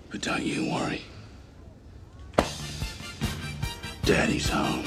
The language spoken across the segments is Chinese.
But don't you worry. Daddy's home.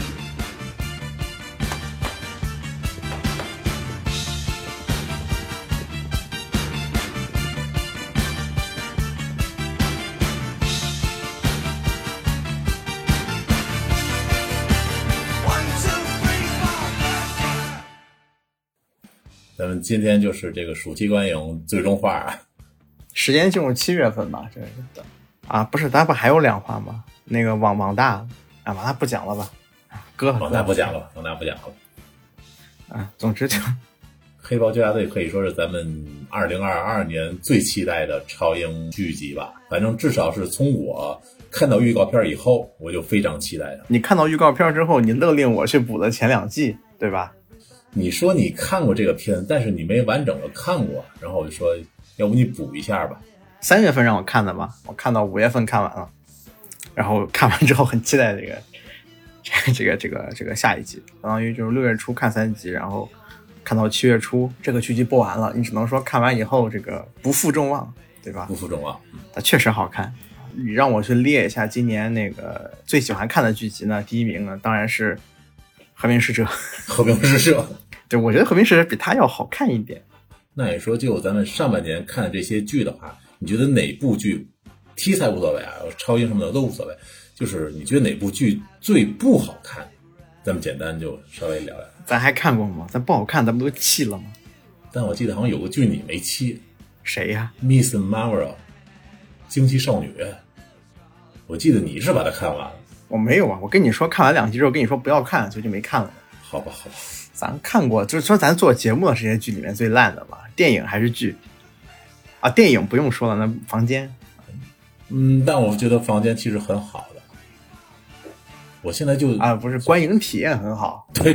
咱们今天就是这个暑期观影最终话啊， 时间进入7月份吧，这个啊，不是，咱不还有2话吗？那个网大啊，网大不讲了吧？割了， 网大不讲了，网大不讲了。 啊，总之就黑豹纠察队可以说是咱们2022年最期待的超英剧集吧，反正至少是从我看到预告片以后，我就非常期待它。 你看到预告片之后，你勒令我去补了前2季，对吧？ 你说你看过这个片，但是你没完整的看过，然后我就说要不你补一下吧。 3月份让我看的嘛，我看到5月份看完了，然后看完之后很期待这个下一集，相当于就是6月初看3集，然后看到7月初这个剧集播完了，你只能说看完以后这个不负众望，对吧？ 不负众望， 它确实好看。你让我去列一下今年那个最喜欢看的剧集呢，第1名呢当然是和平使者。 和平使者， 对，我觉得和平使者比它要好看一点。 那你说就咱们上半年看的这些剧的话，你觉得哪部剧题材无所谓啊，超英什么的都无所谓，就是你觉得哪部剧最不好看，咱们简单就稍微聊聊。 咱还看过吗？咱不好看咱不都弃了吗？ 但我记得好像有个剧你没弃。 谁呀？ Miss Marvel 惊奇少女，我记得你是把它看完了。 我没有啊，我跟你说看完2集之后跟你说不要看，所以就没看了。 好吧， 咱看过，就是说咱做节目的这些剧里面最烂的嘛，电影还是剧啊？电影不用说了，那房间。 但我觉得房间其实很好的。我现在就啊，不是观影体验很好。 对，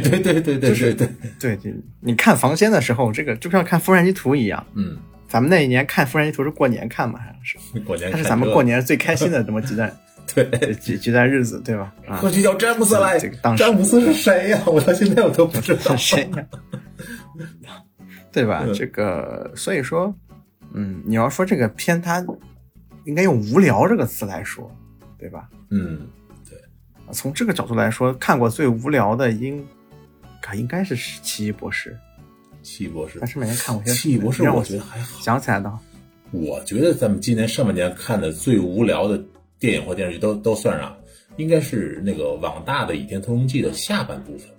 你看房间的时候，这个就像看《复联图》一样。咱们那一年看《复联图》是过年看嘛，好像是。 过年看。 但是咱们过年最开心的这么几段。 对， 几段日子，对吧？ 过去叫詹姆斯来， 这个詹姆斯是谁呀？我到现在我都不知道是谁呀，对吧？这个，所以说，你要说这个片，它应该用无聊这个词来说，对吧？ 对。 从这个角度来说，看过最无聊的应该是奇异博士。 奇异博士， 但是每年看过些奇异博士，我觉得还好。 想起来的， 我觉得咱们今年上半年看的最无聊的电影或电视剧都算上，应该是那个网大的《倚天屠龙记》的下半部分。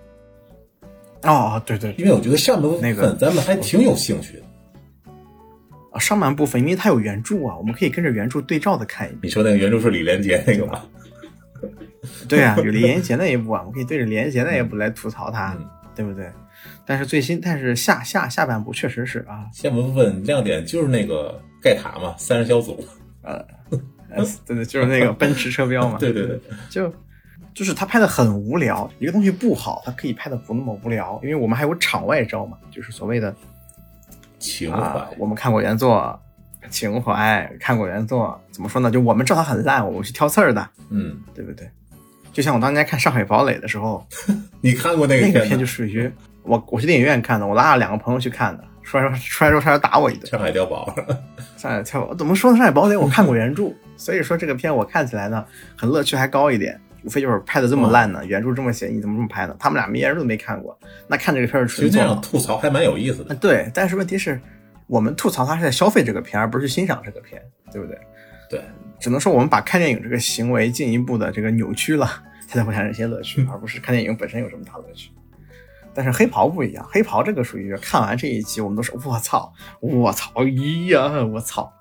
哦，对， 因为我觉得上半部分咱们还挺有兴趣的。 上半部分因为它有原著啊，我们可以跟着原著对照的看一遍。 你说那个原著是李连杰那个吗？ 对啊，有李连杰那一部啊，我们可以对着李连杰那一部来吐槽他，对不对？但是下半部确实是啊， 下半部分亮点就是那个盖塔嘛，3人小组。 对，就是那个奔驰车标嘛。 对， 就是他拍的很无聊，一个东西不好，他可以拍的不那么无聊，因为我们还有场外招嘛，就是所谓的情怀。 我们看过原作，情怀，看过原作，怎么说呢？就我们知道它很烂，我们去挑刺儿的，对不对？就像我当年看《上海堡垒》的时候， 你看过那个片就属于我去电影院看的，我拉了2个朋友去看的，出来之后差点打我一顿。 上海碉堡， 上海碉堡怎么说呢？上海堡垒我看过原著，所以说这个片我看起来呢，很乐趣还高一点。无非就是拍的这么烂呢，原著这么写，你怎么这么拍呢？他们俩原著都没看过，那看这个片是纯粹。其实这样吐槽还蛮有意思的。 对，但是问题是我们吐槽他是在消费这个片，而不是去欣赏这个片，对不对？ 对， 只能说我们把看电影这个行为进一步的这个扭曲了，它才会产生一些乐趣，而不是看电影本身有这么大乐趣。但是黑袍不一样，黑袍这个属于看完这一集我们都是我操，咦呀，我操，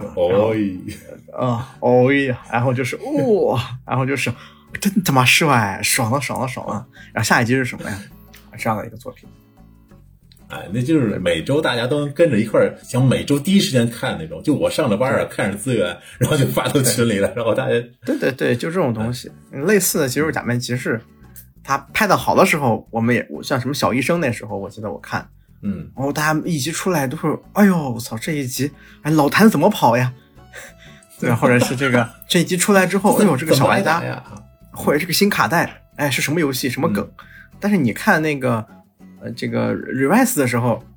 然后就是然后就是真他妈帅，爽了。然后下一集是什么呀？这样的一个作品。 那就是每周大家都能跟着一块儿，想每周第一时间看那种。就我上着班看着资源，然后就发到群里了，然后大家对，就这种东西。类似的《极速假面骑士》，他拍的好的时候，我像什么小医生那时候，我记得我看，然后大家一集出来都是，哎呦，我操，这一集，老谭怎么跑呀？对，或者是这一集出来之后，哎呦，这个小玩家呀，或者这个新卡带，哎，是什么游戏，什么梗？但是你看那个这个 Revice 的时候，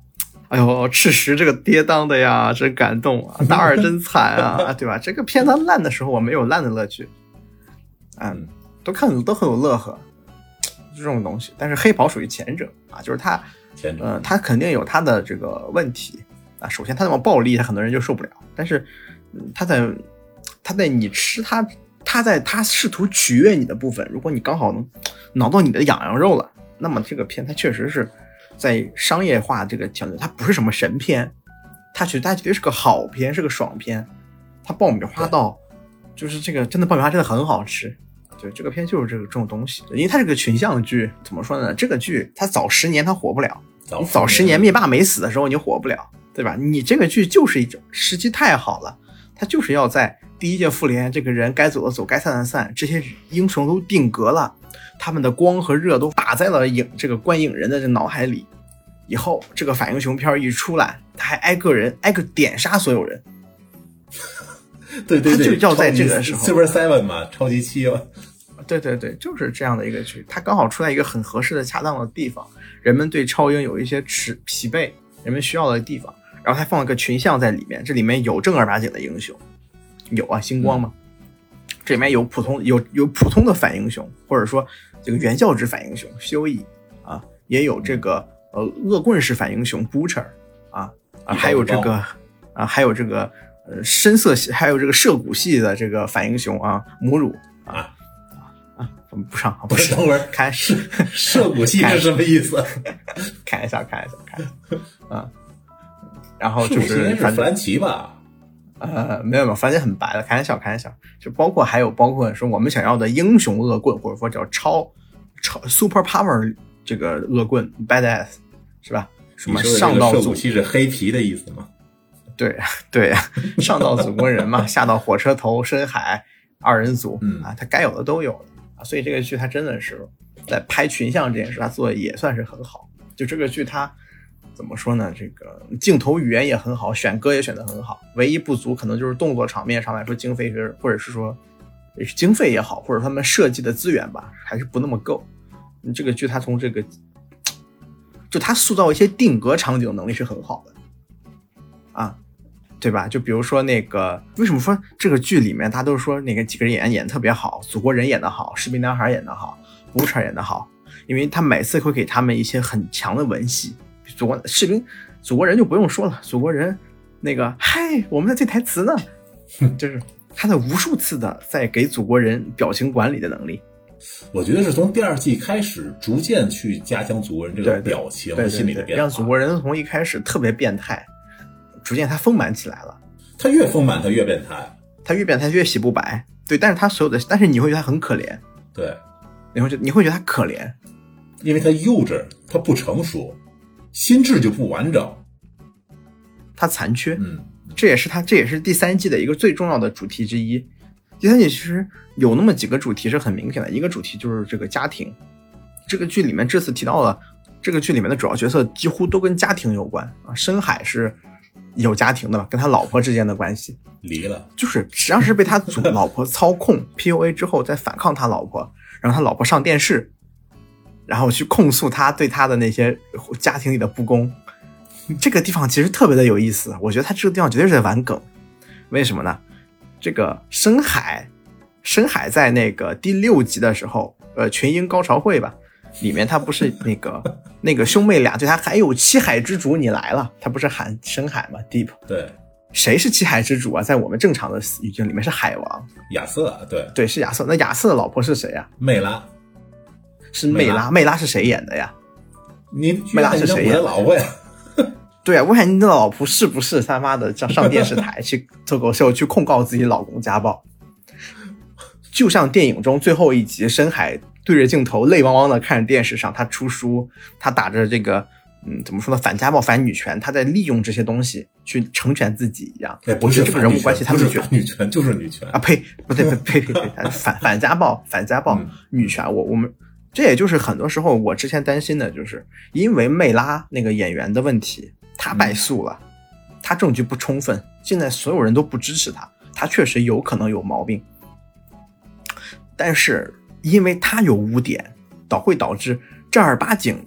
哎呦，赤石这个跌宕的呀，真感动啊！大二真惨啊，对吧？这个片它烂的时候，我没有烂的乐趣，都很有乐呵，这种东西。但是黑袍属于前者啊，就是他肯定有他的这个问题啊。首先他那么暴力，他很多人就受不了。但是他在你吃他在他试图取悦你的部分，如果你刚好能挠到你的痒痒肉了，那么这个片它确实是在商业化这个强度，它不是什么神片，它绝对是个好片，是个爽片。它爆米花到就是这个真的爆米花真的很好吃。对，这个片就是这种东西，因为它是个群像剧，怎么说呢？这个剧它早10年它火不了，你早10年灭霸没死的时候你火不了，对吧？你这个剧就是一种时机太好了，它就是要在第一届复联，这个人该走的走，该散的散，这些英雄都定格了，他们的光和热都打在了这个观影人的这脑海里。以后这个反英雄片一出来，他还挨个点杀所有人。 对， 他就要在这个时候 Super 7嘛，超级7嘛。 对，就是这样的一个剧，它刚好出在一个很合适的恰当的地方，人们对超英有一些疲惫，人们需要的地方，然后他放了个群像在里面，这里面有正儿八经的英雄，有啊，星光嘛，这里面有普通的反英雄，或者说这个原教旨反英雄修义啊，也有这个恶棍式反英雄 Butcher 还有这个深色系，还有这个涉谷系的这个反英雄啊，母乳不上， 等会儿看涉谷系是什么意思？ 看一下啊，然后就是弗兰奇吧？ 没有，弗兰奇很白的，开玩笑，就包括说我们想要的英雄恶棍，或者说叫超 super power 这个恶棍 badass 是吧？什么上到涉谷系是黑皮的意思吗？ 对，上到祖国人嘛，下到火车头、深海2人组他该有的都有了啊，所以这个剧它真的是在拍群像这件事，它做的也算是很好。就这个剧它怎么说呢？这个镜头语言也很好，选歌也选得很好，唯一不足可能就是动作场面上来说经费或者是说经费也好，或者他们设计的资源吧，还是不那么够。这个剧它从这个就它塑造一些定格场景的能力是很好的啊。对吧？就比如说那个，为什么说这个剧里面大家都说那个几个人演得特别好，祖国人演得好，士兵男孩演得好，Butcher演得好，因为他每次会给他们一些很强的文戏。祖国人就不用说了，祖国人那个嗨，我们的这台词呢，就是他的无数次的在给祖国人表情管理的能力。 我觉得是从第2季开始逐渐去加强祖国人这个表情和心理的变化， 让祖国人从一开始特别变态。逐渐他丰满起来了， 他越丰满他越变态， 他越变态越洗不白。对，但是你会觉得他很可怜， 对， 你会觉得他可怜， 因为他幼稚，他不成熟，心智就不完整， 他残缺。这也是第3季的一个最重要的主题之一。第3季其实有那么几个主题是很明显的，一个主题就是这个家庭。这个剧里面这次提到了，这个剧里面的主要角色几乎都跟家庭有关啊。深海是有家庭的吧，跟他老婆之间的关系离了， 就是实际上是被他老婆操控PUA 之后再反抗他老婆，然后他老婆上电视，然后去控诉他对他的那些家庭里的不公。这个地方其实特别的有意思，我觉得他这个地方绝对是在玩梗。为什么呢？这个深海在那个第6集的时候，群英高潮会吧，里面他不是那个兄妹俩对他还有七海之主你来了，他不是喊深海吗 Deep。 对，谁是七海之主啊？在我们正常的语境里面是海王亚瑟。对， 是亚瑟。那亚瑟的老婆是谁啊？ 魅拉。 是魅拉。魅拉是谁演的呀？魅拉是谁演的？ 老婆呀。 对啊，魏海宁的老婆是不是他妈的上电视台去脱口秀去控告自己老公家暴？就像电影中最后一集，深海对着镜头泪汪汪的看着电视上，他出书，他打着这个怎么说呢，反家暴反女权，他在利用这些东西去成全自己一样。 不是这个人物关系，他们觉得女权就是女权啊！呸，不对，反家暴女权，我们这也就是很多时候我之前担心的，就是因为魅拉那个演员的问题，他败诉了，他证据不充分，现在所有人都不支持他，他确实有可能有毛病，但是因为他有污点，会导致正儿八经的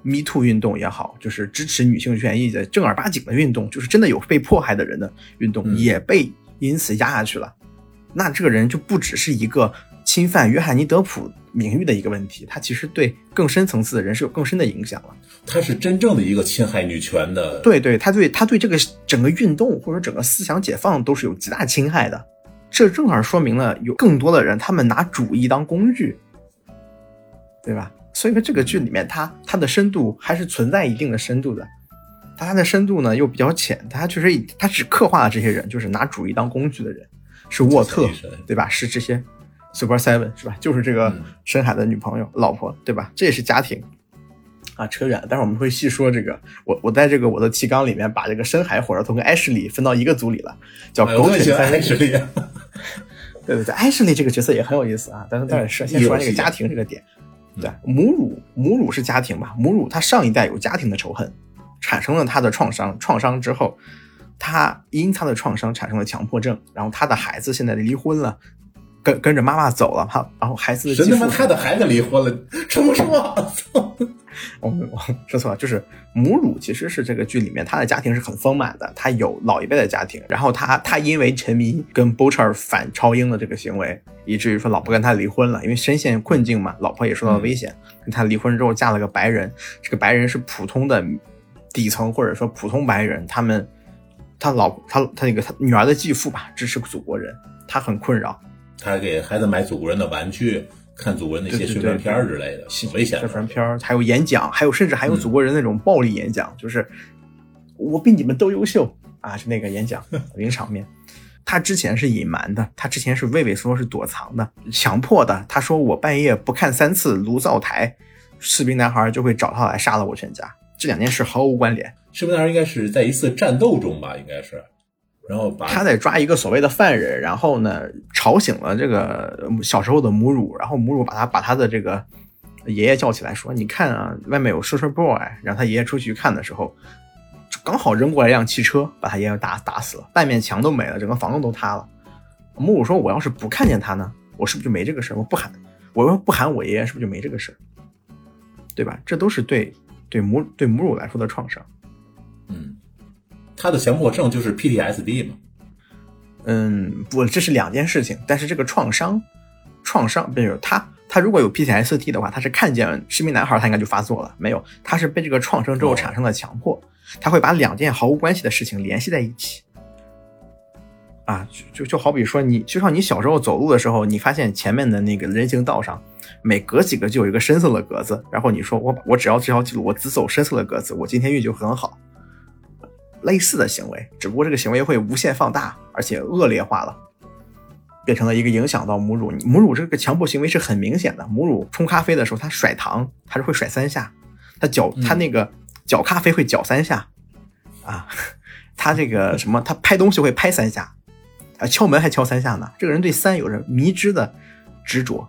Me Too 运动也好，就是支持女性权益的正儿八经的运动，就是真的有被迫害的人的运动，也被因此压下去了。那这个人就不只是一个侵犯约翰尼德普名誉的一个问题，他其实对更深层次的人是有更深的影响了。 他是真正的一个侵害女权的， 对，他对这个整个运动或者整个思想解放都是有极大侵害的。这正好说明了有更多的人他们拿主义当工具，对吧？所以说这个剧里面它的深度还是存在一定的深度的，它的深度呢又比较浅，它确实它只刻画了这些人就是拿主义当工具的人，是沃特，对吧？是这些 Super Seven， 是吧？就是这个深海的女朋友、老婆，对吧？这也是家庭啊，扯远了。但是我们会细说这个，我在这个我的提纲里面把这个深海火车头跟艾什莉分到一个组里了，叫狗腿三人组。对，艾什莉这个角色也很有意思啊。但是先说这个家庭这个点。对，母乳是家庭吧？母乳他上一代有家庭的仇恨，产生了他的创伤之后，他因他的创伤产生了强迫症，然后他的孩子现在离婚了，跟着妈妈走了，然后孩子的继父他的孩子离婚了，什么说？ 我说错了，就是母乳其实是这个剧里面他的家庭是很丰满的，他有老一辈的家庭，然后他因为沉迷跟 Butcher 反超英的这个行为，以至于说老婆跟他离婚了，因为深陷困境嘛，老婆也受到了危险，跟他离婚之后嫁了个白人，这个白人是普通的底层或者说普通白人，他那个他女儿的继父吧，支持祖国人，他很困扰， 他给孩子买祖国人的玩具，看祖国人那些宣传片之类的，挺危险的。宣传片还有演讲，甚至还有祖国人那种暴力演讲，就是我比你们都优秀啊，是那个演讲名场面。他之前是隐瞒的，他之前是畏畏缩，是躲藏的，强迫的。他说我半夜不看3次炉灶台，士兵男孩就会找他来杀了我全家。这两件事毫无关联。 士兵男孩应该是在一次战斗中吧，应该是。然后他在抓一个所谓的犯人，然后呢吵醒了这个小时候的母乳，然后母乳把他的这个爷爷叫起来说，你看啊，外面有 Social Boy， 让他爷爷出去看的时候，刚好扔过来一辆汽车，把他爷爷打死了，半面墙都没了，整个房子都塌了。母乳说，我要是不看见他呢，我是不是就没这个事？我要不喊我爷爷，是不是就没这个事？对吧？这都是对母乳来说的创伤。 他的强迫症就是 PTSD 嘛？ 不，这是两件事情。但是这个创伤，比如他如果有 PTSD 的话，他是看见士兵男孩，他应该就发作了。没有，他是被这个创伤之后产生了强迫，他会把两件毫无关系的事情联系在一起。啊，就好比说就像你小时候走路的时候，你发现前面的那个人行道上，每隔几个就有一个深色的格子，然后你说我只要这条记录，我只走深色的格子，我今天运气就很好。类似的行为，只不过这个行为会无限放大，而且恶劣化了，变成了一个影响到母乳这个强迫行为是很明显的。母乳冲咖啡的时候，他甩糖，他是会甩3下，他那个搅咖啡会搅3下啊，他这个什么，他拍东西会拍3下啊，敲门还敲3下呢。这个人对3有着迷之的执着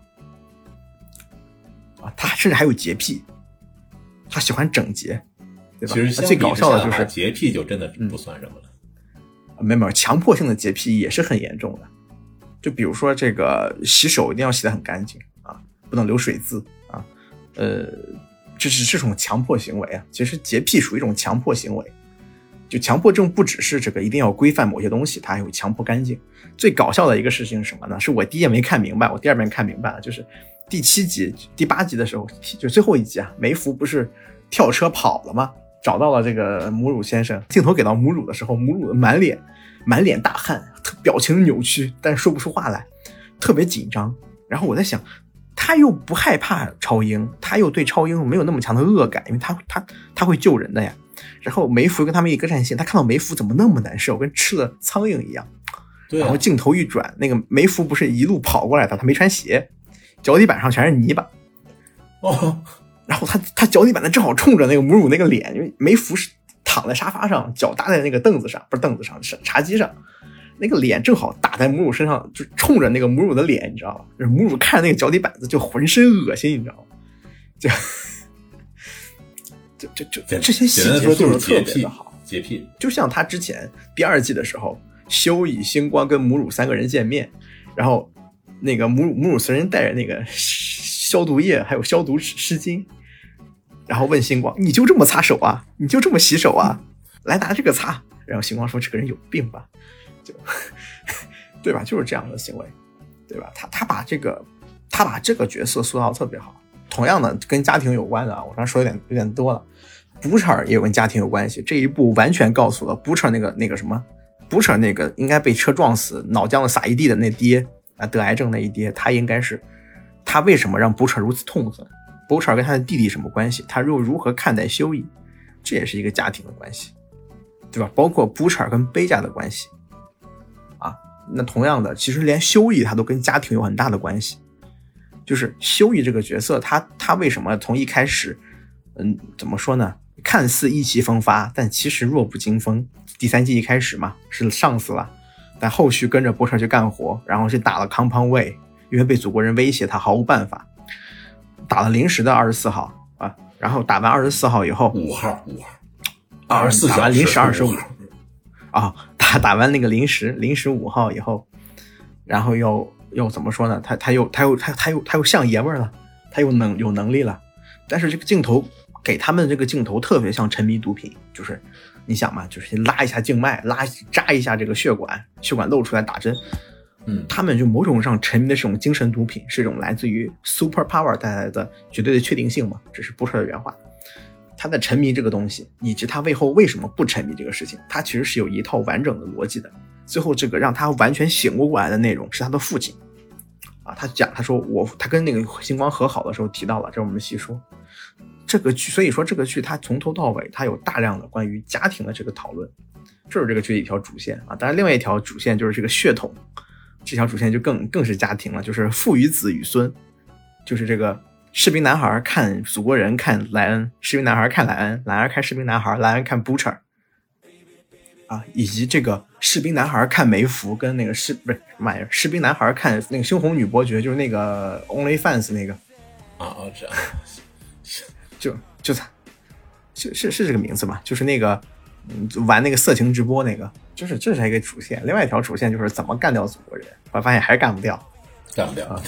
啊，他甚至还有洁癖，他喜欢整洁。对吧？ 其实最搞笑的就是洁癖就真的不算什么了。 没有，强迫性的洁癖也是很严重的。就比如说这个洗手一定要洗得很干净啊，不能留水渍啊。这是这种强迫行为啊。其实洁癖属于一种强迫行为。就强迫症不只是这个一定要规范某些东西，它还有强迫干净。最搞笑的一个事情是什么呢？是我第一遍没看明白，我第2遍看明白了，就是第7集、第8集的时候，就最后一集啊，梅芙不是跳车跑了吗？找到了这个母乳先生，镜头给到母乳的时候，母乳满脸大汗，表情扭曲，但说不出话来，特别紧张。然后我在想，他又不害怕超英，他又对超英没有那么强的恶感，因为他会救人的呀。然后梅芙跟他们一个战线，他看到梅芙怎么那么难受，跟吃了苍蝇一样。 对啊。 然后镜头一转，那个梅芙不是一路跑过来的，他没穿鞋，脚底板上全是泥巴。 哦。 然后他脚底板呢正好冲着那个母乳那个脸，因为梅芙是躺在沙发上，脚搭在那个凳子上，不是凳子上，是茶几上，那个脸正好打在母乳身上，就冲着那个母乳的脸，你知道吧？母乳看着那个脚底板子就浑身恶心，你知道吗？这些细节做的特别的好， 洁癖。 就像他之前第2季的时候，修以星光跟母乳3个人见面，然后那个母乳随身带着那个消毒液还有消毒湿巾， 然后问星光，你就这么擦手啊？你就这么洗手啊？来拿这个擦。然后星光说这个人有病吧，就对吧？就是这样的行为，对吧？他把这个角色塑造特别好。同样的跟家庭有关的啊，我刚才说有点多了。Butcher 也有跟家庭有关系，这一部完全告诉了 Butcher 那个什么 Butcher 那个应该被车撞死脑浆子洒一地的那爹啊，得癌症那一爹，他为什么让 Butcher 如此痛恨 Butcher 跟他的弟弟什么关系，他又如何看待修一，这也是一个家庭的关系，对吧？包括 Butcher 跟贝家的关系啊，那同样的其实连修一他都跟家庭有很大的关系。就是修一这个角色，他为什么从一开始怎么说呢，看似意气风发，但其实弱不禁风。第3季一开始嘛是上司了，但后续跟着波彻去干活，然后是打了康胖卫，因为被祖国人威胁他毫无办法，打了临时的24号啊，然后打完24号以后 5号24小时打完临时25啊，打完那个临时5号以后，然后又怎么说呢？他又像爷们儿了，他有能力了，但是这个镜头给他们这个镜头特别像沉迷毒品，就是你想嘛，就是拉一下静脉，扎一下这个血管露出来打针，他们就某种上沉迷的这种精神毒品，是一种来自于 super power 带来的绝对的确定性嘛，这是Butcher的原话。他在沉迷这个东西，以及他背后为什么不沉迷这个事情，他其实是有一套完整的逻辑的。最后这个让他完全醒悟过来的内容是他的父亲啊，他说他跟那个星光和好的时候提到了，这我们细说这个剧。所以说这个剧它从头到尾它有大量的关于家庭的这个讨论，这是这个剧的一条主线啊。当然另外一条主线就是这个血统，这条主线就更是家庭了，就是父与子与孙，就是这个士兵男孩看祖国人看莱恩，士兵男孩看莱恩，莱恩看士兵男孩，莱恩看 Butcher 啊，以及这个士兵男孩看梅芙跟那个士兵男孩看那个猩红女伯爵，就是那个 OnlyFans 那个啊，这就是这个名字嘛，就是那个玩那个色情直播那个，就是这是一个主线。另外一条主线就是怎么干掉祖国人，我发现还是干不掉啊。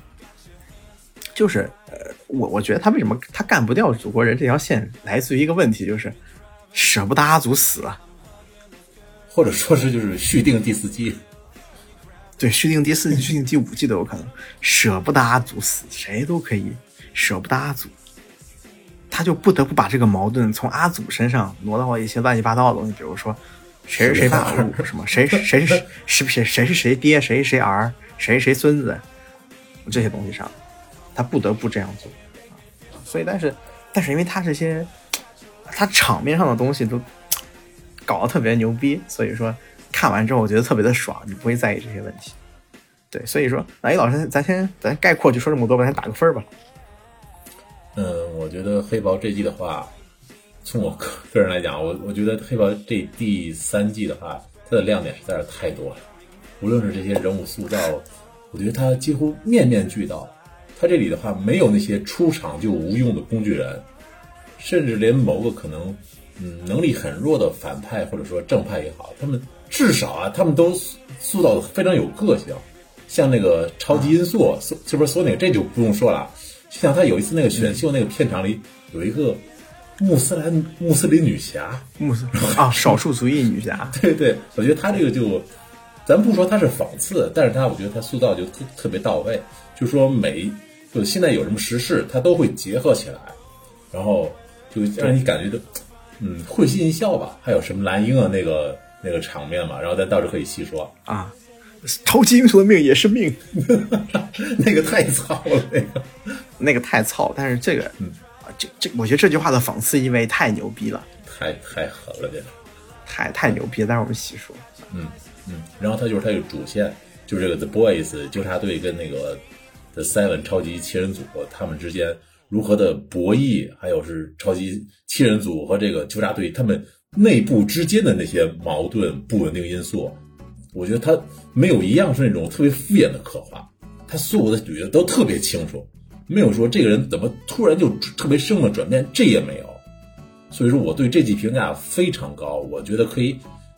就是我觉得他为什么他干不掉祖国人这条线，来自于一个问题，就是舍不得阿祖死啊， 或者说是就是续订第4季， 对，续订第4季、续订第5季都有可能，舍不得阿祖死，谁都可以舍不得阿祖，他就不得不把这个矛盾从阿祖身上挪到一些乱七八糟的东西，比如说谁是谁爸什么谁是谁爹，谁是谁儿，谁是谁孙子，这些东西上。他不得不这样做，所以但是因为他这些他场面上的东西都搞得特别牛逼，所以说看完之后我觉得特别的爽，你不会在意这些问题。对，所以说那老师咱概括就说这么多吧，咱打个分吧。 我觉得黑袍这季的话，从我个人来讲，我觉得黑袍这第3季的话，它的亮点实在是太多了，无论是这些人物塑造，我觉得它几乎面面俱到。他这里的话没有那些出场就无用的工具人，甚至连某个可能能力很弱的反派或者说正派也好，他们至少啊他们都塑造的非常有个性。像那个超级音速是不是说那个这就不用说了，像他有一次那个选秀那个片场里有一个穆斯林女侠， 少数族裔女侠对，我觉得他这个就咱不说他是讽刺，但是我觉得他塑造就特别到位，就说就现在有什么时事他都会结合起来，然后就让你感觉到会心一笑吧。还有什么蓝鹰啊那个场面嘛，然后咱到时候可以细说啊。超级英雄的命也是命那个太糙了， 那个太糙，但是这个我觉得这句话的讽刺意味太牛逼了， 太狠了，这个太牛逼了，但是我们细说。 然后他有主线，就是这个 The Boys 纠察队跟那个 The Seven 超级7人组他们之间如何的博弈，还有是超级7人组和这个纠察队他们内部之间的那些矛盾不稳定因素，我觉得他没有一样是那种特别敷衍的刻画，他所有的角色都特别清楚，没有说这个人怎么突然就特别生了转变，这也没有。所以说我对这季评价非常高，我觉得可以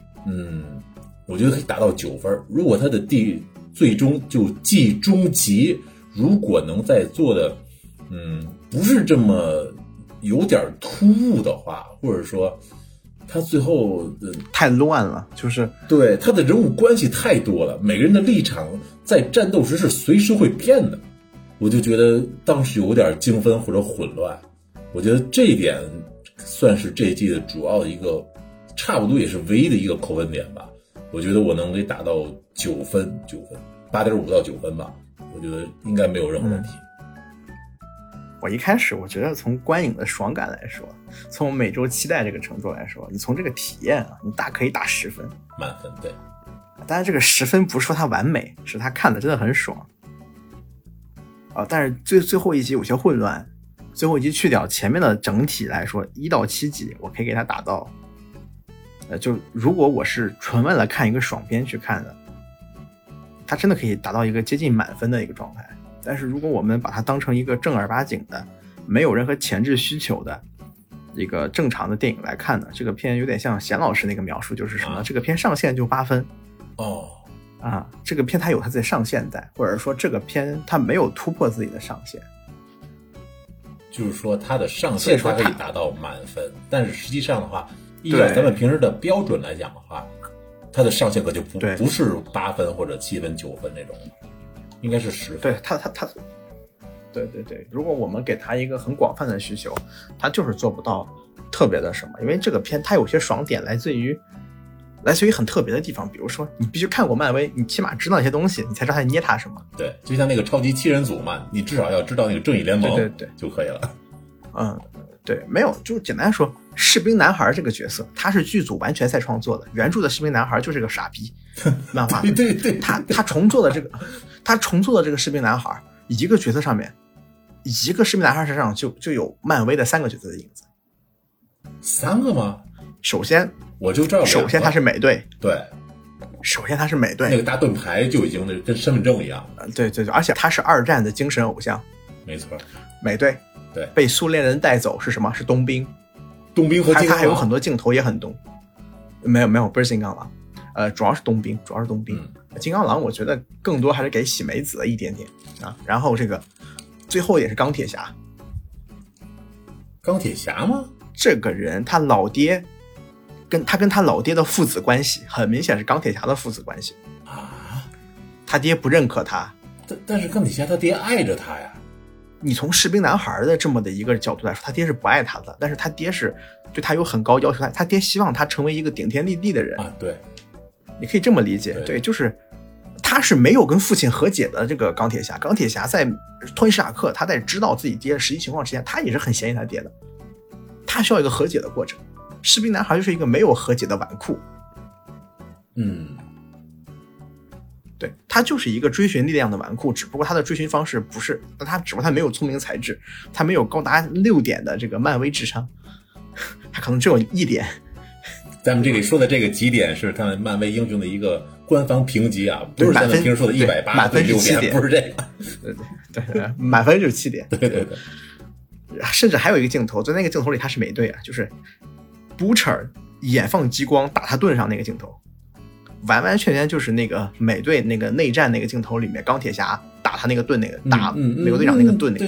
达到9分。如果他的最终就季终集如果能再做的不是这么有点突兀的话，或者说他最后太乱了，就是对他的人物关系太多了，每个人的立场在战斗时是随时会变的，我就觉得当时有点精分或者混乱。我觉得这一点算是这一季的主要的一个，差不多也是唯一的一个扣分点吧。我觉得我能给打到9分，8.5到9分吧，我觉得应该没有任何问题。 我一开始我觉得从观影的爽感来说，从每周期待这个程度来说，你从这个体验啊，你可以打10分， 满分，对。 当然这个10分不是说它完美，是它看的真的很爽啊。但是最后一集有些混乱，最后一集去掉前面的整体来说，1到7集我可以给它打到，就如果我是纯为了看一个爽片去看的，它真的可以达到一个接近满分的一个状态。但是如果我们把它当成一个正儿八经的没有任何前置需求的一个正常的电影来看呢，这个片有点像贤老师那个描述，就是什么这个片上限就8分这个片它有它自己的上限在，或者说这个片它没有突破自己的上限， 就是说它的上限它可以达到满分，但是实际上的话，依照咱们平时的标准来讲的话，它的上限可就不是8分或者7分9分那种，应该是10分。 对，它对，如果我们给它一个很广泛的需求，它就是做不到特别的什么，因为这个片它有些爽点来自于很特别的地方，比如说你必须看过漫威，你起码知道一些东西，你才知道它捏它什么。 对，就像那个超级7人组嘛，你至少要知道那个正义联盟对就可以了。 对，没有，就简单说，士兵男孩这个角色，他是剧组完全再创作的，原著的士兵男孩就是个傻逼，漫画对， 他重做的这个士兵男孩，一个角色上面，一个士兵男孩身上就有漫威的3个角色的影子。 3个吗？ 首先我就知道， 首先他是美队， 对， 首先他是美队， 那个大盾牌就已经跟身份证一样。 对，而且他是2战的精神偶像。 没错， 美队。 对， 被苏联人带走是什么？是冬兵和金刚狼。 他还有很多镜头也很冬。没有，不是金刚狼，主要是冬兵。金刚狼我觉得更多还是给喜美子了一点点啊。然后这个最后也是钢铁侠。 钢铁侠吗？ 这个人他老爹跟他老爹的父子关系很明显是钢铁侠的父子关系啊。 他爹不认可他， 但是钢铁侠他爹爱着他呀。 你从士兵男孩的这么的一个角度来说，他爹是不爱他的，但是他爹是对他有很高要求，他爹希望他成为一个顶天立地的人啊。对， 你可以这么理解。对，就是他是没有跟父亲和解的。这个钢铁侠在托尼史塔克他在知道自己爹实际情况之前，他也是很嫌弃他爹的，他需要一个和解的过程。士兵男孩就是一个没有和解的纨绔。对，他就是一个追寻力量的纨绔，只不过他的追寻方式不是，只不过他没有聪明才智，他没有高达6点的这个漫威智商，他可能只有1点。 咱们这里说的这个几点是他们漫威英雄的一个官方评级啊，不是咱们平时说的180 满分是7点， 不是这个。 对，满分就是7点。 对。 甚至还有一个镜头，在那个镜头里他是美队啊，就是 Butcher 眼放激光打他盾上那个镜头。完完全全就是那个美队那个内战那个镜头里面，钢铁侠打他那个盾那个打美国队长那个盾那个。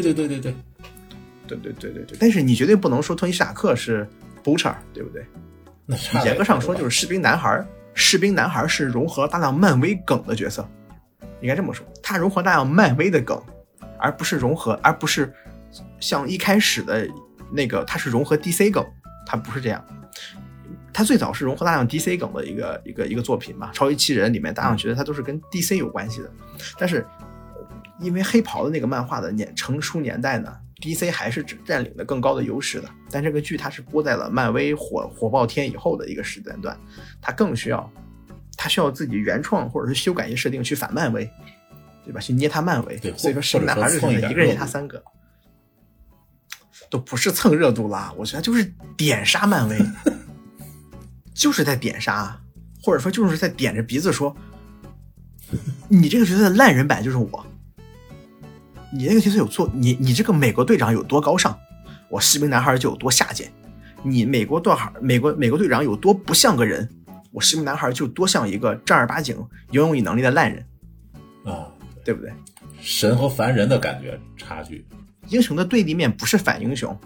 对。但是你绝对不能说托尼史塔克是 Butcher， 对不对？ 那严格上说就是士兵男孩。士兵男孩是融合大量漫威梗的角色，应该这么说，他融合大量漫威的梗，而不是像一开始的那个他是融合 DC 梗，他不是这样。他最早是融合大量 DC 梗的一个作品嘛，超级7人里面大家觉得他都是跟 DC 有关系的，但是因为黑袍的那个漫画的成书年代呢， DC 还是占领了更高的优势的，但这个剧它是播在了漫威火爆天以后的一个时间段，它更需要自己原创或者是修改一些设定去反漫威，对吧？去捏他漫威，所以说士兵男孩就是一个人捏他3个，都不是蹭热度啦，我觉得就是点杀漫威。就是在点杀，或者说就是在点着鼻子说，你这个角色的烂人版就是我，你那个角色有错，你这个美国队长有多高尚，我士兵男孩就有多下贱，你美国队长有多不像个人，我士兵男孩就多像一个正儿八经拥有你能力的烂人啊， 对不对？ 神和凡人的感觉差距， 英雄的对立面不是反英雄，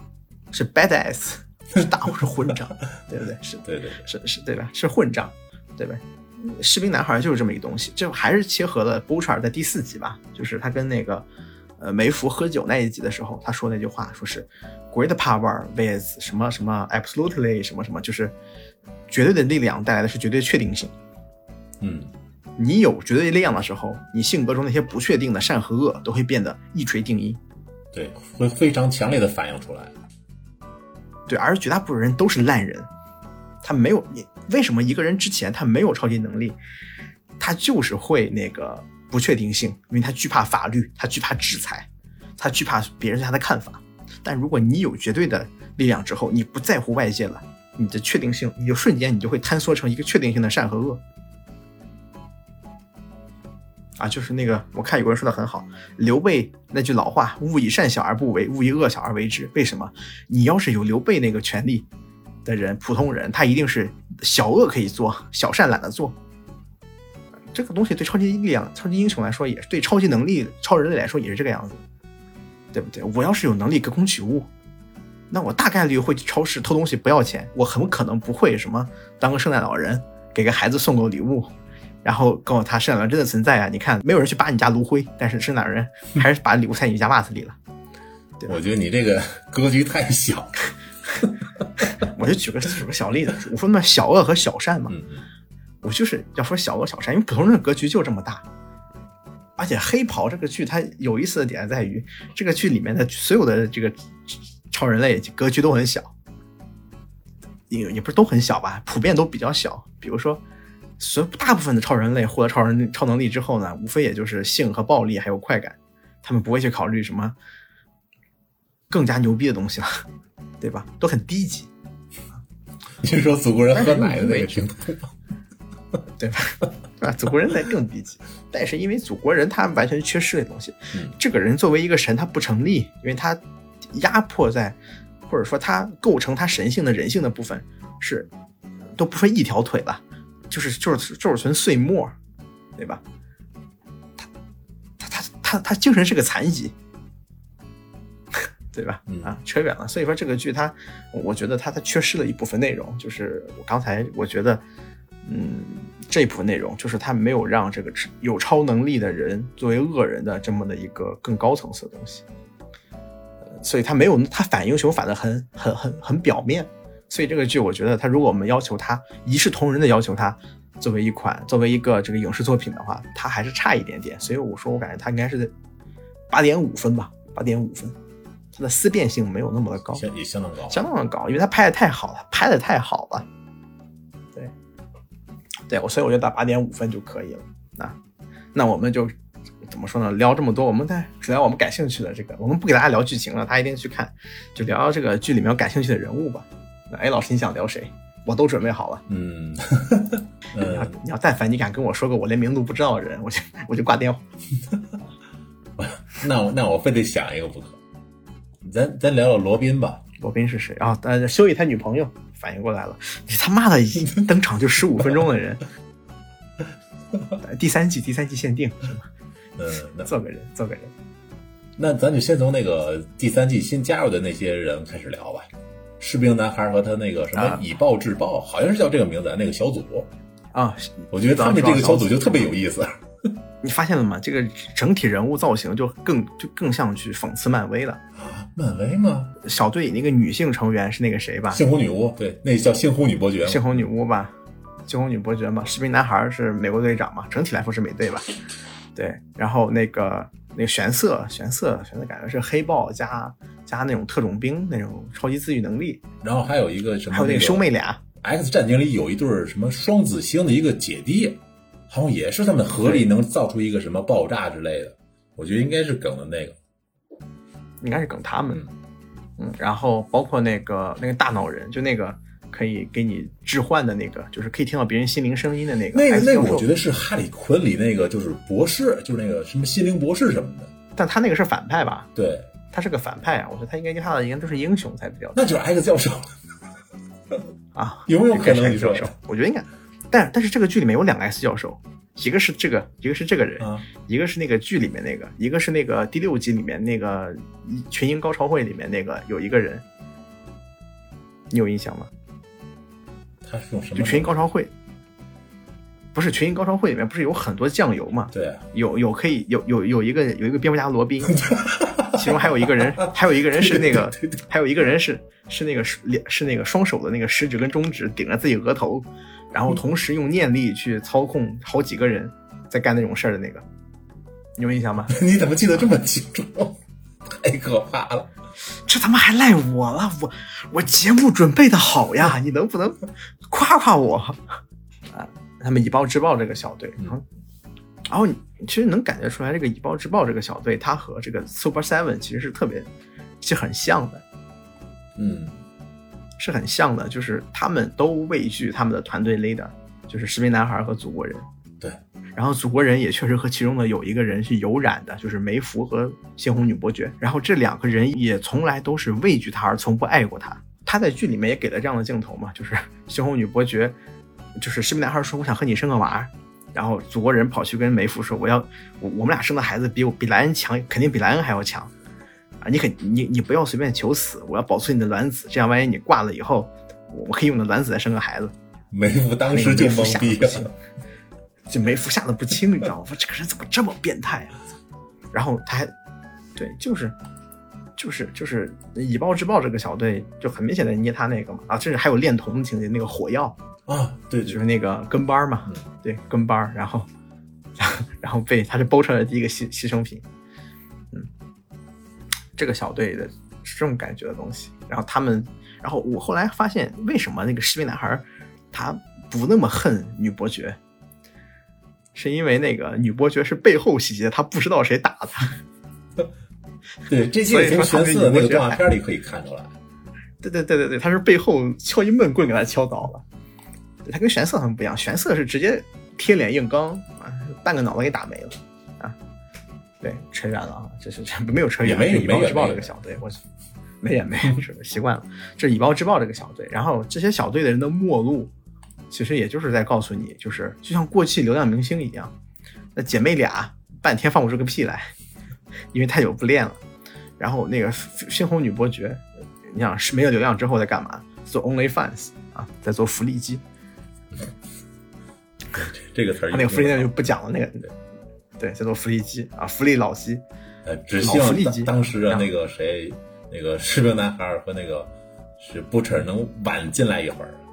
是 badass， 是大是混账，对不对？是， 对， 是，对吧？是混账，对吧？士兵男孩就是这么一个东西，就还是切合了 Bouchard 在第4集吧，就是他跟那个梅芙喝酒那一集的时候，他说那句话，说是 great power with 什么什么 absolutely 什么什么，就是绝对的力量带来的是绝对确定性。你有绝对力量的时候，你性格中那些不确定的善和恶都会变得一锤定音。 对，会非常强烈的反映出来。 对，而绝大部分人都是烂人，他没有，为什么一个人之前他没有超级能力，他就是会那个不确定性，因为他惧怕法律，他惧怕制裁，他惧怕别人对他的看法。但如果你有绝对的力量之后，你不在乎外界了，你的确定性，你就瞬间你就会坍缩成一个确定性的善和恶。就是那个，我看有个人说的很好，刘备那句老话，勿以善小而不为，勿以恶小而为之。为什么？你要是有刘备那个权力的人，普通人，他一定是小恶可以做，小善懒得做。这个东西对超级力量、超级英雄来说，也是对超级能力、超人类来说也是这个样子，对不对？我要是有能力隔空取物，那我大概率会去超市偷东西不要钱，我很可能不会什么当个圣诞老人，给个孩子送个礼物。然后告诉他圣诞老人真的存在啊！你看，没有人去扒你家炉灰，但是圣诞老人还是把礼物塞你家袜子里了。对， 我觉得你这个格局太小。 我就举个小例子，我说那小恶和小善嘛，我就是要说小恶小善，因为普通人的格局就这么大。而且黑袍这个剧它有意思的点在于，这个剧里面的所有的这个超人类格局都很小，也不是都很小吧，普遍都比较小。比如说。大部分的超人类获得超能力之后呢，无非也就是性和暴力还有快感，他们不会去考虑什么更加牛逼的东西了，对吧？都很低级。 你是说祖国人喝奶的那个程度吗？ 对吧？祖国人那更低级，但是因为祖国人他完全缺失的东西，这个人作为一个神他不成立，因为他压迫在或者说他构成他神性的人性的部分是都不分一条腿了。就是纯碎末，对吧？他精神是个残疾，对吧？扯远了。所以说这个剧我觉得它缺失了一部分内容，就是我刚才我觉得，这一部分内容就是它没有让这个有超能力的人作为恶人的这么的一个更高层次的东西，所以它没有，它反英雄反的很表面。所以这个剧我觉得如果我们要求它一视同仁的要求它作为一个这个影视作品的话，它还是差一点点。所以我说我感觉它应该是 8.5 分吧， 8.5 分。它的思辨性没有那么的高， 也相当高， 相当的高，因为它拍的太好了，拍的太好了。对，所以我觉得打 8.5 分就可以了。那我们就怎么说呢？聊这么多，我们只聊我们感兴趣的这个，我们不给大家聊剧情了，他一定去看，就聊聊这个剧里面感兴趣的人物吧。那老师你想聊谁？我都准备好了。你要但凡你敢跟我说个我连名都不知道的人，我就挂电话。 那我非得想一个不可。咱聊聊罗宾吧。 罗宾是谁啊？修理他女朋友，反应过来了，你他妈的登场就15分钟的人。第三季限定是吗？做个人。 那咱就先从那个第3季新加入的那些人开始聊吧。士兵男孩和他那个什么以暴制暴，好像是叫这个名字，那个小组啊， 我觉得他们这个小组就特别有意思。 你发现了吗？这个整体人物造型就更像去讽刺漫威了啊？漫威吗？ 小队里那个女性成员是那个谁吧？ 猩红女巫，对，那叫猩红女伯爵。 猩红女巫吧，猩红女伯爵嘛。士兵男孩是美国队长嘛，整体来说是美队吧？对，然后那个玄色感觉是黑豹加那种特种兵那种超级自愈能力。然后还有一个什么？ 还有那个兄妹俩。 X 战警里有一对什么双子星的一个姐弟。好像也是他们合力能造出一个什么爆炸之类的，我觉得应该是梗的那个， 应该是梗他们。然后包括那个大脑人，就那个可以给你置换的那个，就是可以听到别人心灵声音的那个。 那个我觉得是哈里昆里那个，就是博士，就是那个什么心灵博士什么的。 但他那个是反派吧？ 对， 他是个反派啊，我觉得他应该都是英雄才比较。 那就是 X 教授啊？ 有没有可能？你说？ 我觉得应该。但是这个剧里面有2个 X 教授，一个是这个人，一个是那个剧里面那个，一个是那个第6集里面那个群英高潮会里面那个有一个人， 你有印象吗？ 他是用什么？ 就群英高潮会，不是群英高潮会里面不是有很多酱油吗？ 对、啊， 有一个蝙蝠侠罗宾，其中还有一个人是那个，还有一个人是那个双手的那个食指跟中指顶着自己额头，然后同时用念力去操控好几个人在干那种事儿的那个，你有印象吗？ 你怎么记得这么清楚？太可怕了！ 这他妈还赖我了，我节目准备的好呀，你能不能夸夸我啊？他们以暴制暴这个小队，然后你其实能感觉出来，这个以暴制暴这个小队，它和这个 Super Seven 其实是很像的，是很像的，就是他们都畏惧他们的团队 leader， 就是士兵男孩和祖国人。 对， 然后祖国人也确实和其中的有一个人是有染的，就是梅芙和猩红女伯爵。然后这两个人也从来都是畏惧他，而从不爱过他。他在剧里面也给了这样的镜头嘛，就是猩红女伯爵，就是士兵男孩说我想和你生个娃，然后祖国人跑去跟梅芙说我们俩生的孩子比莱恩强，肯定比莱恩还要强啊！你不要随便求死，我要保存你的卵子，这样万一你挂了以后，我可以用你的卵子再生个孩子。 梅芙当时就懵逼了。 就梅芙吓得不轻，你知道吗？这个人怎么这么变态啊？然后他还对，就是以暴制暴这个小队就很明显的捏他那个嘛啊，甚至还有恋童情节，那个火药啊，对， 就是那个跟班嘛，对，跟班，然后被他是包出来的第一个牺牲品，这个小队的是这种感觉的东西。然后我后来发现，为什么那个士兵男孩他不那么恨女伯爵？是因为那个女伯爵是背后袭击，她不知道谁打她。 对，这些从玄色的那个动画片里可以看出来。 对，她是背后敲一闷棍给她敲倒了。她跟玄色很不一样，玄色是直接贴脸硬刚啊，半个脑子给打没了啊。对，扯远了啊，这没有扯远，是以暴制暴这个小队，我没习惯了，这是以暴制暴这个小队。然后这些小队的人的末路。其实也就是在告诉你，就像过气流量明星一样，那姐妹俩半天放不出个屁来，因为太久不练了。然后那个猩红女伯爵，你想是没有流量之后在干嘛？做 OnlyFans 啊，在做福利机。 这个词儿， 他那个福利店就不讲了，那个对，在做福利机啊，福利老机。 只希望当时那个谁，那个士兵男孩和那个是 Butcher 能晚进来一会儿。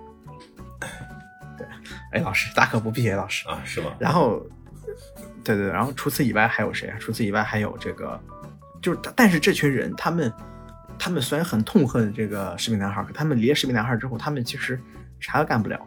哎，老师大可不必，老师啊，是吗？ 然后，对，然后除此以外还有谁啊？除此以外还有这个，但是这群人他们虽然很痛恨这个士兵男孩，可他们离了士兵男孩之后，他们其实啥都干不了。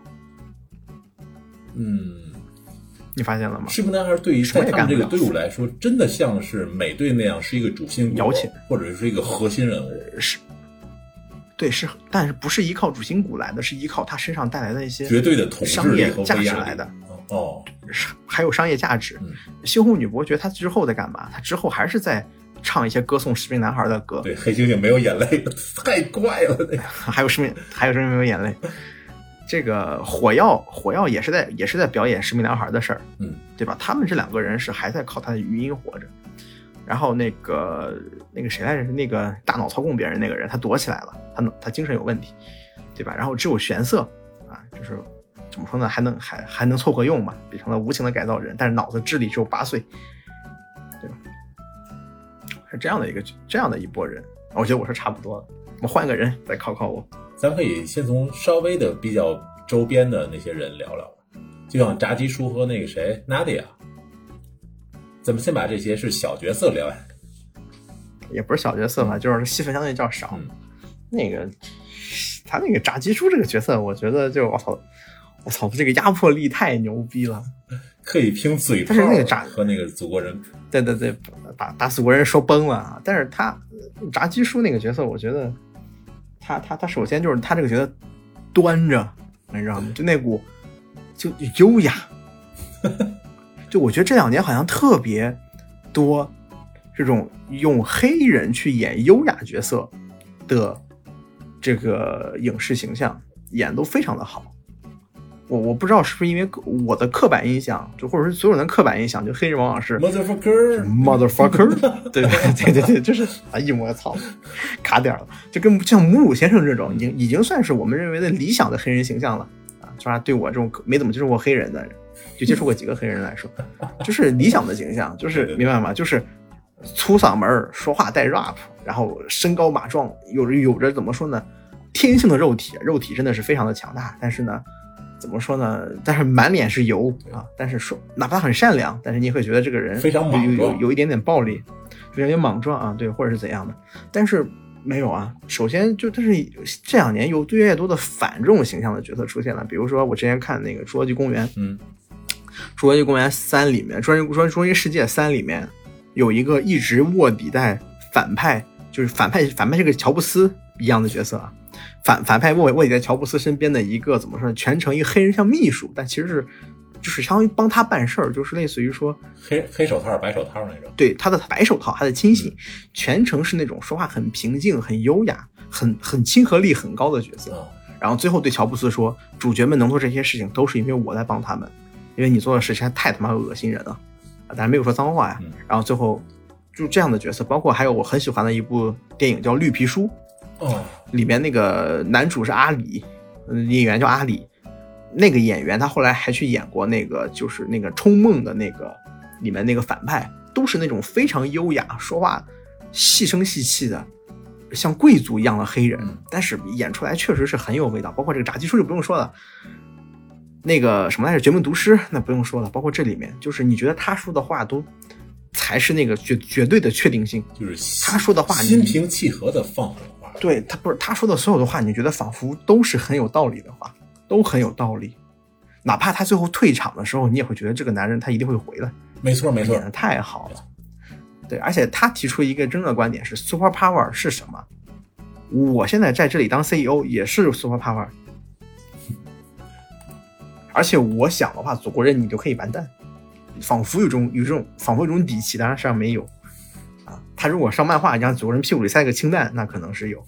你发现了吗？ 士兵男孩对于在他们这个队伍来说，真的像是美队那样是一个主心骨，或者是一个核心人物。 对，但是不是依靠主心骨来的，是依靠他身上带来的一些绝对的统治力和商业价值来的。还有商业价值。猩红女伯爵她之后在干嘛？她之后还是在唱一些歌颂士兵男孩的歌。 对，黑猩猩没有眼泪，太怪了。 还有士兵没有眼泪。这个火药也是在表演士兵男孩的事儿，对吧？他们这两个人是还在靠他的余音活着。然后那个谁来着？那个大脑操控别人那个人，他躲起来了，他精神有问题，对吧？然后只有玄色啊，就是怎么说呢，还能凑合用嘛，变成了无情的改造人，但是脑子智力只有8岁，对吧？是这样的一拨人，我觉得我说差不多了，我们换个人再考我。 咱可以先从稍微的比较周边的那些人聊聊，就像炸鸡叔和那个谁 Nadia。咱们先把这些是小角色聊完， 也不是小角色吧，就是戏份相对较少。那个他那个炸鸡叔这个角色，我觉得就我操，这个压迫力太牛逼了， 可以凭嘴炮。 但是那个和那个祖国人， 对，把祖国人说崩了。但是他炸鸡叔那个角色，我觉得他首先就是他这个角色端着，你知道吗？就那股就优雅。就我觉得这2年好像特别多这种用黑人去演优雅角色的这个影视形象，演都非常的好。 我不知道是不是因为我的刻板印象，就或者是所有人的刻板印象，就黑人往往是 motherfucker， 对，就是一摸操，卡点了，就像母乳先生这种，已经算是我们认为的理想的黑人形象了啊。是吧？对我这种没怎么接触过黑人的人，就接触过几个黑人来说，就是理想的形象，就是明白吗？就是粗嗓门，说话带 rap， 然后身高马壮，有着怎么说呢？天性的肉体真的是非常的强大，但是呢，怎么说呢？但是满脸是油啊！但是说哪怕很善良，但是你也会觉得这个人非常莽撞， 有一点点暴力，非常有点莽撞啊，对，或者是怎样的？但是没有啊。首先但是这2年有越来越多的反这种形象的角色出现了，比如说我之前看那个《侏罗纪公园》，《侏罗纪公园3》里面，《侏罗纪世界3》里面有一个一直卧底在反派，就是反派这个乔布斯一样的角色啊。反派卧底在乔布斯身边的一个怎么说呢？全程一个黑人像秘书，但其实是就是相当于帮他办事儿，就是类似于说黑手套白手套那种。 对，他的白手套，他的亲信，全程是那种说话很平静、很优雅、很亲和力很高的角色。然后最后对乔布斯说：“主角们能做这些事情，都是因为我在帮他们，因为你做的事情太他妈恶心人了。”当然没有说脏话呀。然后最后就这样的角色，包括还有我很喜欢的一部电影叫《绿皮书》。里面那个男主是阿里，演员叫阿里，那个演员他后来还去演过那个就是那个《冲梦》的那个里面那个反派，都是那种非常优雅，说话细声细气的，像贵族一样的黑人，但是演出来确实是很有味道。包括这个炸鸡叔就不用说了，那个什么来着，《绝命毒师》那不用说了，包括这里面就是你觉得他说的话都才是那个绝对的确定性， 就是他说的话心平气和的放狠话。 对，他不是他说的所有的话，你觉得仿佛都是很有道理的话，都很有道理。哪怕他最后退场的时候，你也会觉得这个男人他一定会回来。 没错， 演得太好了。对，而且他提出一个真的观点是 super power 是什么？我现在在这里当 CEO 也是 super power， 而且我想的话，祖国人你就可以完蛋，仿佛有种底气，当然实际上没有。他如果上漫画让祖国人屁股里塞个氢弹，那可能是有，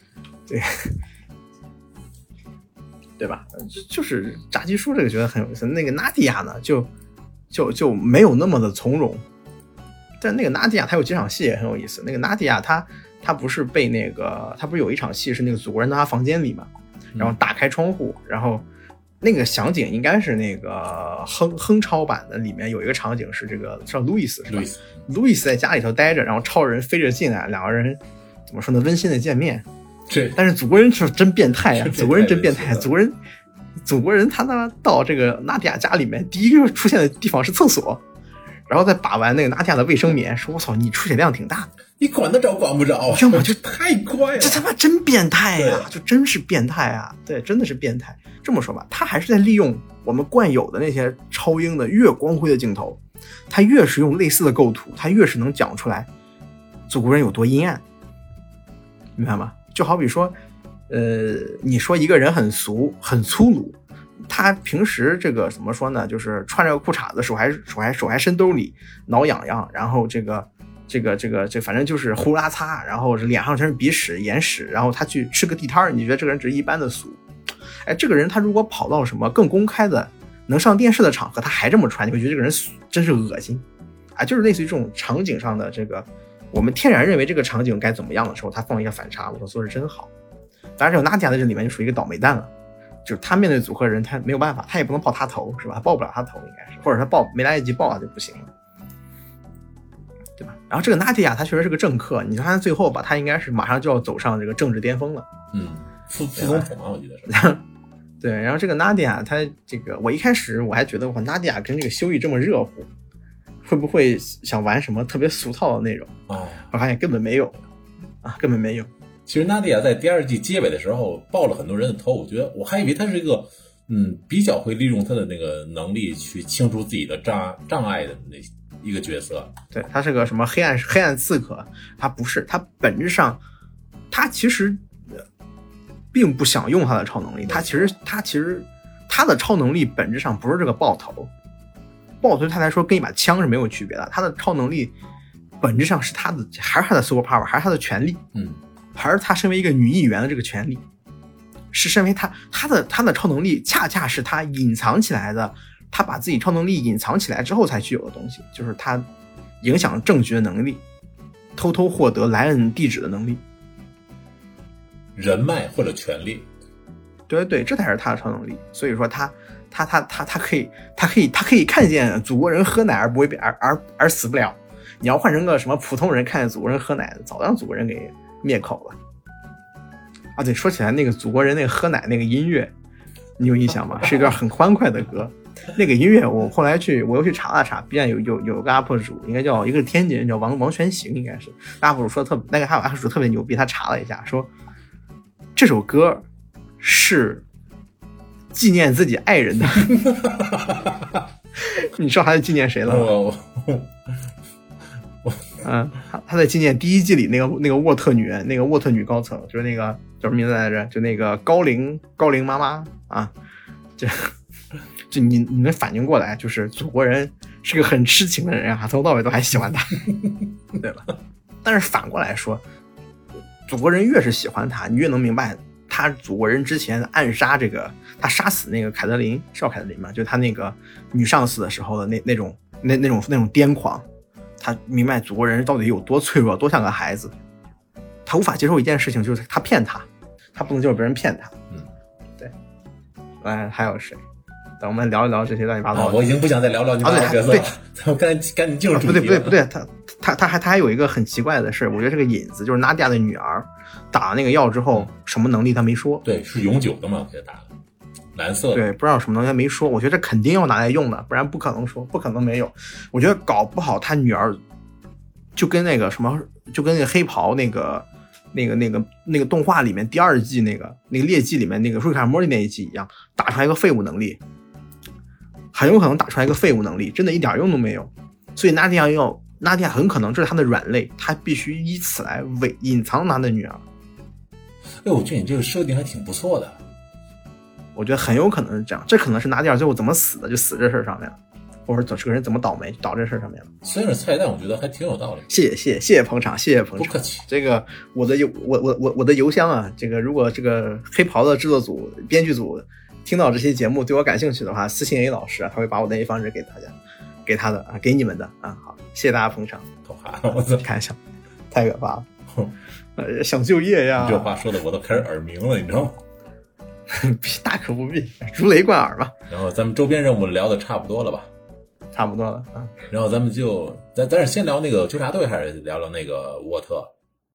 对吧？就是炸鸡叔这个觉得很有意思。那个娜迪亚呢，就没有那么的从容。但那个娜迪亚她有几场戏也很有意思。那个娜迪亚她不是被那个，她不是有一场戏是那个祖国人到她房间里嘛，然后打开窗户，然后那个场景应该是那个亨超版的，里面有一个场景是这个叫路易斯是吧？路易斯在家里头待着，然后超人飞着进来，两个人怎么说呢？温馨的见面。 对， 但是祖国人是真变态呀！祖国人真变态，祖国人他到这个娜迪亚家里面，第一个出现的地方是厕所，然后再把玩那个娜迪亚的卫生棉，说我操，你出血量挺大， 你管得着管不着， 要么就太快了， 这他妈真变态呀！就真是变态啊！对，真的是变态。这么说吧，他还是在利用我们惯有的那些超英的越光辉的镜头，他越是用类似的构图，他越是能讲出来祖国人有多阴暗，明白吗？就好比说你说一个人很俗很粗鲁，他平时这个怎么说呢，就是穿着个裤衩子，手还伸兜里，挠痒痒，然后这反正就是呼啦擦，然后脸上全是鼻屎眼屎，然后他去吃个地摊，你觉得这个人只是一般的俗。哎，这个人他如果跑到什么更公开的能上电视的场合，他还这么穿，你会觉得这个人真是恶心啊！就是类似于这种场景上的这个，我们天然认为这个场景该怎么样的时候，他放一个反差，我说做的真好。当然，这个娜迪亚在这里面就属于一个倒霉蛋了，就是他面对组合人，他没有办法，他也不能抱他头，是吧？他抱不了他头，应该是，或者他没来得及抱他就不行了，对吧？然后这个娜迪亚他确实是个政客，你看他最后吧，他应该是马上就要走上这个政治巅峰了， 副总统啊，我记得是。 对，然后这个娜迪亚，她这个我一开始我还觉得，哇，娜迪亚跟这个修一这么热乎，会不会想玩什么特别俗套的内容？我发现根本没有啊，根本没有。 其实娜迪亚在第2季结尾的时候爆了很多人的头，我觉得我还以为她是一个比较会利用她的那个能力去清除自己的障碍的那一个角色。 对，她是个什么黑暗刺客，她不是，她本质上她其实并不想用他的超能力，他其实他的超能力本质上不是这个爆头对他来说跟一把枪是没有区别的，他的超能力本质上是还是他的 super power， 还是他的权利，还是他身为一个女议员的这个权利， 是因为他的超能力恰恰是他隐藏起来的，他把自己超能力隐藏起来之后才具有的东西，就是他影响政局的能力，偷偷获得莱恩地址的能力， 人脉或者权力。 对对，这才是他的超能力。所以说他可以看见祖国人喝奶而不会而死不了。你要换成个什么普通人看见祖国人喝奶，早让祖国人给灭口了。啊，对，说起来那个祖国人那个喝奶那个音乐，你有印象吗？是一段很欢快的歌。那个音乐我后来我又去查了查 ，B 站有个 UP 主，应该叫一个天津人叫王全行，应该是 UP 主说那个 UP 主特别牛逼，他查了一下说这首歌是纪念自己爱人的。你知道他在纪念谁了？他在纪念第一季里那个沃特女高层，就是那个叫什么名字来着？就那个高龄妈妈啊，就你能反应过来，就是祖国人是个很痴情的人啊，从头到尾都还喜欢他，对吧？但是反过来说，祖国人越是喜欢他，你越能明白他祖国人之前暗杀他杀死那个凯特琳，是叫凯特琳吗？就他那个女上司的时候的那种癫狂。他明白祖国人到底有多脆弱，多像个孩子。他无法接受一件事情，就是他骗他不能接受别人骗他。对。还有谁？等我们聊一聊这些乱七八糟的。 我已经不想再聊你们的角色了。咱们赶紧进入主题。 不对，他还有一个很奇怪的事，我觉得是个引子，就是纳迪亚的女儿打了那个药之后，什么能力他没说。 对，是永久的嘛，给他打的。蓝色的。 对，不知道什么东西没说，我觉得这肯定要拿来用的，不然不可能说，不可能没有。我觉得搞不好他女儿就跟那个黑袍那个动画里面第2季那个劣迹里面那个瑞卡尔莫蒂那一季一样，打出来一个废物能力，很有可能打出来一个废物能力，真的一点用都没有。所以纳迪亚很可能这是他的软肋，他必须以此来隐藏他的女儿。 我觉得你这个设定还挺不错的。 我觉得很有可能是这样，这可能是纳迪尔最后怎么死的，就死这事上面了，或者这个人怎么倒霉倒这事上面了。 虽然是菜单，我觉得还挺有道理。 谢谢捧场，谢谢捧场， 不客气。 这个我的邮箱啊，这个如果这个黑袍的制作组、编剧组听到这些节目对我感兴趣的话，私信 A 老师啊，他会把我的联系方式给你们的啊。好，谢谢大家捧场。 好哈，我看一下，太可怕了。想就业呀！ 你这话说的我都开始耳鸣了，你知道吗？ 大可不必，如雷贯耳吧。 然后咱们周边任务聊的差不多了吧？ 差不多了啊。 然后咱们就咱是先聊那个纠察队，还是聊聊那个沃特？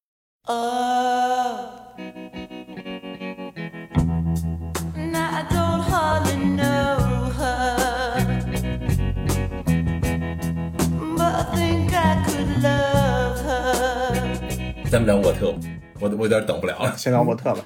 咱们聊沃特，我有点等不了了。 先聊沃特吧。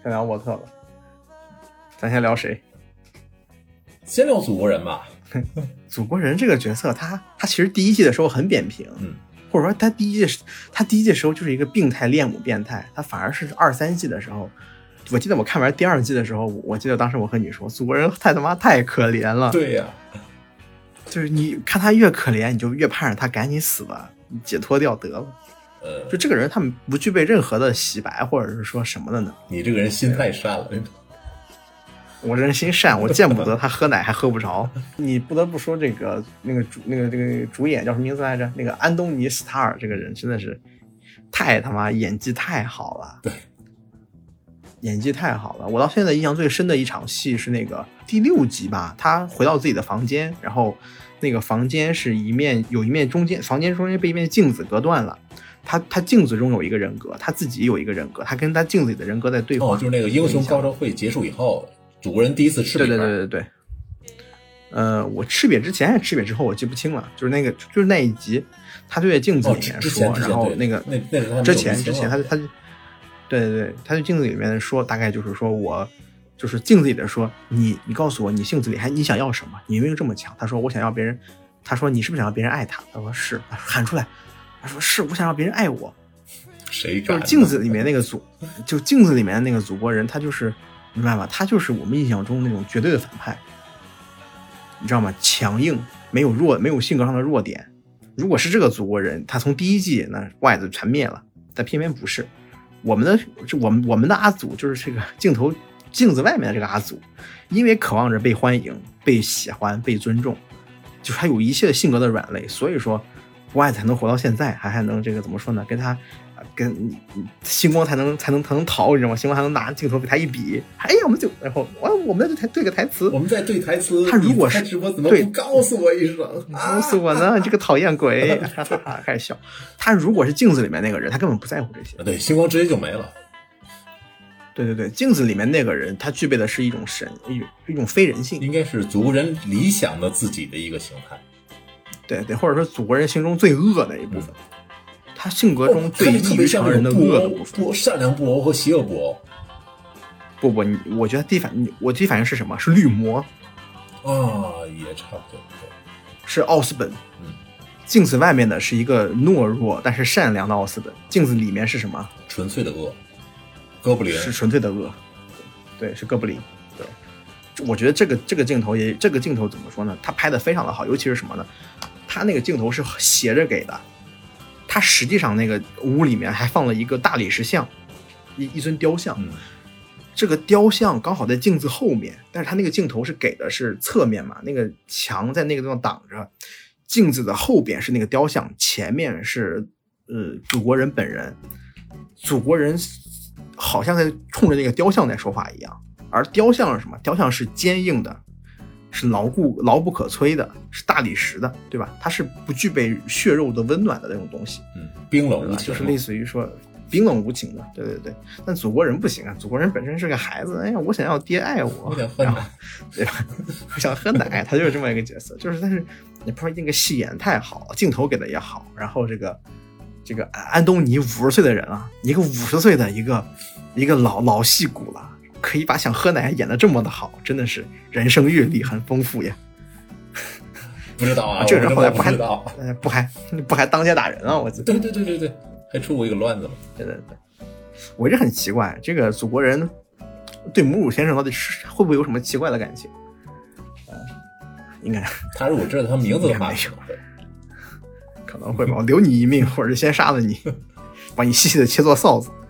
咱先聊谁？ 先聊祖国人吧。 祖国人这个角色，他其实第1季的时候很扁平，或者说他第一季的时候就是一个病态恋母变态，他反而是2、3季的时候，我记得我看完第2季的时候，我记得当时我和你说，祖国人太可怜了。 对呀， 就是你看他越可怜，你就越盼着他赶紧死吧，解脱掉得了。就这个人他们不具备任何的洗白或者是说什么的呢？ 你这个人心太善了。 我这人心善，我见不得他喝奶还喝不着。你不得不说这个主演叫什么名字来着？那个安东尼·斯塔尔这个人真的是太他妈演技太好了。 对， 演技太好了。我到现在印象最深的一场戏是那个第6集吧，他回到自己的房间，然后那个房间是有一面中间，房间中间被一面镜子隔断了。他镜子中有一个人格，他自己有一个人格，他跟他镜子里的人格在对话。 就是那个英雄高招会结束以后，祖国人第一次吃瘪。 对。我吃瘪之前还是吃瘪之后我记不清了，就是那一集，他对着镜子里面说，然后那是他之前他对，他对镜子里面说，大概就是说我就是镜子里的说，你告诉我你性子里你想要什么？你为什么这么强？他说我想要别人，他说你是不是想要别人爱他？他说是，喊出来。他说是，我想让别人爱我。 谁就是镜子里面那个镜子里面的那个祖国人，他就是明白吗？他就是我们印象中那种绝对的反派，你知道吗？强硬，没有性格上的弱点。如果是这个祖国人，他从第1季那外子全灭了，但偏偏不是。我们的阿祖就是这个镜头镜子外面的这个阿祖，因为渴望着被欢迎、被喜欢、被尊重，就是他有一切性格的软肋，所以说不爱才能活到现在，还能这个怎么说呢？跟星光才能逃，你知道吗？星光还能拿镜头给他一比，哎呀，然后我们再对个台词， 我们再对台词。 他如果是直播怎么不告诉我一声？ 告诉我呢，你这个讨厌鬼！开始笑。他如果是镜子里面那个人，他根本不在乎这些。 对，星光直接就没了。 对，镜子里面那个人，他具备的是一种一种非人性， 应该是祖国人理想的自己的一个形态。 对，或者说祖国人心中最恶的一部分。他性格中最异于常人的恶的部分， 善良布欧和邪恶布欧。 不，我觉得我第一反应是什么？是绿魔啊，也差不多。 是奥斯本。镜子外面的是一个懦弱但是善良的奥斯本，镜子里面是什么？ 纯粹的恶，哥布林是纯粹的恶。对，是哥布林。对，我觉得这个镜头怎么说呢？他拍的非常的好，尤其是什么呢？他那个镜头是斜着给的。他实际上那个屋里面还放了一个大理石像，一尊雕像。这个雕像刚好在镜子后面，但是他那个镜头是给的是侧面嘛，那个墙在那个地方挡着，镜子的后边是那个雕像，前面是祖国人本人。祖国人好像在冲着那个雕像在说话一样，而雕像是什么？雕像是坚硬的，是牢不可摧的，是大理石的，对吧？它是不具备血肉的温暖的那种东西， 冰冷无情， 就是类似于说冰冷无情的，对。但祖国人不行啊，祖国人本身是个孩子，哎呀，我想要爹爱我，然后对吧？我想喝奶，他就是这么一个角色，就是但是你不说那个戏演太好，镜头给的也好，然后这个安东尼50岁的人啊，一个50岁的一个老戏骨了。可以把想喝奶演得这么的好，真的是人生阅历很丰富呀。 不知道啊， 这个人后来不还当街打人啊？我记得。 对，还出过一个乱子嘛。 对，我一直很奇怪，这个祖国人对母乳先生到底是会不会有什么奇怪的感情？应该他如果知道他名字的话， 可能会吧。我留你一命，或者是先杀了你，把你细细的切作臊子。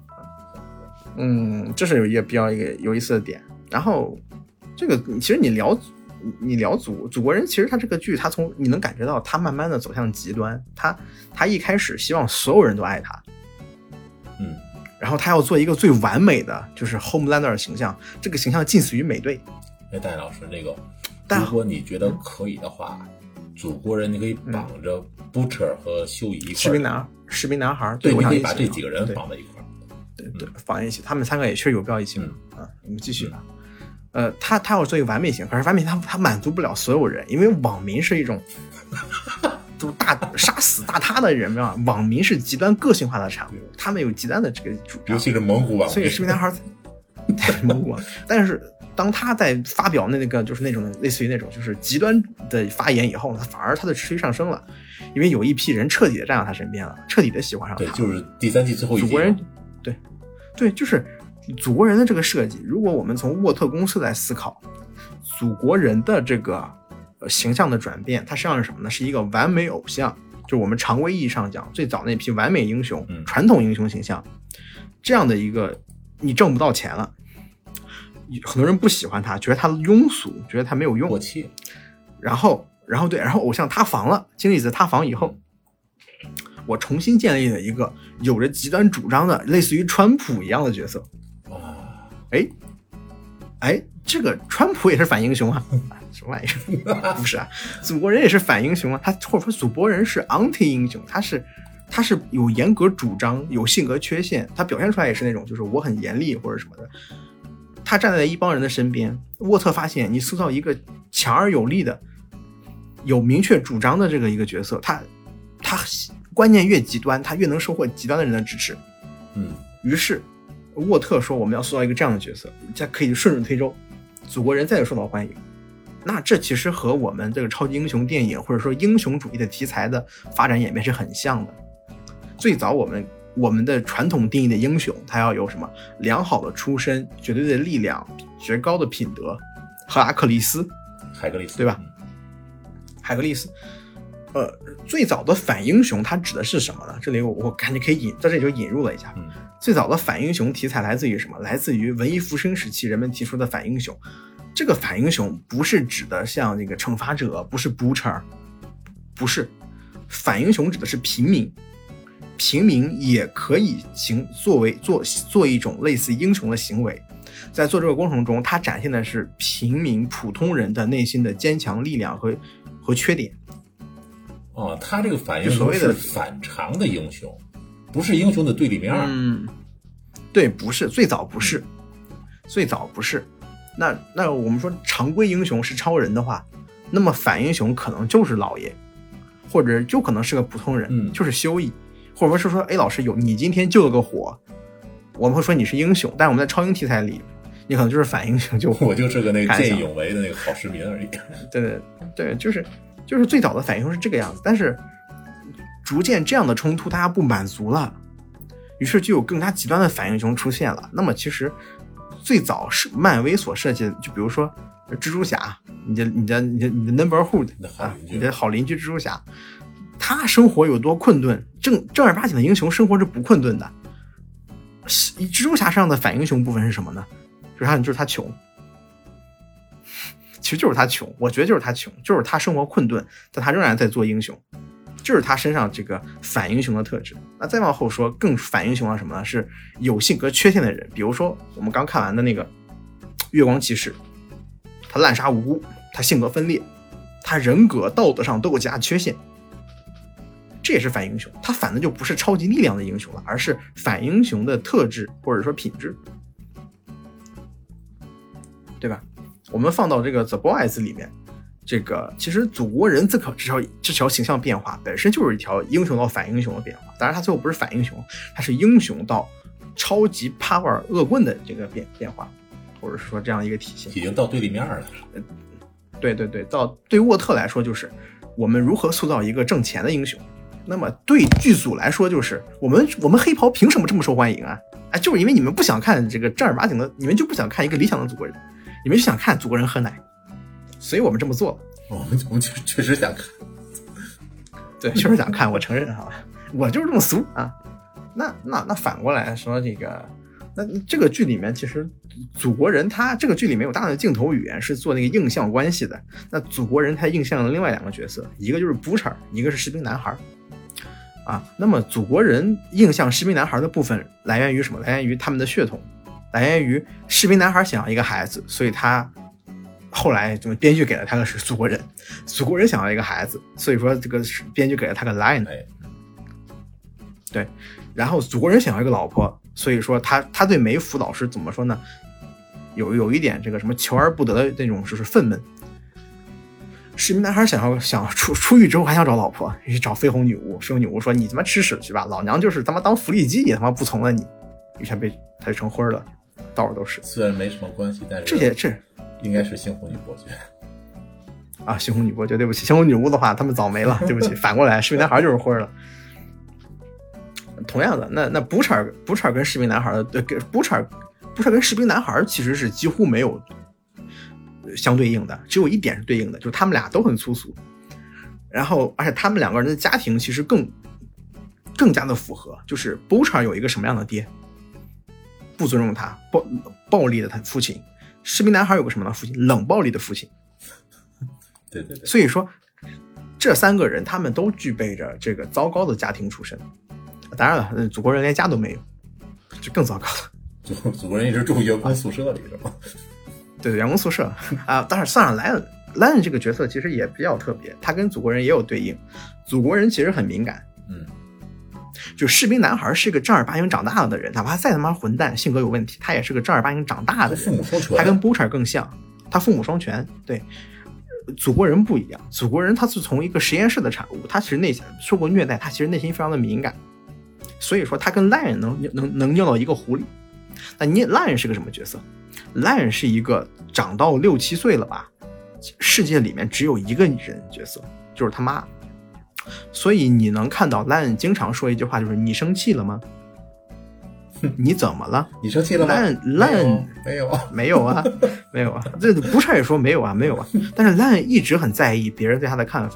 这是有一个比较有意思的点。然后这个其实你聊祖国人，其实他这个剧他从你能感觉到他慢慢的走向极端。他一开始希望所有人都爱他，然后他要做一个最完美的就是 Homelander 的形象，这个形象近似于美队。 戴老师，那个如果你觉得可以的话，祖国人你可以绑着 Butcher 和修乙一块士兵男孩， 对，你可以把这几个人绑在一块。 对，放在一起，他们3个也确实有必要一起我们继续吧。他要做一个完美型，可是完美他满足不了所有人，因为网民是一种都杀死大他的人嘛，网民是极端个性化的产物，他们有极端的这个主张， 尤其是蒙古网民， 所以士兵男孩蒙古，但是当他在发表那个就是那种类似于那种就是极端的发言以后呢，反而他的持续上升了，因为有一批人彻底的站到他身边了，彻底的喜欢上他。 对，就是第3季最后一集。 祖国人，对，就是祖国人的这个设计，如果我们从沃特公司来思考，祖国人的这个形象的转变，它实际上是什么呢？是一个完美偶像，就是我们常规意义上讲最早那批完美英雄、传统英雄形象，这样的一个你挣不到钱了，很多人不喜欢他，觉得他庸俗，觉得他没有用， 过气。 然后偶像塌房了，经历子塌房以后，我重新建立了一个有着极端主张的类似于川普一样的角色。这个川普也是反英雄啊，什么玩意儿？不是啊，祖国人也是反英雄啊，他或者说祖国人是 anti 英雄，他是有严格主张，有性格缺陷，他表现出来也是那种就是我很严厉或者什么的。他站在一帮人的身边，沃特发现你塑造一个强而有力的、有明确主张的这个一个角色，他观念越极端，他越能收获极端的人的支持。于是沃特说我们要塑造一个这样的角色，才可以顺水推舟，祖国人再也受到欢迎。那这其实和我们这个超级英雄电影或者说英雄主义的题材的发展演变是很像的。最早我们的传统定义的英雄，他要有什么良好的出身、绝对的力量、绝高的品德，海格力斯，对吧？海格力斯， 最早的反英雄它指的是什么呢？这里我感觉可以在这里就引入了一下。最早的反英雄题材来自于什么？来自于文艺复兴时期人们提出的反英雄。这个反英雄不是指的像那个惩罚者，不是 Butcher， 不是。反英雄指的是平民，平民也可以做一种类似英雄的行为。在做这个过程中，它展现的是平民普通人的内心的坚强力量和缺点。 他这个反英雄是反常的英雄，不是英雄的对立面。 对，不是，最早不是。那我们说常规英雄是超人的话，那么反英雄可能就是老爷，或者就可能是个普通人，就是修义，或者说老师你今天救了个火，我们会说你是英雄，但是我们在超英题材里，你可能就是反英雄， 我就是个那个见义勇为的那个好市民而已。 对，就是最早的反英雄是这个样子，但是逐渐这样的冲突大家不满足了，于是就有更加极端的反英雄出现了。那么其实最早是漫威所设计的，就比如说蜘蛛侠，你的 neighborhood 你的好邻居蜘蛛侠，他生活有多困顿，正儿八经的英雄生活是不困顿的。蜘蛛侠上的反英雄部分是什么呢？就是他穷，其实就是他穷，我觉得就是他穷，就是他生活困顿，但他仍然在做英雄，就是他身上这个反英雄的特质。那再往后说，更反英雄了什么呢？是有性格缺陷的人，比如说我们刚看完的那个月光骑士，他滥杀无辜，他性格分裂，他人格道德上都有极大缺陷，这也是反英雄。他反的就不是超级力量的英雄了，而是反英雄的特质或者说品质，对吧？我们放到这个 The Boys 里面，这个其实祖国人这条形象变化本身就是一条英雄到反英雄的变化。当然他最后不是反英雄，他是英雄到超级 power 恶棍的这个变化，或者说这样一个体现， 已经到对立面了。 对，对沃特来说就是我们如何塑造一个挣钱的英雄，那么对剧组来说就是我们黑袍凭什么这么受欢迎啊？就是因为你们不想看这个正儿八经的，你们就不想看一个理想的祖国人，你们就想看祖国人喝奶，所以我们这么做了。 我们确实想看， 对，确实想看，我承认哈，我就是这么俗啊。那反过来说，那这个剧里面其实祖国人他这个剧里面有大量的镜头语言是做那个映像关系的。那祖国人他映像了另外两个角色，一个就是 Butcher， 一个是士兵男孩啊。那么祖国人映像士兵男孩的部分来源于什么？来源于他们的血统，来源于士兵男孩想要一个孩子，所以他后来这个编剧给了他个是祖国人，祖国人想要一个孩子，所以说这个编剧给了他个 Lion。对，然后祖国人想要一个老婆，所以说他对梅芙老师怎么说呢？有一点这个什么求而不得的那种就是愤懑。士兵男孩想出狱之后还想找老婆，去找绯红女巫。绯红女巫说：“你他妈吃屎去吧，老娘就是他妈当福利机也他妈不从了你。”于是他就成灰了，到处都是。 虽然没什么关系，但是这应该是猩红女伯爵啊，猩红女伯爵，对不起，猩红女巫的话他们早没了，对不起。反过来，士兵男孩就是灰了。同样的，那 Butcher 跟士兵男孩的Butcher跟士兵男孩其实是几乎没有相对应的，只有一点是对应的，就是他们俩都很粗俗，然后而且他们两个人的家庭其实更加的符合，就是 Butcher 有一个什么样的爹，不尊重他，暴力的他父亲；士兵男孩有个什么样的父亲，冷暴力的父亲。 对， 所以说这三个人他们都具备着这个糟糕的家庭出身。当然了，祖国人连家都没有，就更糟糕了。 祖国人一直住员工宿舍里是吗？ 对，员工宿舍啊。当然，算上Lion这个角色其实也比较特别，他跟祖国人也有对应。祖国人其实很敏感，就士兵男孩是个正儿八经长大了的人，哪怕再他妈混蛋，性格有问题，他也是个正儿八经长大的人。 父母双全， 他跟 Butcher 更像，他父母双全。对，祖国人不一样，祖国人他是从一个实验室的产物，他其实内心受过虐待，他其实内心非常的敏感。所以说他跟 Lion 能尿到一个壶里。那Lion 是个什么角色？ Lion 是一个长到6、7岁了吧，世界里面只有一个人角色，就是他妈。所以你能看到 Lion 经常说一句话，就是你生气了吗？你怎么了？ 你生气了吗？ Lion 没有啊这Butcher也说没有啊。但是 Lion 一直很在意别人对他的看法，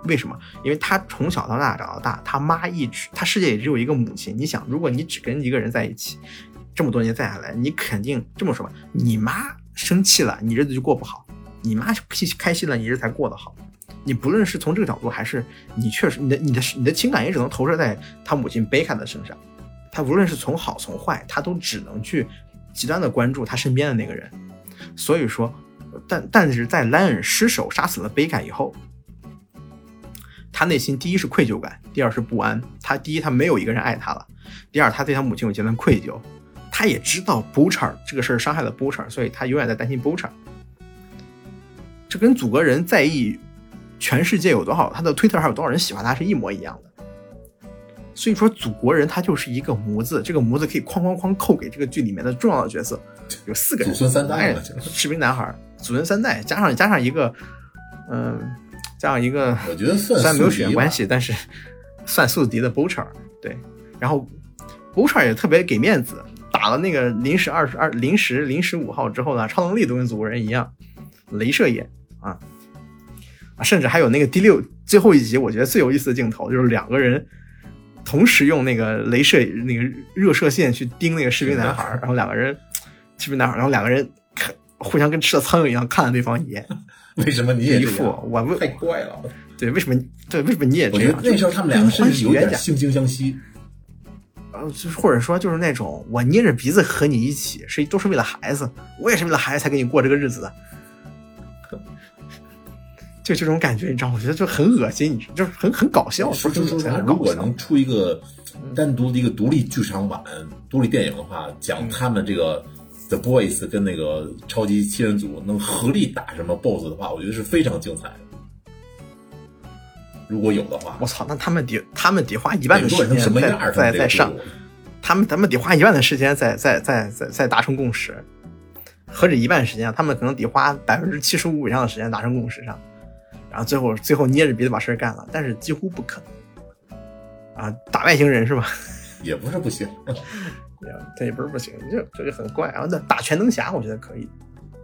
为什么？因为他从小到大长到大，他世界里只有一个母亲。你想，如果你只跟一个人在一起，这么多年再下来，你肯定这么说吧，你妈生气了，你日子就过不好；你妈开心了，你日子才过得好。你不论是从这个角度，还是你确实你的情感也只能投射在他母亲贝卡的身上。他无论是从好从坏，他都只能去极端的关注他身边的那个人。所以说，但是在莱恩失手杀死了贝卡以后，他内心第一是愧疚感，第二是不安。第一他没有一个人爱他了，第二他对他母亲有极端愧疚。他也知道 Butcher 这个事儿伤害了 Butcher， 所以他永远在担心 Butcher。这跟祖国人在意全世界有多少，他的推特还有多少人喜欢他是一模一样的。所以说祖国人他就是一个模子，这个模子可以哐哐哐扣给这个剧里面的重要的角色，有4个人， 祖孙三代了， 士兵男孩，祖孙三代，加上一个， 我觉得虽然没有血缘关系，但是算宿敌的 Butcher， 对，然后 Butcher 也特别给面子，打了那个临时5号之后呢，超能力都跟祖国人一样，镭射眼啊，甚至还有那个最后一集，我觉得最有意思的镜头就是2个人同时用那个镭射那个热射线去盯那个士兵男孩，然后2个人互相跟吃了苍蝇一样看了对方一眼。 为什么你也这样？我太怪了。 对，为什么你也这样？ 我觉得那时候他们2个甚至有点惺惺相惜。 或者说就是那种我捏着鼻子和你一起，都是为了孩子，我也是为了孩子才跟你过这个日子的。就这种感觉，你知道，我觉得就很恶心，就是很搞笑。 说如果能出一个单独的一个独立剧场版、独立电影的话，讲他们这个 The Boys 跟那个超级7人组能合力打什么 BOSS 的话，我觉得是非常精彩的。如果有的话， 我操，那他们得花1万的时间在上，他们得花1万的时间在达成共识，何止1万时间，他们可能得花75%以上的时间达成共识上。然后最后捏着鼻子把事干了，但是几乎不可能啊！打外星人是吧？ 也不是不行， 这也不是不行，这就很怪。然后打全能侠，我觉得可以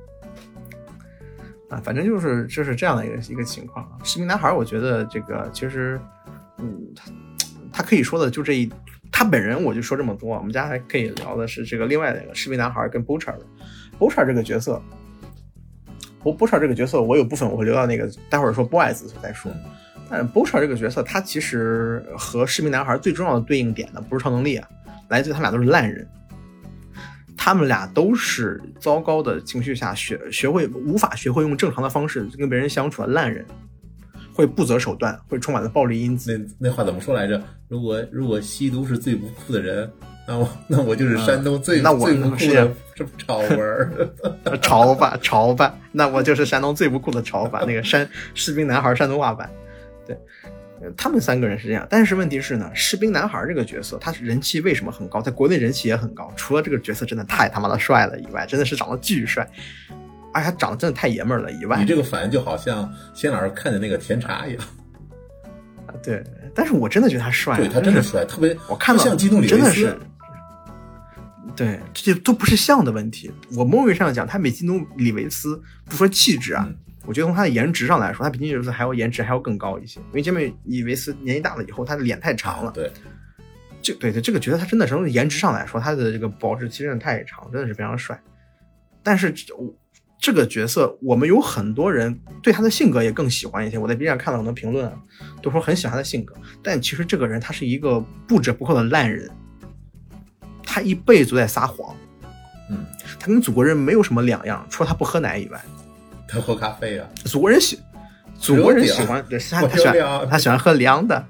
啊，反正就是这样的一个情况。士兵男孩，我觉得这个其实，他可以说的就他本人我就说这么多。我们家还可以聊的是这个另外那个士兵男孩跟 Butcher 这个角色。Butcher 这个角色，我有部分我会留到那个待会儿说 Boys 再说。但 Butcher 这个角色，他其实和士兵男孩最重要的对应点呢，不是超能力啊，来自于他们俩都是烂人。他们俩都是糟糕的情绪下无法学会用正常的方式跟别人相处的烂人，会不择手段，会充满了暴力因子。 那话怎么说来着？如果吸毒是最不酷的人，那我就是山东最不酷的潮味儿。潮吧，那我就是山东最不酷的潮吧。那个士兵男孩山东话版，对，他们3个人是这样。但是问题是呢，士兵男孩这个角色，他人气为什么很高？在国内人气也很高，除了这个角色真的太他妈的帅了以外，真的是长得巨帅，而且他长得真的太爷们儿了以外， 你这个反应就好像仙老师看见那个甜茶一样。 对，但是我真的觉得他帅， 对他真的帅，特别我看到像基努里维斯， 真的是。对，这都不是像的问题。我某种意义上讲，他比基努里维斯不说气质啊，我觉得从他的颜值上来说，他比基努里维斯还要颜值还要更高一些。因为基努里维斯年纪大了以后，他的脸太长了。 对， 这个角色他真的从颜值上来说，他的这个保质期真的太长，真的是非常帅。但是这个角色，我们有很多人对他的性格也更喜欢一些。我在 B 站看到很多评论，都说很喜欢他的性格，但其实这个人他是一个不折不扣的烂人。他一辈子都在撒谎，他跟祖国人没有什么两样，除了他不喝奶以外。 他喝咖啡啊。 祖国人喜欢，他喜欢喝凉的。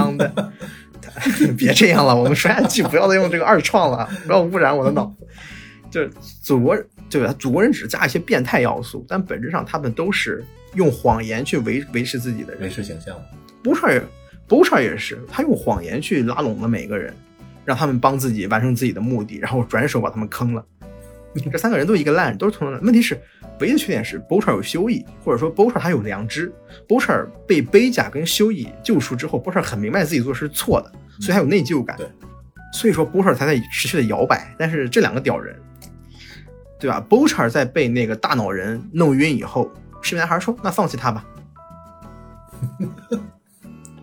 别这样了，我们说下去不要再用这个二创了，不要污染我的脑子。就是祖国人只是加一些变态要素，但本质上他们都是用谎言去维持自己的人， 维持形象。 Butcher 也是，他用谎言去拉拢了每个人。让他们帮自己完成自己的目的，然后转手把他们坑了。这3个人都一个烂人，都是同样的。问题是，唯一的缺点是 Butcher 有修义，或者说 Butcher 他有良知。Butcher 被贝甲跟修义救赎之后 ，Butcher 很明白自己做的是错的，所以他有内疚感。 对， 所以说 Butcher 才在持续的摇摆。但是这2个屌人，对吧 ？Butcher 在被那个大脑人弄晕以后，士兵男孩说：“那放弃他吧。”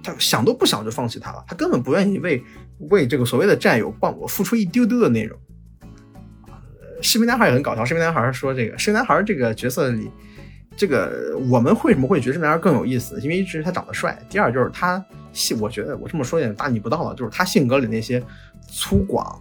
他想都不想就放弃他了，他根本不愿意为这个所谓的战友帮我付出一丢丢的内容。士兵男孩也很搞笑，士兵男孩说这个士兵男孩这个角色里，这个我们为什么会觉得士兵男孩更有意思？因为一是他长得帅，第二就是他我觉得我这么说有点大逆不道了，就是他性格里那些粗犷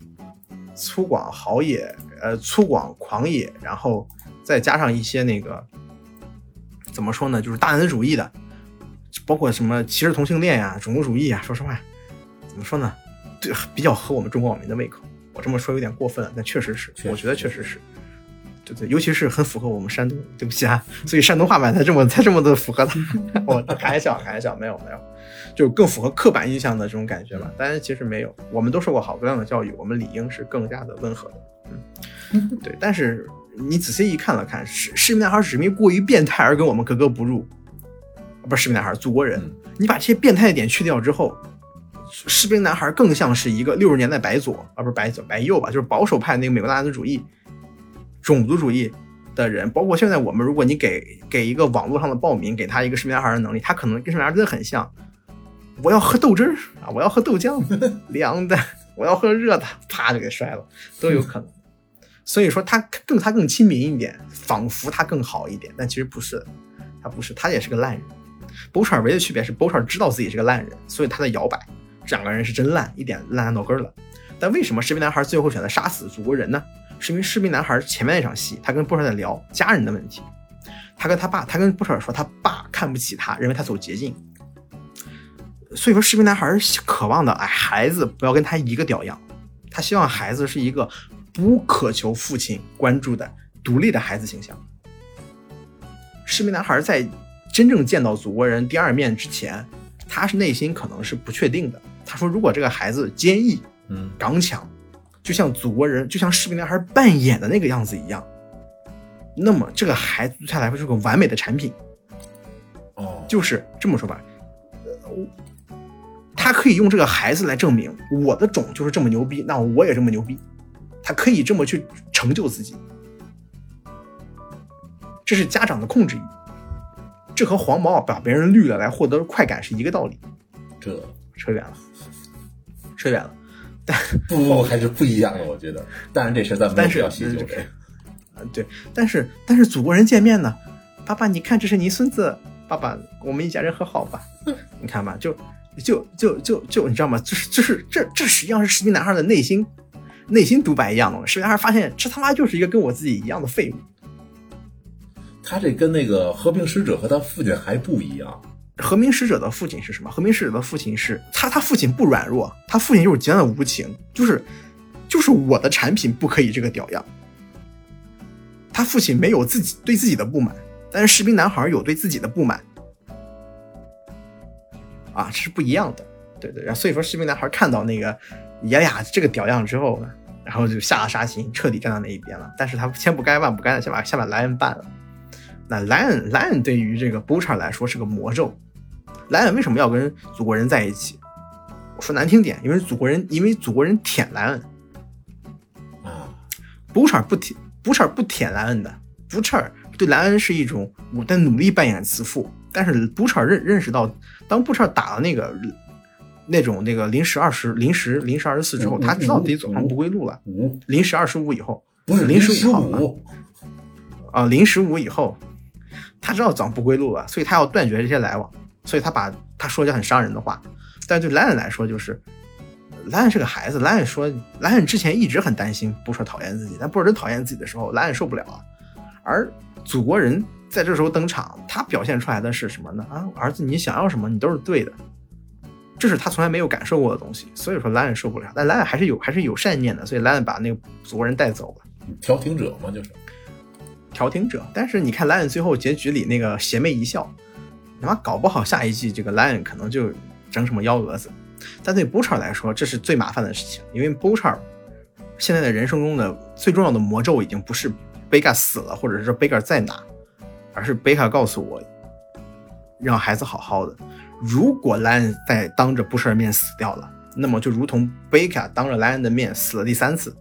豪野，粗犷狂野，然后再加上一些那个怎么说呢，就是大男子主义的，包括什么歧视同性恋呀、种族主义啊，说实话，怎么说呢，对，比较合我们中国网民的胃口。我这么说有点过分了，但确实是，我觉得确实是，对，尤其是很符合我们山东，对不起啊，所以山东话版才这么的符合它。我开玩笑，没有，就更符合刻板印象的这种感觉吧。但是其实没有，我们都受过好多样的教育，我们理应是更加的温和的。对。但是你仔细一看了看，士兵男孩是因为过于变态而跟我们格格不入，不是士兵男孩，祖国人。你把这些变态的点去掉之后，士兵男孩更像是一个60年代白左啊，不是白右吧，就是保守派那个美国大男子主义、种族主义的人。包括现在我们，如果你给一个网络上的暴民，给他一个士兵男孩的能力，他可能跟士兵男孩真的很像。我要喝豆汁儿啊，我要喝豆浆，凉的；我要喝热的，啪就给摔了，都有可能。所以说他更亲民一点，仿佛他更好一点，但其实不是，他也是个烂人。波切尔唯一的区别是波切尔知道自己是个烂人，所以他在摇摆。这两个人是真烂，一点烂到根了。但为什么士兵男孩最后选择杀死祖国人呢？是因为士兵男孩前面那场戏，他跟波切尔在聊家人的问题。他跟波切尔说，他爸看不起他，认为他走捷径。所以说士兵男孩渴望的，孩子不要跟他一个屌样，他希望孩子是一个不渴求父亲关注的独立的孩子形象。士兵男孩在真正见到祖国人第二面之前，他是内心可能是不确定的。他说，如果这个孩子坚毅、刚强，就像祖国人，就像士兵男孩扮演的那个样子一样，那么这个孩子对他来说是个完美的产品。就是这么说吧，他可以用这个孩子来证明我的种就是这么牛逼，那我也这么牛逼。他可以这么去成就自己，这是家长的控制欲。这和黄毛把别人绿了来获得快感是一个道理。 这扯远了，但不还是不一样的，我觉得。当然这事咱们不要细究。 对，但是祖国人见面呢，爸爸你看这是你孙子，爸爸我们一家人和好吧。你看吧，就你知道吗？这实际上是士兵男孩的内心独白一样的。士兵男孩发现这他妈就是一个跟我自己一样的废物。 他这跟那个和平使者和他父亲还不一样。 和平使者的父亲是什么？和平使者的父亲是他父亲不软弱，他父亲就是极端的无情，就是我的产品不可以这个屌样。他父亲没有对自己的不满，但是士兵男孩有对自己的不满啊，这是不一样的。对，然后所以说士兵男孩看到那个爷俩这个屌样之后呢，然后就下了杀心，彻底站到那一边了。但是他千不该万不该的，先把莱恩办了。那莱恩对于这个波切尔来说是个魔咒。莱恩为什么要跟祖国人在一起？我说难听点，因为祖国人舔莱恩啊。波切尔不舔莱恩的，波切尔对莱恩是一种我在努力扮演慈父。但是波切尔认识到，当波切尔打了那个临时24之后，他知道自己走上不归路了。临时25以后， 不是临时15 啊，临时5以后，他知道走上不归路了，所以他要断绝这些来往。所以他说一些很伤人的话，但对莱恩来说，就是莱恩是个孩子。莱恩之前一直很担心波切尔讨厌自己，但波切尔真讨厌自己的时候，莱恩受不了了。而祖国人在这时候登场，他表现出来的是什么呢？儿子，你想要什么，你都是对的。这是他从来没有感受过的东西，所以说莱恩受不了。但莱恩还是有善念的，所以莱恩把那个祖国人带走了。 调停者嘛，就是调停者。但是你看莱恩最后结局里那个邪魅一笑，他妈搞不好下一季这个莱恩可能就整什么幺蛾子。但对波切尔来说，这是最麻烦的事情，因为波切尔现在的人生中的最重要的魔咒已经不是贝卡死了，或者是贝卡在哪，而是贝卡告诉我让孩子好好的。如果莱恩在当着波切尔面死掉了，那么就如同贝卡当着莱恩的面死了第3次。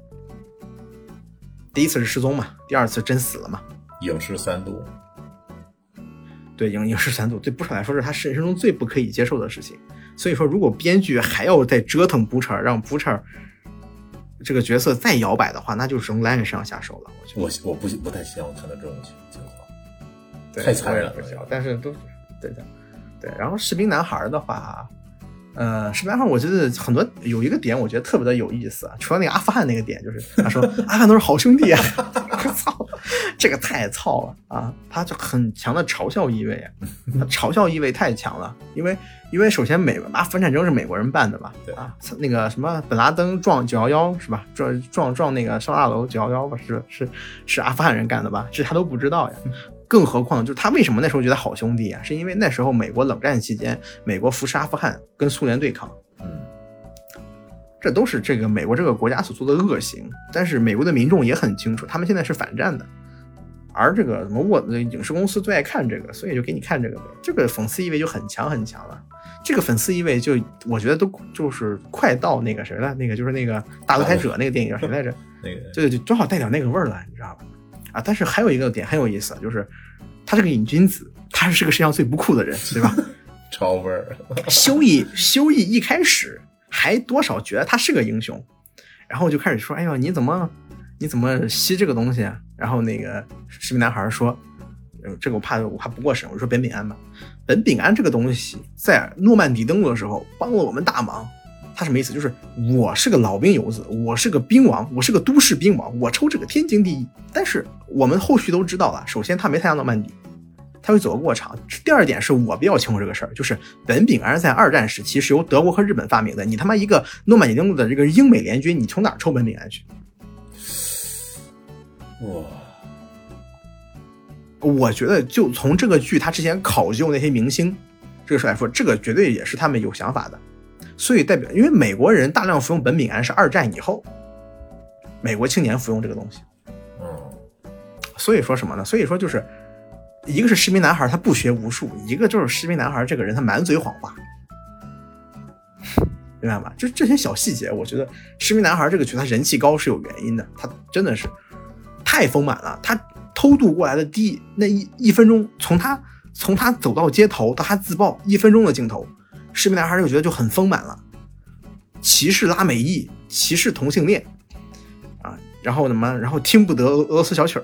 第一次是失踪嘛，第2次真死了嘛， 影视3度。 对影视三组对Butcher来说是他人生中最不可以接受的事情。所以说，如果编剧还要再折腾Butcher，让Butcher这个角色再摇摆的话，那就只能Lang身上下手了。 我不太希望看到这种情况， 对太残忍了。 但是都对的，对。然后士兵男孩的话，士兵男孩我觉得很多有一个点我觉得特别的有意思啊，除了那个阿富汗那个点，就是他说阿富汗都是好兄弟啊，我操，这个太操了啊！他就很强的嘲笑意味啊，他嘲笑意味太强了，因为首先阿富汗战争是美国人办的嘛， 对啊，那个什么本拉登撞911是吧？撞那个上大楼911吧，是阿富汗人干的吧？这他都不知道呀。更何况就是他为什么那时候觉得好兄弟啊？是因为那时候美国冷战期间，美国扶持阿富汗跟苏联对抗，这都是这个美国这个国家所做的恶行。但是美国的民众也很清楚，他们现在是反战的。而这个什么影视公司最爱看这个，所以就给你看这个呗。这个讽刺意味就很强很强了。这个讽刺意味就我觉得都就是快到那个谁了，那个就是那个大独裁者那个电影叫谁来着？ 那个就正好带点那个味儿了，你知道吧？啊，但是还有一个点很有意思，就是他是个瘾君子，他是个世界上最不酷的人，对吧？ 超味儿。 修义一开始还多少觉得他是个英雄，然后就开始说：“哎呦，你怎么吸这个东西啊？”然后那个士兵男孩说：“这个我怕不过审。”我说本丙胺吧，本丙胺这个东西在诺曼底登陆的时候帮了我们大忙。他什么意思？就是我是个老兵游子，我是个兵王，我是个都市兵王，我抽这个天经地义。但是我们后续都知道了，首先他没参加诺曼底，他会走个过场。第二点是我比较清楚这个事儿，就是苯丙胺在二战时期是由德国和日本发明的。你他妈一个诺曼底登陆的这个英美联军，你从哪儿抽苯丙胺去？ 哇！ 我觉得就从这个剧他之前考究那些明星这个事来说，这个绝对也是他们有想法的。所以代表，因为美国人大量服用苯丙胺是二战以后，美国青年服用这个东西。所以说什么呢？所以说就是一个是士兵男孩他不学无术，一个就是士兵男孩这个人他满嘴谎话，明白吧？就这些小细节，我觉得士兵男孩这个角色他人气高是有原因的，他真的是太丰满了。他偷渡过来的那一分钟，从他走到街头到他自爆1分钟的镜头。士兵男孩就觉得就很丰满了，歧视拉美裔，歧视同性恋啊，然后听不得俄罗斯小曲儿，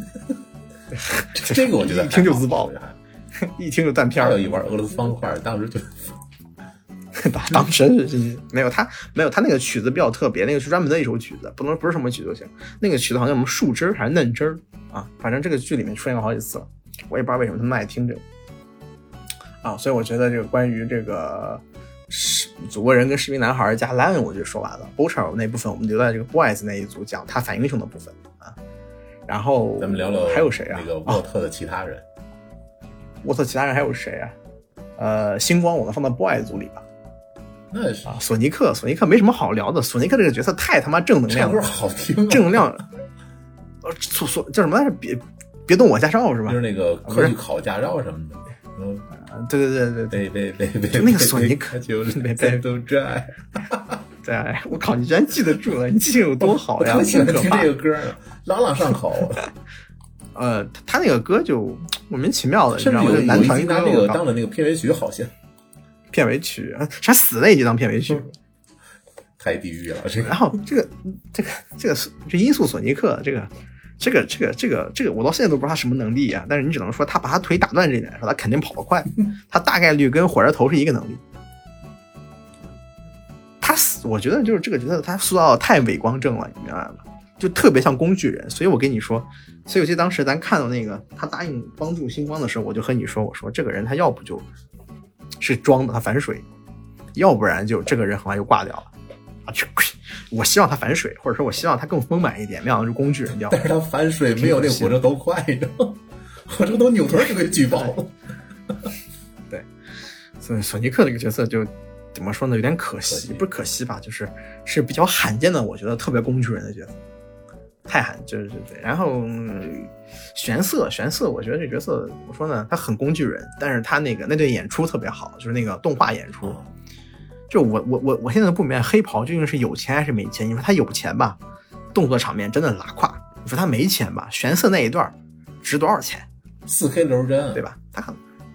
这个我觉得一听就自爆了，一听就断片了。 还有一玩俄罗斯方块，当时就当时是没有他那个曲子比较特别，那个是专门的一首曲子，不是什么曲都行。那个曲子好像什么树枝还是嫩枝啊，反正这个剧里面出现过好几次了，我也不知道为什么他们爱听这个。啊，所以我觉得这个关于这个祖国人跟士兵男孩加莱恩，我就说完了。Butcher 那部分我们留在这个 Boys 那一组讲他反英雄的部分啊。然后咱们聊聊还有谁啊？ 那个沃特的其他人， 沃特其他人还有谁啊？星光我们放到 Boys 组里吧。 那是啊，索尼克没什么好聊的，索尼克这个角色太他妈正能量了， 唱歌好听， 正能量。叫什么来着？别动我驾照是吧？ 就是那个可以考驾照什么的。 对， 被就那个索尼克就是被都债。 对，我靠，你居然记得住了，你记性有多好呀！ 我喜欢听这个歌，朗朗上口。 他那个歌就莫名其妙的， 甚至有男团歌，拿这个当了那个片尾曲，好像片尾曲啥死那一集当片尾曲， 太地狱了。这个， 然后这音速索尼克这个，我到现在都不知道他什么能力啊！但是你只能说他把他腿打断这一点来说，他肯定跑得快，他大概率跟火车头是一个能力。我觉得就是这个角色他塑造的太伟光正了，你明白吗？就特别像工具人。所以我跟你说，所以我记得当时咱看到那个他答应帮助星光的时候，我就和你说，我说这个人他要不就是装的他反水，要不然就这个人很快就挂掉了啊！我希望他反水，或者说我希望他更丰满一点，没想到是工具人掉。 但是他反水没有那火车头快，你知道吗？火车头扭头就被举报了。 对，所以索尼克这个角色就怎么说呢？有点可惜，不是可惜吧？是比较罕见的，我觉得特别工具人的角色，太罕，就是对。然后玄色，我觉得这角色怎么说呢？他很工具人，但是他那对演出特别好，就是那个动画演出。就我现在不明白黑袍究竟是有钱还是没钱。你说他有钱吧，动作场面真的拉胯；你说他没钱吧，玄色那一段值多少钱 ？4K 流帧， 对吧？他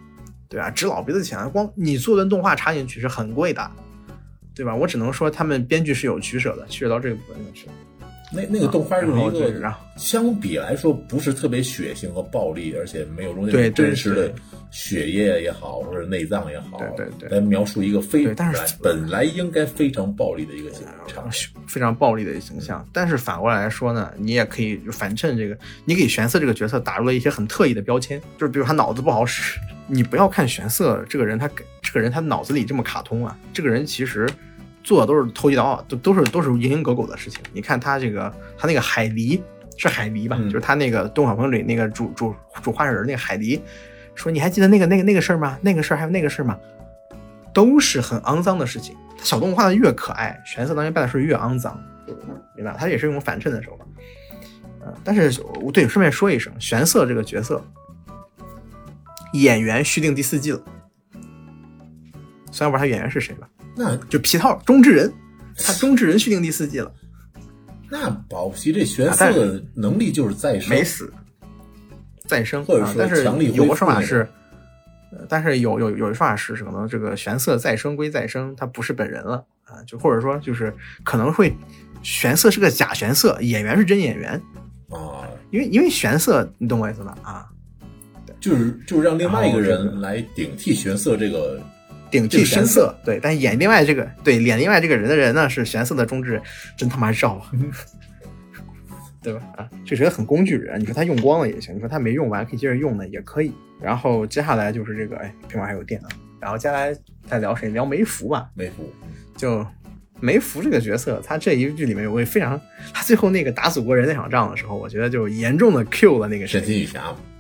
对吧？值老鼻子钱，光你做段动画插进去是很贵的，对吧？我只能说他们编剧是有取舍的，取舍到这个部分去。 那个动画是一个相比来说不是特别血腥和暴力，而且没有用那种真实的血液也好或者内脏也好， 对， 来描述一个本来应该非常暴力的一个场景， 非常暴力的形象。但是反过来说呢，你也可以反衬这个，你给玄色这个角色打入了一些很特异的标签，就是比如他脑子不好使，你不要看玄色这个人，他脑子里这么卡通啊，这个人其实做的都是投机倒把，都是蝇营狗苟的事情。你看他那个海狸是海狸吧，就是他那个动画棚里那个主画人那个海狸，说你还记得那个事儿吗？那个事儿还有那个事儿吗？都是很肮脏的事情。小动物画的越可爱，玄色当年办的事越肮脏，明白？他也是用反衬的手法。但是对，顺便说一声，玄色这个角色演员续订第4季了，虽然不知道他演员是谁吧。 那就皮套中之人，他中之人续订第4季了。 那保不齐这玄色的能力就是再生， 没死，再生， 或者说强力恢复。 有个说法是，但是有说法是可能这个玄色再生归再生，他不是本人了啊，就或者说就是可能会玄色是个假玄色，演员是真演员啊， 因为玄色你懂我意思吧？啊， 就是让另外一个人来顶替玄色这个。 顶替玄色，对，但演另外这个人的人呢是玄色的中之人，真他妈绕啊，对吧？啊，这人很工具人，你说他用光了也行，你说他没用完可以接着用呢也可以。然后接下来就是这个，平板还有电啊。然后接下来再聊谁？聊梅福吧。 梅福， 就梅福这个角色，他这一剧里面有个非常，他最后那个打祖国人那场仗的时候，我觉得就严重的 Q 了那个神奇女侠，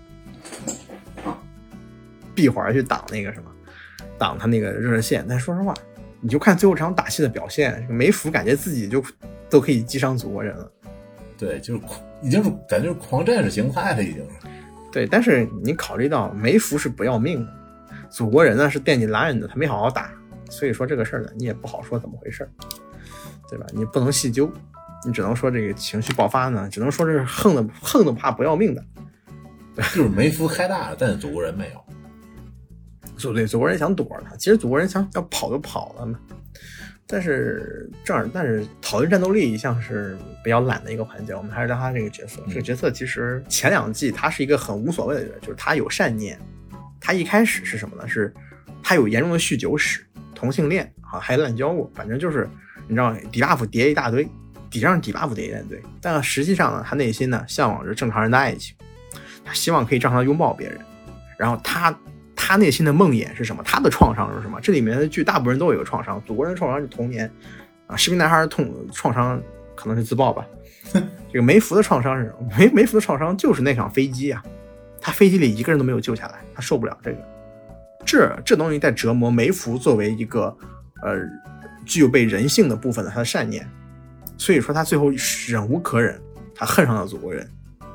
闭环去挡那个什么。挡他那个热线，但说实话，你就看最后场打戏的表现，这个梅福感觉自己就都可以击伤祖国人了。 对，就是已经是感觉是狂战士形态了，已经是。 对，但是你考虑到梅福是不要命的，祖国人呢是惦记拉人的，他没好好打，所以说这个事儿呢，你也不好说怎么回事，对吧？你不能细究，你只能说这个情绪爆发呢，只能说是横的怕不要命的。 就是梅福开大了，但是祖国人没有。 对，祖国人想躲他，其实祖国人想要跑就跑了嘛。但是讨论战斗力一向是比较懒的一个环节，我们还是聊他这个角色。这个角色其实前2季他是一个很无所谓的人，就是他有善念。他一开始是什么呢？是他有严重的酗酒史，同性恋啊，还滥交过，反正就是你知道底 buff 叠一大堆，底上底 buff 叠一大堆。但实际上呢，他内心呢向往着正常人的爱情，他希望可以正常拥抱别人，然后他内心的梦魇是什么？他的创伤是什么？这里面的剧大部分人都有一个创伤，祖国人的创伤是童年啊，士兵男孩的创伤可能是自爆吧。这个梅福的创伤是什么？梅福的创伤就是那场飞机啊，他飞机里一个人都没有救下来，他受不了这个，这东西在折磨梅福作为一个具有被人性的部分的他的善念，所以说他最后忍无可忍，他恨上了祖国人。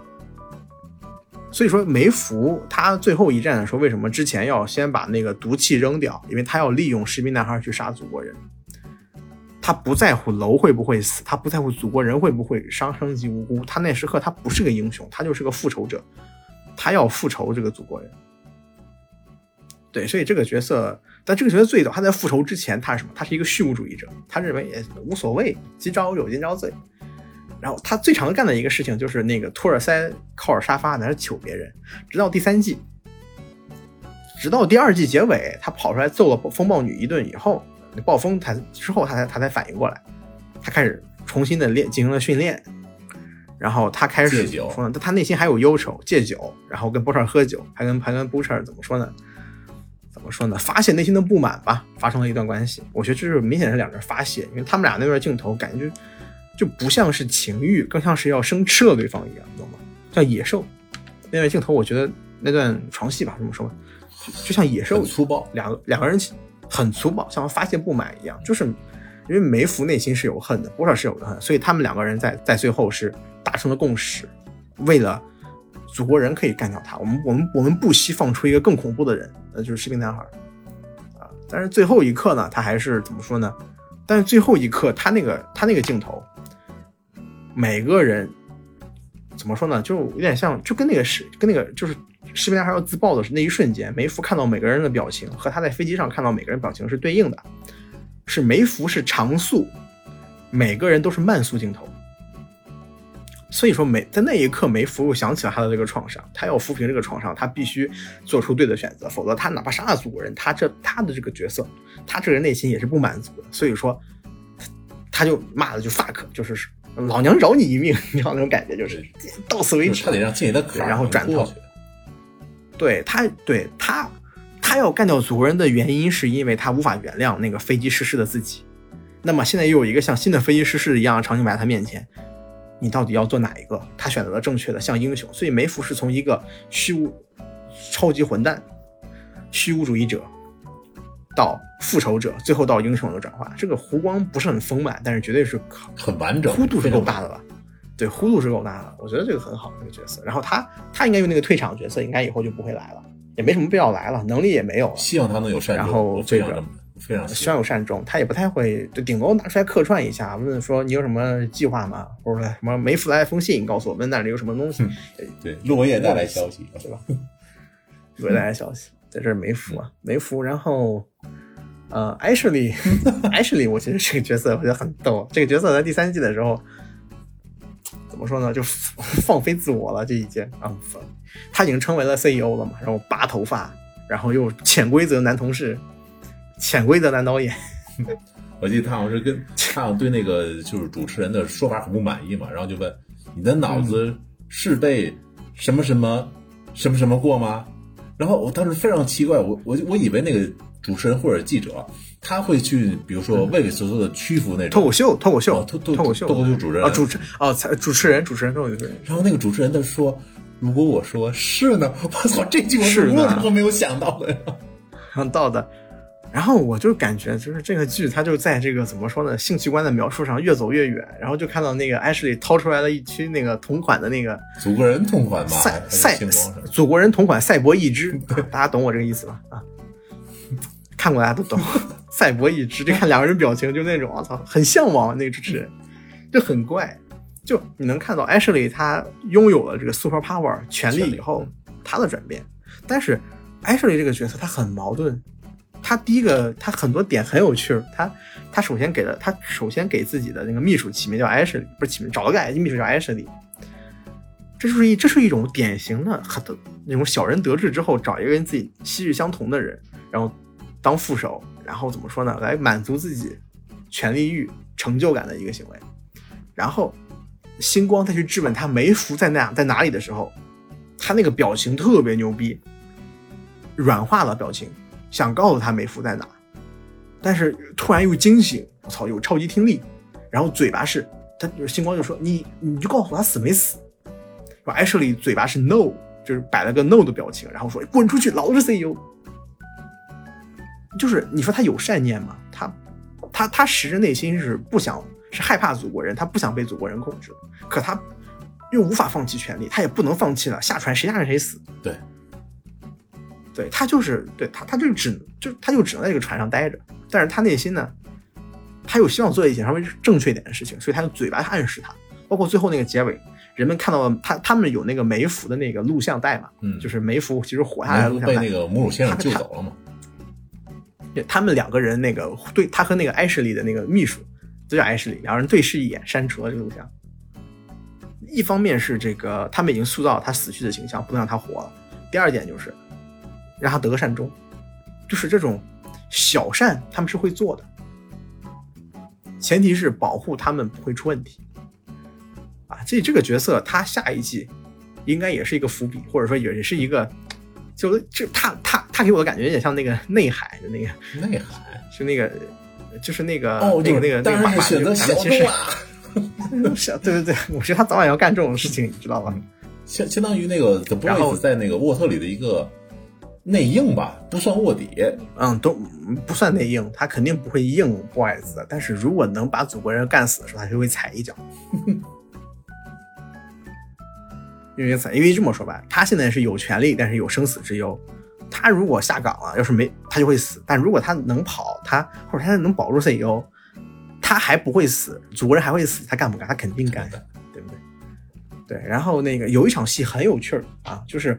所以说梅福他最后一战的时候，为什么之前要先把那个毒气扔掉？因为他要利用士兵男孩去杀祖国人，他不在乎楼会不会死，他不在乎祖国人会不会伤及无辜，他那时刻他不是个英雄，他就是个复仇者，他要复仇这个祖国人。对，所以这个角色，但这个角色最早他在复仇之前他是什么？他是一个虚无主义者，他认为也无所谓，今朝有今朝醉。然后他最常干的一个事情就是那个托尔塞靠着沙发在那糗别人，直到第3季，直到第2季结尾，他跑出来揍了风暴女一顿以后，暴风之后他才反应过来，他开始重新的进行了训练，然后他开始说呢，他内心还有忧愁，戒酒，然后跟波彻喝酒，还跟波彻怎么说呢？发泄内心的不满吧，发生了一段关系。我觉得这是明显是两人发泄，因为他们俩那段镜头感觉就不像是情欲，更像是要生吃了对方一样，懂吗？像野兽那段镜头，我觉得那段床戏吧，这么说，就像野兽， 很粗暴， 两个人很粗暴，像发泄不满一样。就是因为梅福内心是有恨的，波彻是有恨，所以他们两个人在最后是达成了共识，为了祖国人可以干掉他，我们不惜放出一个更恐怖的人，那就是士兵男孩啊。但是最后一刻呢，他还是怎么说呢？但是最后一刻，他那个镜头。每个人怎么说呢？就有点像，就跟那个就是士兵男孩要自爆的是那一瞬间，梅福看到每个人的表情和他在飞机上看到每个人表情是对应的，是梅福是长速，每个人都是慢速镜头。所以说在那一刻梅福又想起了他的这个创伤，他要抚平这个创伤，他必须做出对的选择，否则他哪怕杀了祖国人，他的这个角色，他这个人内心也是不满足的。所以说他就骂的就 fuck， 就是老娘饶你一命，你知道那种感觉，就是到此为止， 他得让自己的壳然后转头。对他要干掉祖国人的原因是因为他无法原谅那个飞机失事的自己。那么现在又有一个像新的飞机失事一样的场景摆在他面前，你到底要做哪一个？他选择了正确的，像英雄。所以梅福是从一个超级混蛋、虚无主义者到复仇者，最后到英雄的转化。这个弧光不是很丰满，但是绝对是很完整， 弧度是够大的了。对，弧度是够大的，我觉得这个很好，这个角色。然后他应该用那个退场角色，应该以后就不会来了，也没什么必要来了，能力也没有了。 希望他能有善终。 然后这个非常希望有善终，他也不太会，就顶多拿出来客串一下，问说你有什么计划吗？或者什么梅福来封信告诉我们那里有什么东西。 对，落叶带来消息， 对吧？落叶带来消息，在这儿梅福啊，梅福。然后艾什莉，我其实这个角色我觉得很逗。这个角色在第3季的时候，怎么说呢？就放飞自我了，就已经他已经成为了 CEO 了嘛，然后拔头发，然后又潜规则男同事。潜规则男导演， 我记得他好像是他好像对那个就是主持人的说法很不满意嘛，然后就问你的脑子是被什么什么过吗？然后我当时非常奇怪，我以为那个主持人或者记者他会去比如说畏畏缩缩的屈服那种脱口秀主持人主持人脱口秀人， 然后那个主持人他说如果我说是呢，我操，这句我是无论如何没有想到的呀， 到的。然后我就感觉就是这个剧它就在这个怎么说呢，性器官的描述上越走越远，然后就看到那个艾什莉掏出来了一区那个同款的那个祖国人同款嘛， 祖国人同款赛博一只，大家懂我这个意思吧？看过大家都懂。赛博一只，就看两个人表情就那种我操，很向往那个主持人，就很怪。就你能看到艾什莉她拥有了这个 super power 权力以后她的转变，但是艾什莉这个角色她很矛盾。他第一个，他很多点很有趣。他首先给自己的那个秘书起名叫艾什莉，不是起名，找了个秘书叫艾什莉。这是一种典型的那种小人得志之后找一个跟自己昔日相同的人，然后当副手，然后怎么说呢，来满足自己权力欲、成就感的一个行为。然后星光再去质问他梅福在哪里的时候，他那个表情特别牛逼，软化了表情。想告诉他梅福在哪，但是突然又惊醒，我操，有超级听力，然后嘴巴是他星光就说你就告诉他死没死，然后艾什莉嘴巴是 no， 就是摆了个 no 的表情，然后说滚出去，老子是 CEO。就是你说他有善念吗？他实质内心是不想，是害怕祖国人，他不想被祖国人控制，可他又无法放弃权力，他也不能放弃了，下船谁下船谁死。对，他就是对他就只能在这个船上待着，但是他内心呢，他又希望做一些稍微正确一点的事情，所以他用嘴巴暗示他。包括最后那个结尾，人们看到了他们有那个梅福的那个录像带嘛，就是梅福其实活下来的录像带， 被那个母乳先生救走了嘛。 他们两个人那个对他和那个艾什莉的那个秘书，就叫艾什莉，两个人对视一眼，删除了这个录像。一方面是这个他们已经塑造他死去的形象，不能让他活了；第二点就是让他得个善终，就是这种小善他们是会做的，前提是保护他们不会出问题啊。这个角色他下一季应该也是一个伏笔，或者说也是一个，就他给我的感觉有点像那个内海的那个内海是那个就是那个那个当然是选择小众啊。 对，我觉得他早晚要干这种事情，你知道吧？ 相当于那个 The Boys 在那个沃特里的一个内应吧，不算卧底。 都不算内应，他肯定不会应 Boys 的。但是如果能把祖国人干死的时候，他就会踩一脚。因为这么说吧，他现在是有权利，但是有生死之忧。他如果下岗了，要是没他就会死。但如果他能跑，或者他能保住 CEO， 他还不会死，祖国人还会死，他干不干？他肯定干的，对不对？对。然后那个有一场戏很有趣啊，就是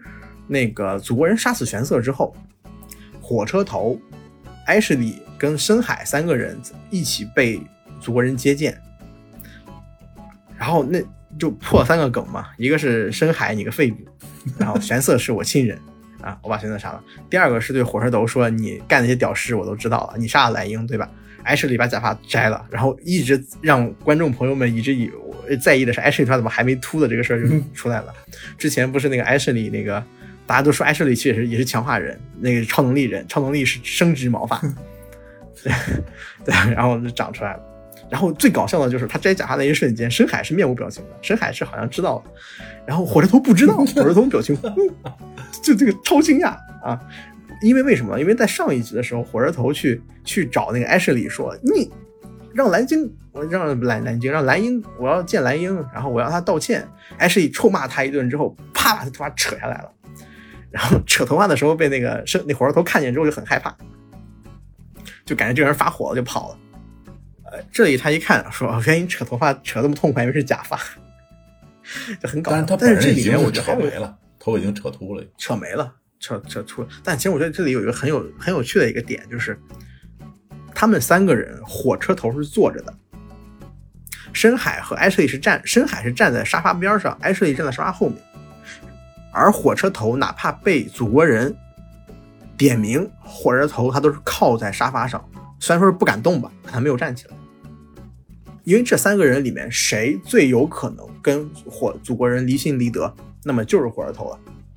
那个祖国人杀死玄色之后，火车头、埃什里跟深海3个人一起被祖国人接见，然后那就破了3个梗嘛，一个是深海你个废物，然后玄色是我亲人啊，我把玄色杀了。第二个是对火车头说你干那些屌事我都知道了，你杀了莱茵对吧？埃什里把假发摘了，然后一直让观众朋友们一直在意的是埃什里他怎么还没秃的这个事儿就出来了。之前不是那个埃什里那个大家都说埃什里其实也是强化人，那个超能力人，超能力是生殖毛发对，然后就长出来了。然后最搞笑的就是他摘假发那一瞬间，深海是面无表情的，深海是好像知道了，然后火车头不知道，火车头表情就这个超惊讶啊！因为什么？因为在上一集的时候，火车头去找那个埃什里说，你让蓝鲸，我让蓝鹰，我要见蓝鹰，然后我要他道歉。埃什里臭骂他一顿之后，啪把他头发扯下来了。然后扯头发的时候被那火车头看见之后就很害怕，就感觉这个人发火了就跑了。这里他一看说，原来你扯头发扯这么痛快，因为是假发，就很搞笑。但是这里面我觉得扯没了，头已经扯秃了， 扯没了。扯出，但其实我觉得这里有一个很有趣的一个点，就是他们3个人，火车头是坐着的，深海和埃什里深海是站在沙发边上，埃什里站在沙发后面，而火车头哪怕被祖国人点名，火车头他都是靠在沙发上，虽然说是不敢动吧，他没有站起来，因为这3个人里面谁最有可能跟祖国人离心离德，那么就是火车头了。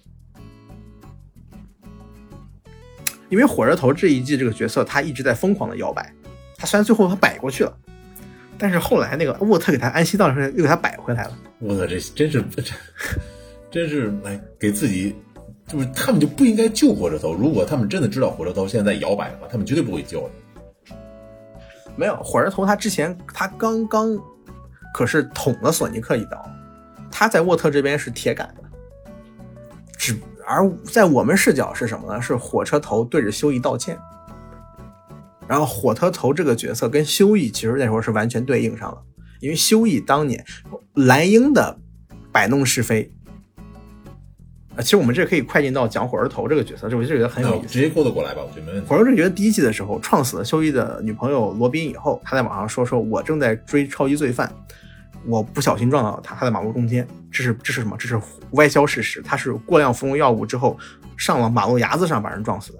因为火车头这一季这个角色他一直在疯狂的摇摆，他虽然最后他摆过去了，但是后来那个沃特给他安息到的时候又给他摆回来了。 沃特这真是来给自己，就是他们就不应该救火车头，如果他们真的知道火车头现在在摇摆的话，他们绝对不会救的。 没有，火车头他之前他刚刚可是捅了索尼克一刀，他在沃特这边是铁杆的，而在我们视角是什么呢？是火车头对着修一道歉，然后火车头这个角色跟修一其实那时候是完全对应上了，因为修一当年蓝鹰的摆弄是非，其实我们这可以快进到讲火车头这个角色，这我就觉得很有意思。 直接过得过来吧，我觉得没问题。 火车头觉得第1季的时候撞死了修一的女朋友罗宾以后，他在网上说我正在追超级罪犯，我不小心撞到了他在马路中间，这是什么？这是歪销事实，他是过量服用药物之后上了马路牙子上把人撞死的。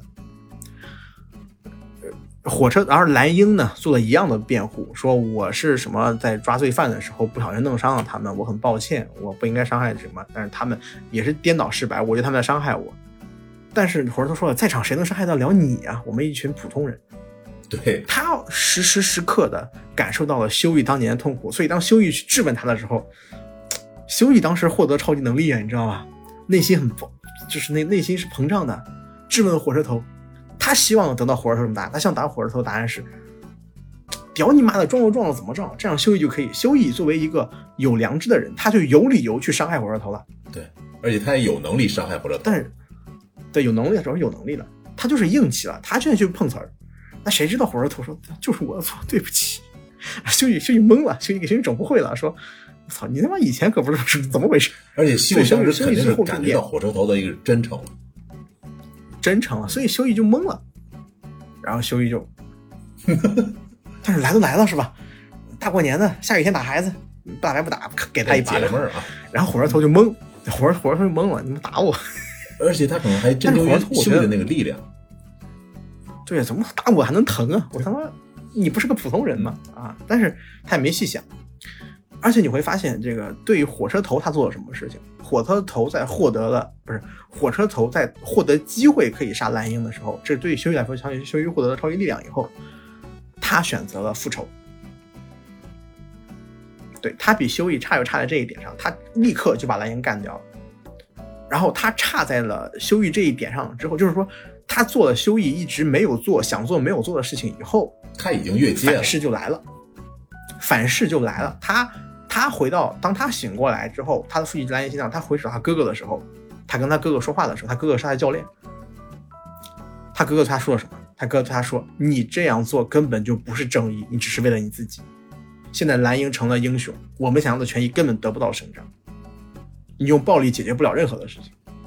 而蓝鹰呢做了一样的辩护，说我是什么在抓罪犯的时候不小心弄伤了他们，我很抱歉，我不应该伤害什么，但是他们也是颠倒失白，我觉得他们在伤害我。但是火车头说了，在场谁能伤害得了你啊？我们一群普通人。 对， 他时时时刻的感受到了修一当年的痛苦，所以当修一去质问他的时候，修一当时获得超级能力啊，你知道吧？内心就是内心是膨胀的，质问火车头。他希望得到火车头这么答案，他想打火车头答案是屌你妈的，撞了怎么撞，这样修一就可以。修一作为一个有良知的人，他就有理由去伤害火车头了。 对，而且他也有能力伤害火车头。 但是对，有能力，主要是有能力的，他就是硬气了，他现在去碰瓷儿。那谁知道火车头说就是我的错，对不起。修一懵了，修一给修一整不会了，说我操，你他妈以前可不是怎么回事？ 而且修一当时肯定是感觉到火车头的一个真诚了， 所以修一就懵了，然后修一就但是来都来了是吧？大过年的，下雨天打孩子，不打白不打，给他一巴掌啊！然后火车头就懵，火车头就懵了，你们打我！ 而且他可能还真正修一的那个力量。 对，怎么打我还能疼啊？我他妈，你不是个普通人吗？啊！但是他也没细想。而且你会发现，这个对于火车头他做了什么事情？火车头在获得机会可以杀蓝鹰的时候，这对于修一来说，修一获得了超级力量以后，他选择了复仇。对，他比修一差在这一点上，他立刻就把蓝鹰干掉了。然后他差在了修一这一点上之后，就是说他做了修一一直没有做、想做没有做的事情以后， 他已经越界了， 反噬就来了。他回到，当他醒过来之后，他的父亲蓝鹰心脏，他回找他哥哥的时候，他跟他哥哥说话的时候，他哥哥是他的教练。他哥哥对他说了什么？他哥哥对他说：“你这样做根本就不是正义，你只是为了你自己。现在蓝鹰成了英雄，我们想要的权益根本得不到伸张。你用暴力解决不了任何的事情。”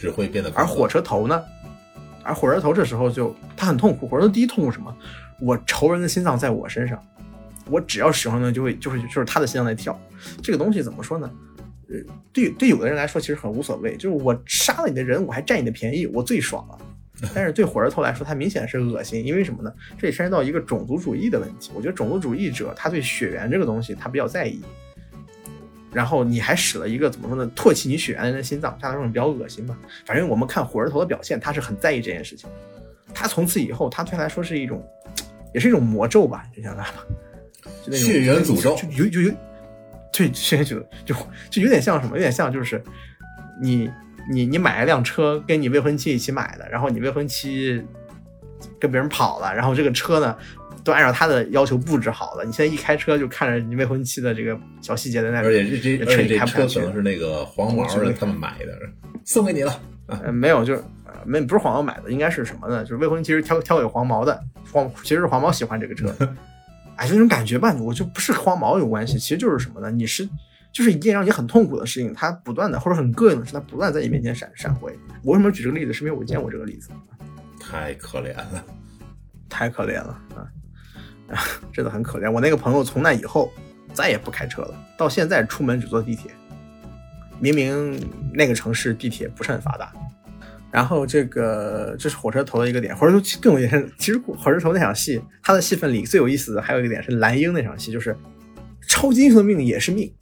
只会变得。 而火车头呢？而火车头这时候就他很痛苦。火车头第一痛苦什么？我仇人的心脏在我身上，我只要使用呢，就是他的心脏在跳。这个东西怎么说呢？对有的人来说其实很无所谓，就是我杀了你的人，我还占你的便宜，我最爽了。但是对火车头来说，他明显是恶心，因为什么呢？这里牵扯到一个种族主义的问题。我觉得种族主义者他对血缘这个东西他比较在意，然后你还使了一个怎么说呢？唾弃你血缘的人的心脏，这样比较恶心吧。反正我们看火车头的表现，他是很在意这件事情。他从此以后，他对他来说是一种，也是一种魔咒吧，就像他吧，就那种血缘诅咒， 对，血缘诅咒就有点像什么？有点像就是你买一辆车，跟你未婚妻一起买的，然后你未婚妻跟别人跑了，然后这个车呢都按照他的要求布置好了，你现在一开车就看着你未婚妻的这个小细节在那里， 而且这车可能是那个黄毛的他们买的，送给你了。 没有，就是不是黄毛买的，应该是什么呢？就是未婚妻是挑给黄毛的，其实是黄毛喜欢这个车。哎，那种感觉吧，我就不是黄毛有关系，其实就是什么呢？就是一件让你很痛苦的事情，它不断的或者很膈应的事，它不断在你面前闪回。我为什么举这个例子？是因为我见过这个例子。 太可怜了， 太可怜了啊！真的很可怜。我那个朋友从那以后再也不开车了，到现在出门只坐地铁。明明那个城市地铁不是很发达。然后这是火车头的一个点，火车头更有一点，其实火车头那场戏，它的戏份里最有意思的还有一个点是蓝鹰那场戏，就是超级英雄的命也是命。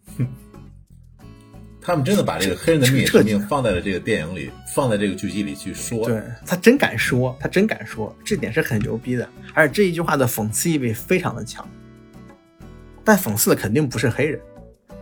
他们真的把这个黑人的命也是命放在了这个电影里，放在这个剧集里去说。 对，他真敢说，这点是很牛逼的。而且这一句话的讽刺意味非常的强，但讽刺的肯定不是黑人。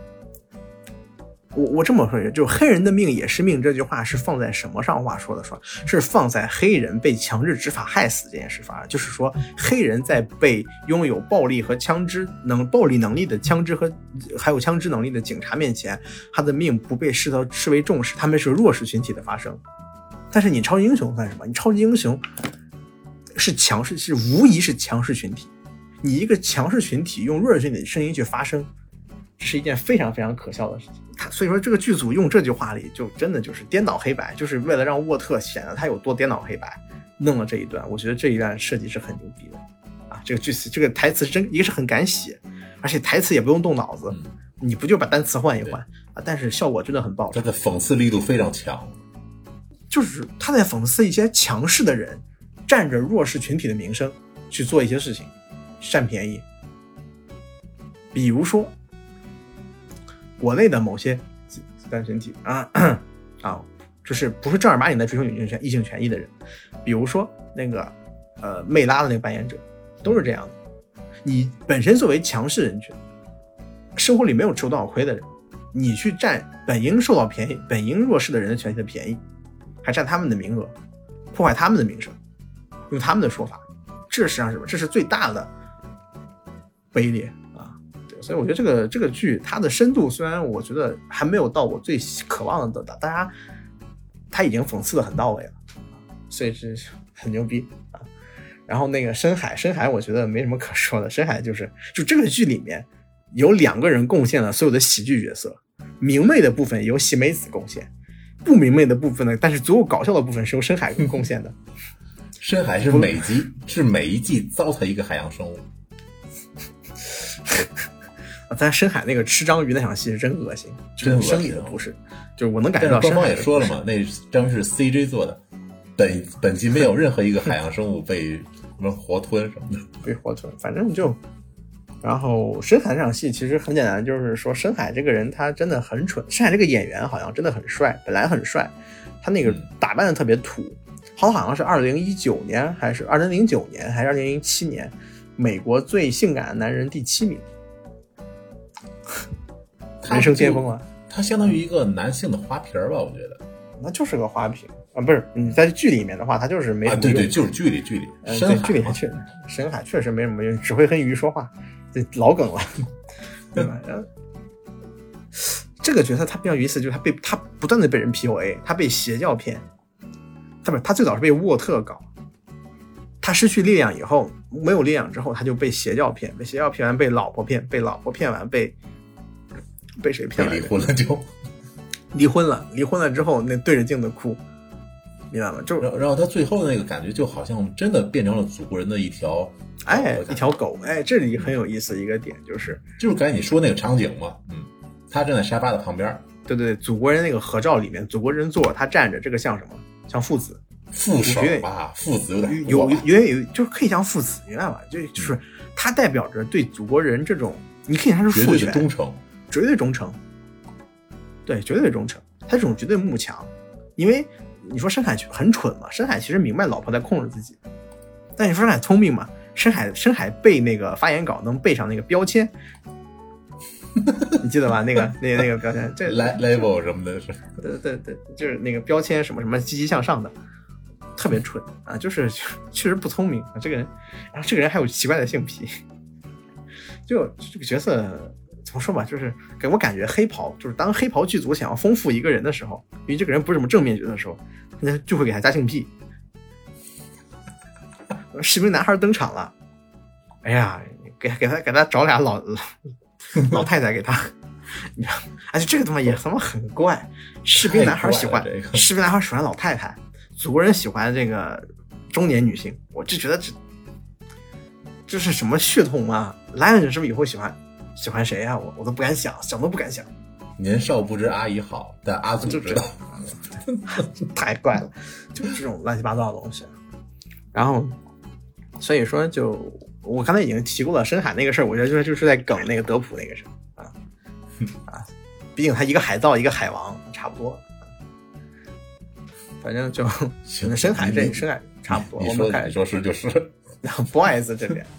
我这么说，就是黑人的命也是命这句话是放在什么上话说的？是放在黑人被强制执法害死这件事上，就是说黑人在被拥有暴力能力的枪支和还有枪支能力的警察面前，他的命不被视为重视，他们是弱势群体的发生。但是你超级英雄算什么？你超级英雄是强势，是无疑是强势群体。你一个强势群体用弱势群体的声音去发声，是一件非常非常可笑的事情。所以说这个剧组用这句话里就真的就是颠倒黑白，就是为了让沃特显得他有多颠倒黑白，弄了这一段。我觉得这一段设计是很牛逼的啊！这个台词一个是很敢写，而且台词也不用动脑子，你不就把单词换一换啊？但是效果真的很爆炸， 他的讽刺力度非常强， 就是他在讽刺一些强势的人占着弱势群体的名声去做一些事情，占便宜。比如说国内的某些极端群体就是不是正儿八经的追求异性权益的人，比如说那个魅拉的那个扮演者，都是这样的。你本身作为强势人群，生活里没有吃多少亏的人，你去占本应受到便宜、本应弱势的人的权益的便宜，还占他们的名额，破坏他们的名声，用他们的说法，这实际上是什么？这是最大的卑劣。所以我觉得这个剧它的深度虽然我觉得还没有到我最渴望的，大家他已经讽刺的很到位了，所以是很牛逼啊。然后那个深海我觉得没什么可说的，深海就这个剧里面有2个人贡献了所有的喜剧角色，明媚的部分由喜美子贡献，不明媚的部分呢，但是足够搞笑的部分是由深海贡献的。 深海是每一季糟蹋一个海洋生物。 但深海那个吃章鱼那场戏是真恶心， 真生理的不是，就是我能感觉到。 官方也说了嘛，那章鱼是 CG 做的，本集没有任何一个海洋生物被什么活吞什么的， 被活吞，反正就。然后深海这场戏其实很简单，就是说深海这个人他真的很蠢，深海这个演员好像真的很帅，本来很帅，他那个打扮的特别土，好像是2019年还是2009年还是2017年，美国最性感的男人第7名。人生巅峰了， 他相当于一个男性的花瓶吧，我觉得。 那就是个花瓶啊，不是你在剧里面的话，他就是没什么用。 对，就是剧里。 深海确实没什么用，只会跟鱼说话，这老梗了，对吧？这个角色他比较有意思，就是他不断的被人 PUA， 他被邪教骗，他最早是被沃特搞，他失去力量以后，没有力量之后，他就被邪教骗，被邪教骗完被老婆骗，被老婆骗完被谁骗了？ 离婚了就离婚了之后那对着镜子哭，明白吗？就然后他最后那个感觉就好像真的变成了祖国人的一条狗。这里很有意思一个点就是刚才你说那个场景嘛，他站在沙发的旁边， 对，祖国人那个合照里面，祖国人坐，他站着，这个像什么？像父子。 父手吧，父子有点有就是可以像父子，明白吧？就是它代表着对祖国人这种，你可以看是父权，绝对忠诚，对，绝对忠诚，他这种绝对慕强。因为你说申海很蠢嘛，申海其实明白老婆在控制自己，但你说申海聪明嘛？申海背那个发言稿能背上那个标签。你记得吧？那个标签，这 level 什么的是， 对，就是那个标签什么什么积极向上的。特别蠢啊，就是确实不聪明啊，这个人，然后这个人还有奇怪的性癖，就这个角色怎么说吧，就是给我感觉黑袍，就是当黑袍剧组想要丰富一个人的时候，因为这个人不是什么正面角色的时候，那就会给他加性癖。士兵男孩登场了，哎呀，给他找俩老太太给他，而且这个他妈也他妈很怪，士兵男孩喜欢老太太。祖国人喜欢这个中年女性，我就觉得这是什么血统吗？莱恩是不是以后喜欢谁啊？我都不敢想都不敢想。 年少不知阿姨好，但阿祖知道。 太怪了，就是这种乱七八糟的东西。然后，所以说我刚才已经提过了深海那个事儿，我觉得就是在梗那个德普那个事儿啊，毕竟他一个海盗一个海王差不多。反正就深海差不多。 你说是就是。 然后 boys 这边，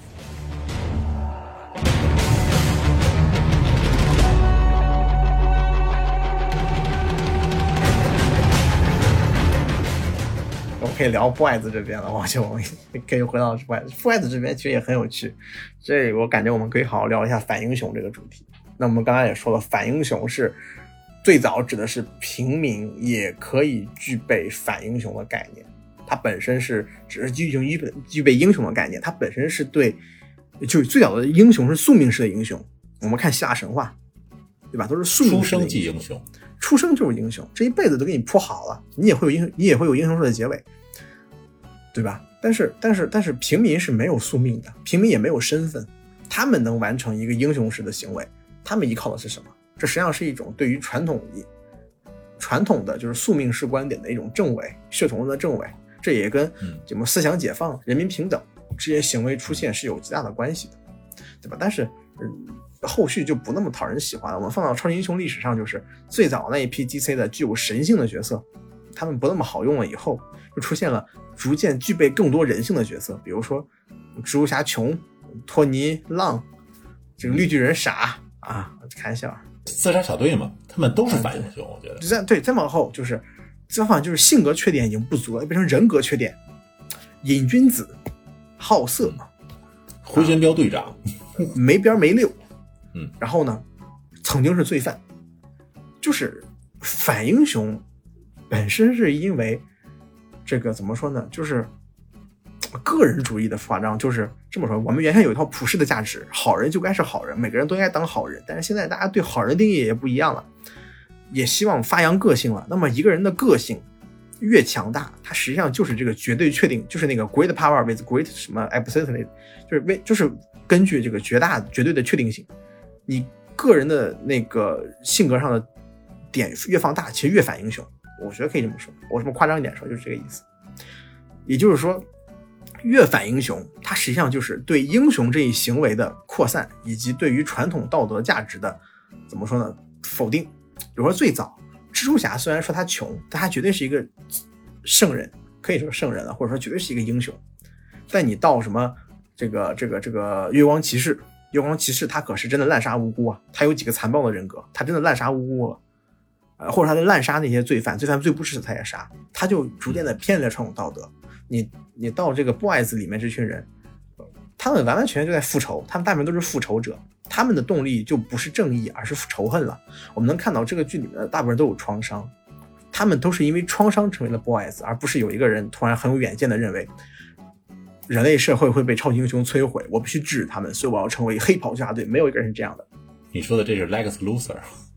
我可以聊 boys 这边了，我可以回到 boys 这边，其实也很有趣。这我感觉我们可以好好聊一下反英雄这个主题。那我们刚才也说了，反英雄是最早指的是平民也可以具备反英雄的概念，它本身是只是具备英雄的概念，它本身是对，就是最早的英雄是宿命式的英雄。我们看希腊神话，对吧？都是宿命式的出生即英雄， 出生就是英雄，这一辈子都给你铺好了，你也会有英雄式的结尾，对吧？但是平民是没有宿命的，平民也没有身份，他们能完成一个英雄式的行为，他们依靠的是什么？这实际上是一种对于传统的就是宿命式观点的一种证伪，血统的证伪。这也跟什么思想解放、人民平等这些行为出现是有极大的关系的，对吧？但是后续就不那么讨人喜欢了。我们放到超级英雄历史上，就是最早那一批 DC 的具有神性的角色，他们不那么好用了以后，就出现了逐渐具备更多人性的角色，比如说蜘蛛侠琼、托尼浪，这个绿巨人傻啊，开玩笑。 自杀小队嘛，他们都是反英雄，我觉得。 对，再往后就是性格缺点已经不足了，变成人格缺点，瘾君子、好色、 回旋镖队长， 没边没溜，然后呢，曾经是罪犯，就是反英雄本身是因为这个怎么说呢，就是个人主义的夸张，就是这么说，我们原先有一套普世的价值，好人就该是好人，每个人都应该当好人，但是现在大家对好人的定义也不一样了，也希望发扬个性了。那么一个人的个性越强大，它实际上就是这个绝对确定，就是那个 great power with great 什么 absolute， 就是根据这个绝对的确定性，你个人的那个性格上的点越放大，其实越反英雄。我觉得可以这么说，我这么夸张一点说就是这个意思。也就是说，越反英雄，它实际上就是对英雄这一行为的扩散，以及对于传统道德价值的怎么说呢否定。比如说最早蜘蛛侠虽然说他穷，但他绝对是一个圣人，可以说圣人了，或者说绝对是一个英雄。但你到什么这个月光骑士他可是真的滥杀无辜啊，他有几个残暴的人格，他真的滥杀无辜了。或者他在滥杀那些罪犯罪不至死他也杀，他就逐渐的偏离了传统道德。你到这个 boys 里面这群人，他们完完全全就在复仇，他们大部分都是复仇者，他们的动力就不是正义，而是仇恨了。我们能看到这个剧里面的大部分人都有创伤，他们都是因为创伤成为了 boys， 而不是有一个人突然很有远见的认为人类社会会被超级英雄摧毁，我必须制止他们，所以我要成为黑袍纠察队。没有一个人是这样的。 你说的这是 Lex Luthor。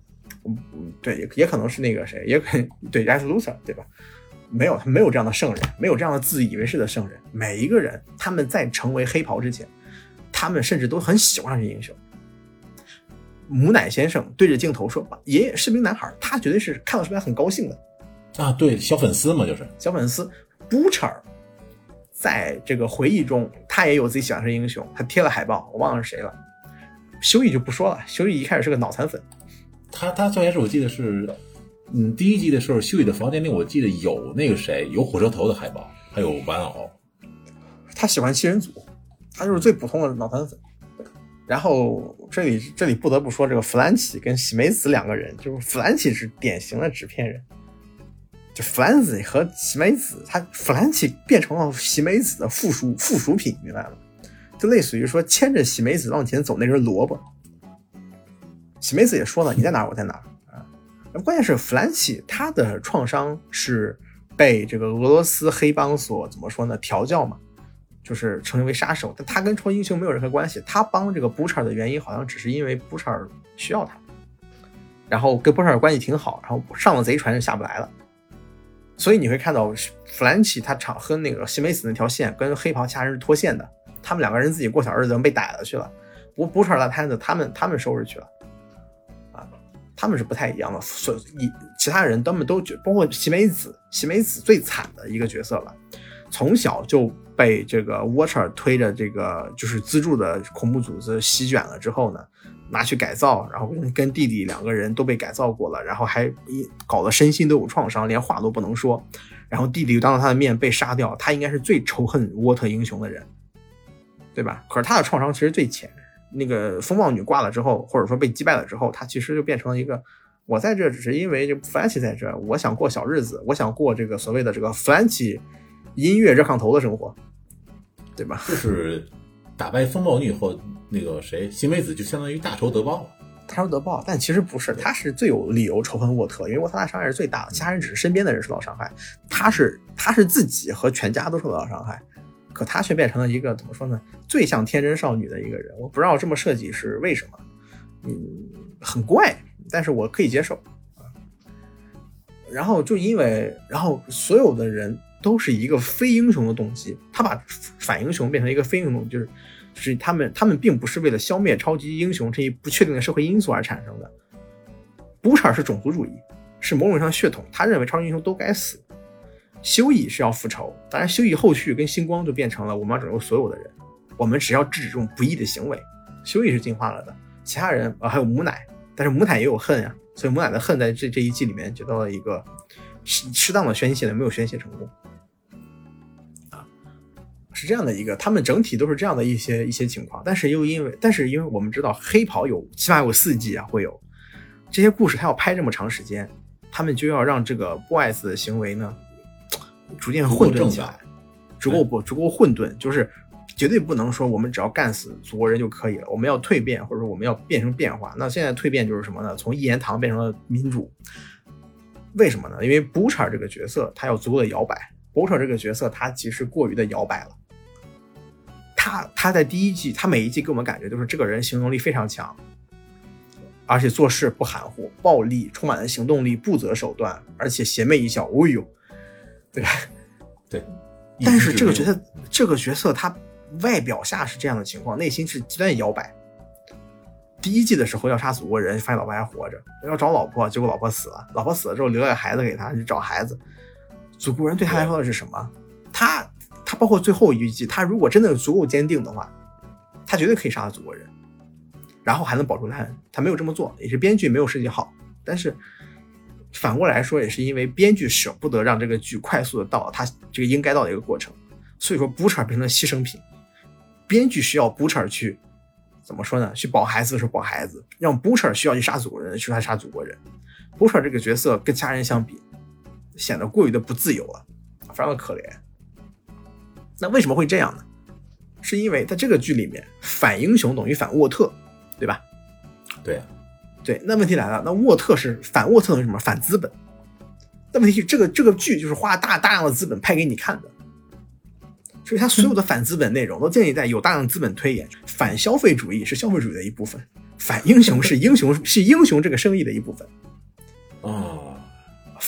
对，也可能是那个谁，也可能对 Lex Luthor， 对吧？没有这样的圣人，没有这样的自以为是的圣人。每一个人，他们在成为黑袍之前，他们甚至都很喜欢上这英雄。母奶先生对着镜头说：“爷爷，士兵男孩。”他绝对是看到士兵很高兴的啊，对，小粉丝嘛，就是小粉丝。Butcher 在这个回忆中，他也有自己喜欢的英雄，他贴了海报，我忘了是谁了。修义就不说了，修义一开始是个脑残粉。 他最开始我记得是。第一集的时候，修义的房间里我记得有那个谁，有火车头的海报，还有玩偶。 他喜欢七人组，他就是最普通的脑残粉。然后这里不得不说，这个弗兰奇跟喜美子两个人，就是弗兰奇是典型的纸片人，就弗兰奇和喜美子，弗兰奇变成了喜美子的附属品，明白吗？就类似于说牵着喜美子往前走那根萝卜。喜美子也说了，你在哪我在哪。关键是弗兰奇他的创伤是被这个俄罗斯黑帮所怎么说呢调教嘛，就是成为杀手，但他跟超级英雄没有任何关系。他帮这个 Butcher 的原因好像只是因为 Butcher 需要他，然后跟 Butcher 关系挺好，然后上了贼船就下不来了。所以你会看到弗兰奇他和那个西梅斯那条线跟黑袍其他人是脱线的，他们两个人自己过小日子被逮了去了，Butcher 烂摊子他们收拾去了。他们是不太一样的，所以其他人他们都包括喜美子最惨的一个角色吧，从小就被这个 Watcher 推着这个就是资助的恐怖组织席卷了之后呢，拿去改造，然后跟弟弟两个人都被改造过了，然后还搞得身心都有创伤，连话都不能说，然后弟弟当着他的面被杀掉，他应该是最仇恨沃特英雄的人，对吧？可是他的创伤其实最浅。那个风暴女挂了之后，或者说被击败了之后，他其实就变成了一个，我在这只是因为这弗兰奇在这，我想过小日子，我想过这个所谓的这个弗兰奇音乐热炕头的生活，对吧？ 就是打败风暴女以后，那个谁新梅子就相当于大仇得报了。 大仇得报，但其实不是，他是最有理由仇恨沃特，因为沃特大伤害是最大的，其他人只是身边的人受到伤害，他是自己和全家都受到伤害。可他却变成了一个怎么说呢，最像天真少女的一个人。我不知道这么设计是为什么，很怪，但是我可以接受。然后所有的人都是一个非英雄的动机，他把反英雄变成一个非英雄动机，就是他们并不是为了消灭超级英雄这一不确定的社会因素而产生的。Butcher 是种族主义，是某种上血统，他认为超级英雄都该死。修义是要复仇，当然修义后续跟星光就变成了我们要拯救所有的人，我们只要制止这种不义的行为。修义是进化了的，其他人还有母奶，但是母奶也有恨呀，所以母奶的恨在这一季里面得到了一个适当的宣泄的，没有宣泄成功啊，是这样的一个，他们整体都是这样的一些情况，但是因为我们知道黑袍起码有4季啊，会有这些故事，他要拍这么长时间，他们就要让这个 boys 的行为呢逐渐混沌起来，足够混沌，就是绝对不能说我们只要干死祖国人就可以了，我们要蜕变，或者说我们要变成变化。那现在蜕变就是什么呢？从一言堂变成了民主。为什么呢？因为 Butcher 这个角色他要足够的摇摆， Butcher 这个角色他其实过于的摇摆了。他在第一季，他每一季给我们感觉就是这个人行动力非常强，而且做事不含糊，暴力充满了行动力，不择手段，而且邪魅一笑，哦呦，对吧？ 对。 但是这个角色他外表下是这样的情况，内心是极端摇摆。第一季的时候要杀祖国人，发现老婆还活着，要找老婆，结果老婆死了，老婆死了之后留了个孩子给他，去找孩子。祖国人对他来说的是什么？他包括最后一季，他如果真的足够坚定的话，他绝对可以杀了祖国人，然后还能保住他。他没有这么做，也是编剧没有设计好。但是反过来说，也是因为编剧舍不得让这个剧快速的到他这个应该到的一个过程，所以说 Butcher 变成了牺牲品。编剧需要 Butcher 去怎么说呢？去保孩子的时候保孩子，让 Butcher 需要去杀祖国人去杀祖国人。Butcher 这个角色跟其他人相比，显得过于的不自由了，非常的可怜。那为什么会这样呢？是因为在这个剧里面，反英雄等于反沃特，对吧？ 对。 对，那问题来了，那沃特是反沃特等于什么？反资本。那问题是这个剧就是花大量的资本拍给你看的，所以它所有的反资本内容都建立在有大量资本推演。反消费主义是消费主义的一部分，反英雄是英雄这个生意的一部分。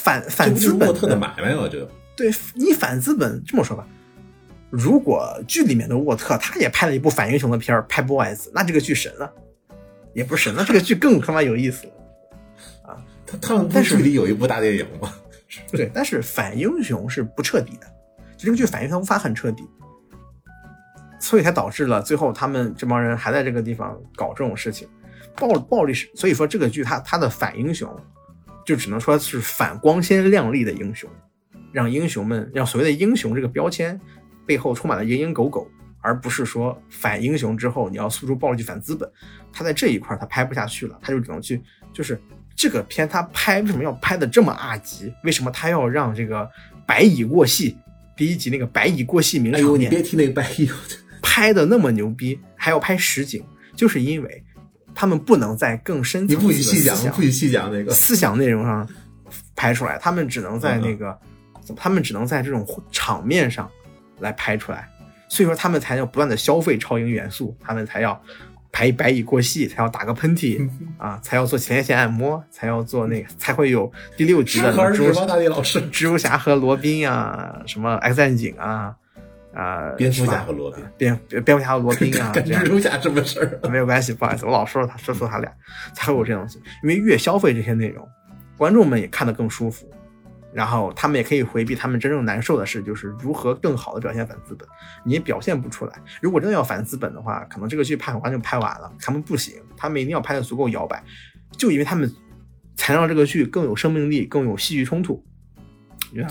反资本沃特的买卖嘛，这个对你反资本这么说吧，如果剧里面的沃特他也拍了一部反英雄的片儿，拍 Boys， 那这个剧神了，也不是神了，这个剧更他妈有意思了啊！ 他们剧里有一部大电影吗？ 对，但是反英雄是不彻底的，这个剧反英雄无法很彻底，所以才导致了最后他们这帮人还在这个地方搞这种事情，暴力。所以说这个剧它的反英雄就只能说是反光鲜亮丽的英雄，让英雄们让所谓的英雄这个标签背后充满了蝇营狗苟，而不是说反英雄之后你要诉诸暴力去反资本。他在这一块他拍不下去了，他就只能去就是这个片他拍为什么要拍的这么二级？为什么他要让这个白蚁过隙？第一集那个白蚁过隙名场面， 哎呦，你别提那个白蚁， 拍的那么牛逼，还要拍实景，就是因为他们不能在更深层次的你不许细讲那个思想内容上拍出来，他们只能在那个，他们只能在这种场面上来拍出来，所以说他们才要不断的消费超英元素，他们才要拍白蚁过隙，才要打个喷嚏啊，才要做前列腺按摩，才要做那个，才会有第6集的蜘蛛侠和罗宾啊，什么 X 战警啊。 蝙蝠侠和罗宾， 蝙蝠侠和罗宾啊， 跟蜘蛛侠什么事儿？ 没有关系，不好意思，我老说他俩，才会有这东西。因为越消费这些内容，观众们也看得更舒服，然后他们也可以回避他们真正难受的事，就是如何更好的表现反资本。你也表现不出来，如果真的要反资本的话，可能这个剧拍很快就拍完了。他们不行，他们一定要拍得足够摇摆，就因为他们才让这个剧更有生命力，更有戏剧冲突。对。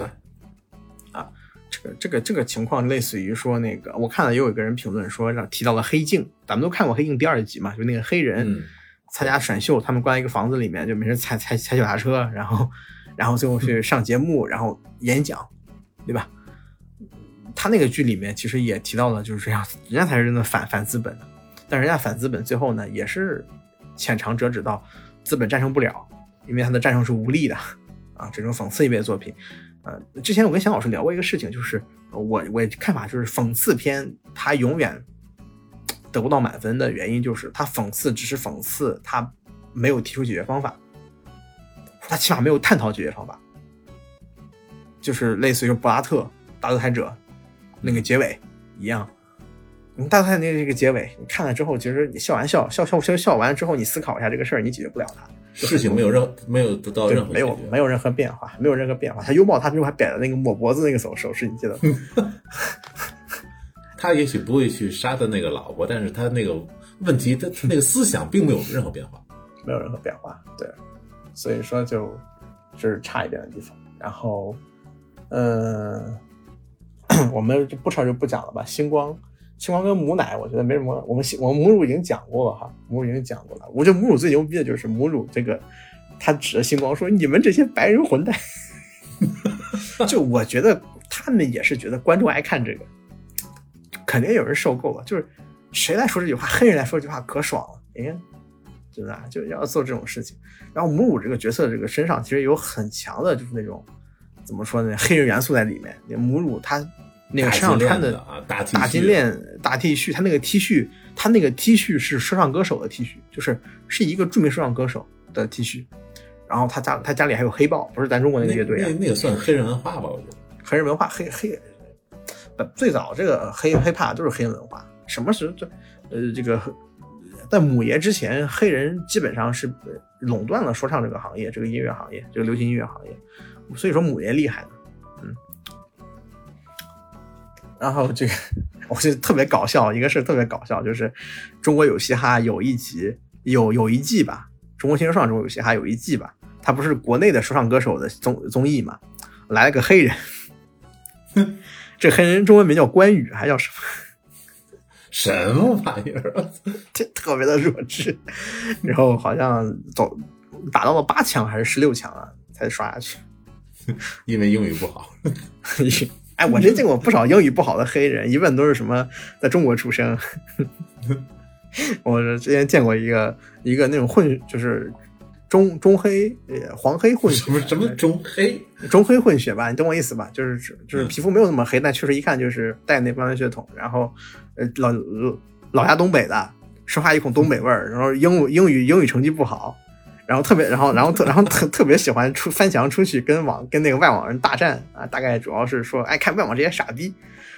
这个情况类似于说那个，我看了也有一个人评论说提到了黑镜，咱们都看过黑镜第2集嘛，就那个黑人参加选秀，他们关在一个房子里面，就没人踩脚踏车，然后最后去上节目，然后演讲，对吧？他那个剧里面其实也提到了，就是这样，人家才是真的反资本的，但人家反资本最后呢也是浅尝辄止到资本战胜不了，因为他的战胜是无力的啊，这种讽刺意味的作品。之前我跟翔老师聊过一个事情，就是我看法就是讽刺片它永远得不到满分的原因，就是它讽刺只是讽刺，它没有提出解决方法，它起码没有探讨解决方法，就是类似于柏拉特大独裁者那个结尾一样。大独裁那个结尾你看了之后，其实你笑完之后，你思考一下这个事儿，你解决不了它， 事情没有得到任何没有任何变化，他拥抱他之后还摆了那个抹脖子那个手势，你记得他也许不会去杀他那个老婆，但是他那个问题，他那个思想并没有任何变化， 对，所以说就是差一点的地方。然后我们不扯就不讲了吧。星光跟母奶我觉得没什么，我们母乳已经讲过了哈，我觉得母乳最牛逼的就是母乳这个，他指着星光说你们这些白人混蛋就我觉得他们也是觉得观众爱看这个，肯定有人受够了，就是谁来说这句话，黑人来说这句话可爽了，真的就要做这种事情。然后母乳这个角色这个身上其实有很强的就是那种怎么说呢，黑人元素在里面。母乳他那个身上穿的大金链大 T 恤，他那个 T 恤是说唱歌手的 T 恤，是一个著名说唱歌手的 T 恤。然后他家里还有黑豹，不是咱中国那个乐队那个算黑人文化吧？我觉得黑人文化最早这个黑怕都是黑人文化。什么是这个在母爷之前，黑人基本上是垄断了说唱这个行业，这个音乐行业，这个流行音乐行业。所以说母爷厉害的。然后这个我觉得特别搞笑，一个事特别搞笑，就是中国有嘻哈有一季吧，中国新说唱中国有嘻哈有一季吧，他不是国内的说唱歌手的综艺嘛，来了个黑人这黑人中文名叫关羽，还叫什么玩意儿这特别的弱智，然后好像打到了8强还是16强啊才刷下去因为英语不好哎，我真见过不少英语不好的黑人，一问都是什么在中国出生我之前见过一个那种就是中黑黄黑混血， 什么中黑混血吧，你懂我意思吧？就是皮肤没有那么黑，但确实一看就是带那帮人血统，然后老家东北的，说话一口东北味儿，然后英语成绩不好， 然后特别喜欢翻墙出去跟那个外网人大战啊，大概主要是说，哎，看外网这些傻逼，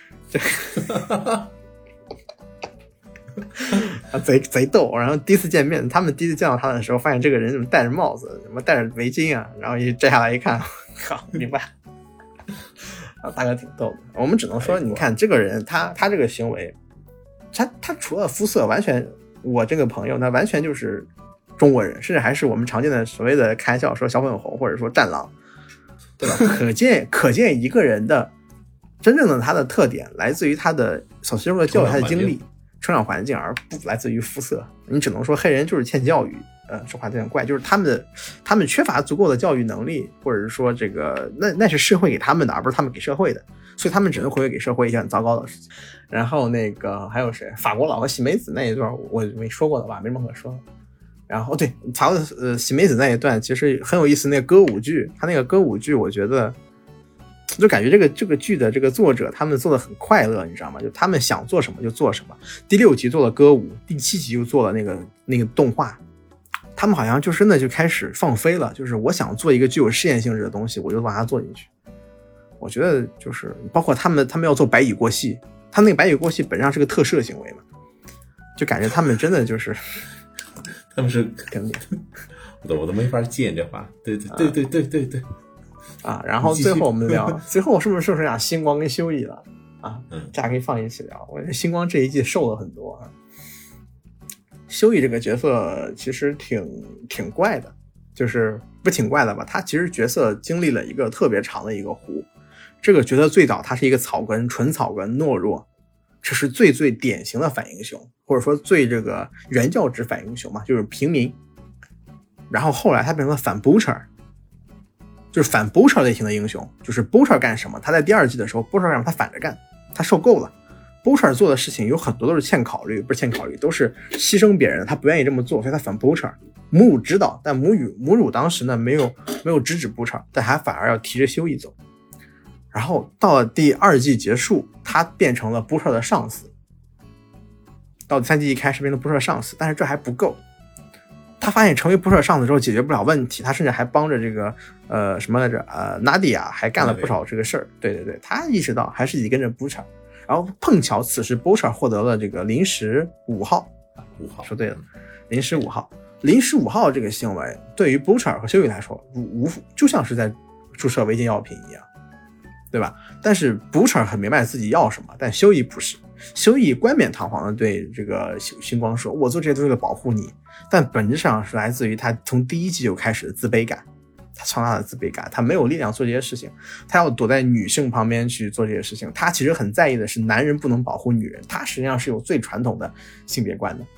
贼逗。然后第一次见面，他们第一次见到他的时候，发现这个人怎么戴着帽子，怎么戴着围巾啊，然后一摘下来一看，靠，明白。然后大哥挺逗的。我们只能说，你看这个人，他这个行为，他除了肤色，完全我这个朋友，他完全就是中国人，甚至还是我们常见的所谓的开玩笑说小粉红或者说战狼，对吧？可见一个人的真正的他的特点来自于他的所接受的教育、他的经历、成长环境，而不来自于肤色。你只能说黑人就是欠教育，说话有点怪，就是他们缺乏足够的教育能力，或者是说这个那是社会给他们的，而不是他们给社会的，所以他们只能回馈给社会一些很糟糕的事情。然后那个还有谁？法国佬和喜美子那一段我没说过的吧，没什么可说的。然后对法国喜美子那一段其实很有意思，那个歌舞剧，他那个歌舞剧我觉得就感觉这个剧的这个作者他们做的很快乐，你知道吗？就他们想做什么就做什么。第6集做了歌舞，第7集又做了那个动画，他们好像就真的就开始放飞了，就是我想做一个具有试验性质的东西，我就把它做进去。我觉得就是包括他们要做白蚁过戏，他那个白蚁过戏本质上是个特摄行为嘛，就感觉他们真的就是他们是跟我都没法接这话。对啊，然后最后我们聊，最后是不是讲星光跟修一了啊？大家可以放一起聊。我觉得星光这一季瘦了很多啊。修一这个角色其实挺怪的，就是不挺怪的吧？他其实角色经历了一个特别长的一个弧。这个角色最早他是一个草根，纯草根，懦弱，这是最典型的反英雄，或者说最这个原教旨反英雄嘛，就是平民。然后后来他变成了反 Butcher， 就是反 Butcher 类型的英雄，就是 Butcher 干什么，他在第2季的时候 Butcher 干什么他反着干，他受够了。Butcher 做的事情有很多都是欠考虑，不是欠考虑，都是牺牲别人的，他不愿意这么做，所以他反 Butcher。母乳知道，但母乳当时呢没有制止 Butcher， 但还反而要提着修一走。然后到了第2季结束，他变成了 Butcher 的上司。到第3季一开始变成 Butcher 的上司，但是这还不够。他发现成为 Butcher 上司之后解决不了问题，他甚至还帮着这个什么来着Nadia 还干了不少这个事儿。对，他意识到还是得跟着 Butcher。然后碰巧此时 Butcher 获得了这个临时5号，说对了，临时5号。临时5号这个行为对于 Butcher 和修一来说就像是在注射违禁药品一样，对吧？但是 Butcher 很明白自己要什么，但修一不是。修一冠冕堂皇的对这个星光说，我做这些都是为了保护你，但本质上是来自于他从第1季就开始的自卑感，他强大的自卑感，他没有力量做这些事情，他要躲在女性旁边去做这些事情。他其实很在意的是男人不能保护女人，他实际上是有最传统的性别观的，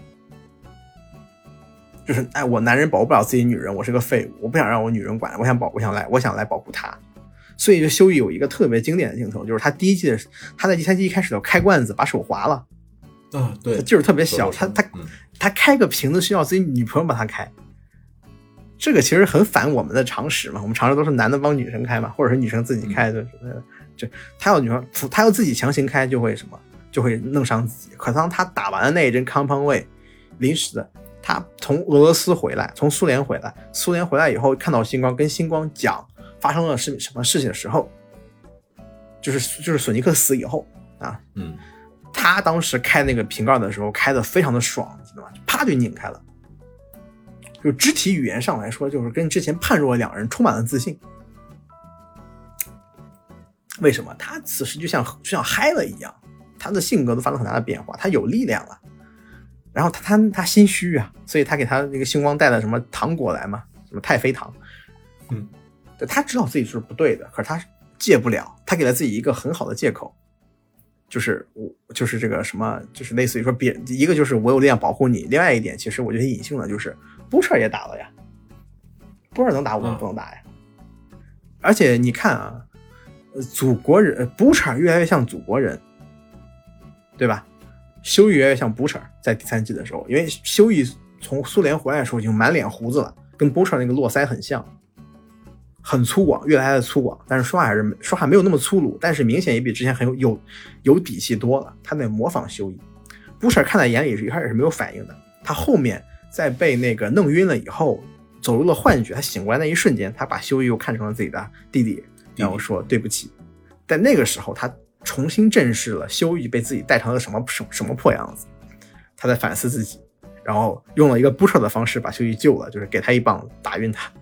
就是我男人保护不了自己女人，我是个废物，我不想让我女人管，我想来保护她。所以就修一有一个特别经典的镜头，就是他第1季的他在第3季一开始就开罐子把手划了啊，对， 劲儿特别小，他开个瓶子需要自己女朋友帮他开，这个其实很反我们的常识嘛，我们常识都是男的帮女生开嘛，或者是女生自己开的，就他要女生他要自己强行开就会什么，就会弄伤自己。可当他打完了那一针康胖位，临时的，他从俄罗斯回来，从苏联回来以后，看到星光，跟星光讲发生了什么事情的时候，就是索尼克死以后啊，他当时开那个瓶盖的时候开的非常的爽，知道吗？啪就拧开了。就肢体语言上来说，就是跟之前判若两人，充满了自信。为什么？他此时就像嗨了一样，他的性格都发生很大的变化，他有力量了。然后他心虚啊，所以他给他那个星光带了什么糖果来嘛，什么太妃糖。对，他知道自己是不对的，可是他戒不了，他给了自己一个很好的借口，就是这个什么，就是类似于说一个就是我有力量保护你，另外一点其实我觉得隐性的就是布什也打了呀，布什能打我们不能打呀。而且你看啊，祖国人布什越来越像祖国人，对吧？修一越来越像布什，在第3季的时候，因为修一从苏联回来的时候已经满脸胡子了，跟布什那个络腮很像，很粗犷，越来越粗犷，但是说话没有那么粗鲁，但是明显也比之前很有底气多了。他在模仿修一，布什看在眼里一开始是没有反应的，他后面在被那个弄晕了以后， 走入了幻觉，他醒过来那一瞬间，他把修一又看成了自己的弟弟，然后说对不起。在那个时候，他重新正视了修一被自己带成了什么破样子，他在反思自己，然后用了一个butcher的方式把修一救了，就是给他一棒打晕他。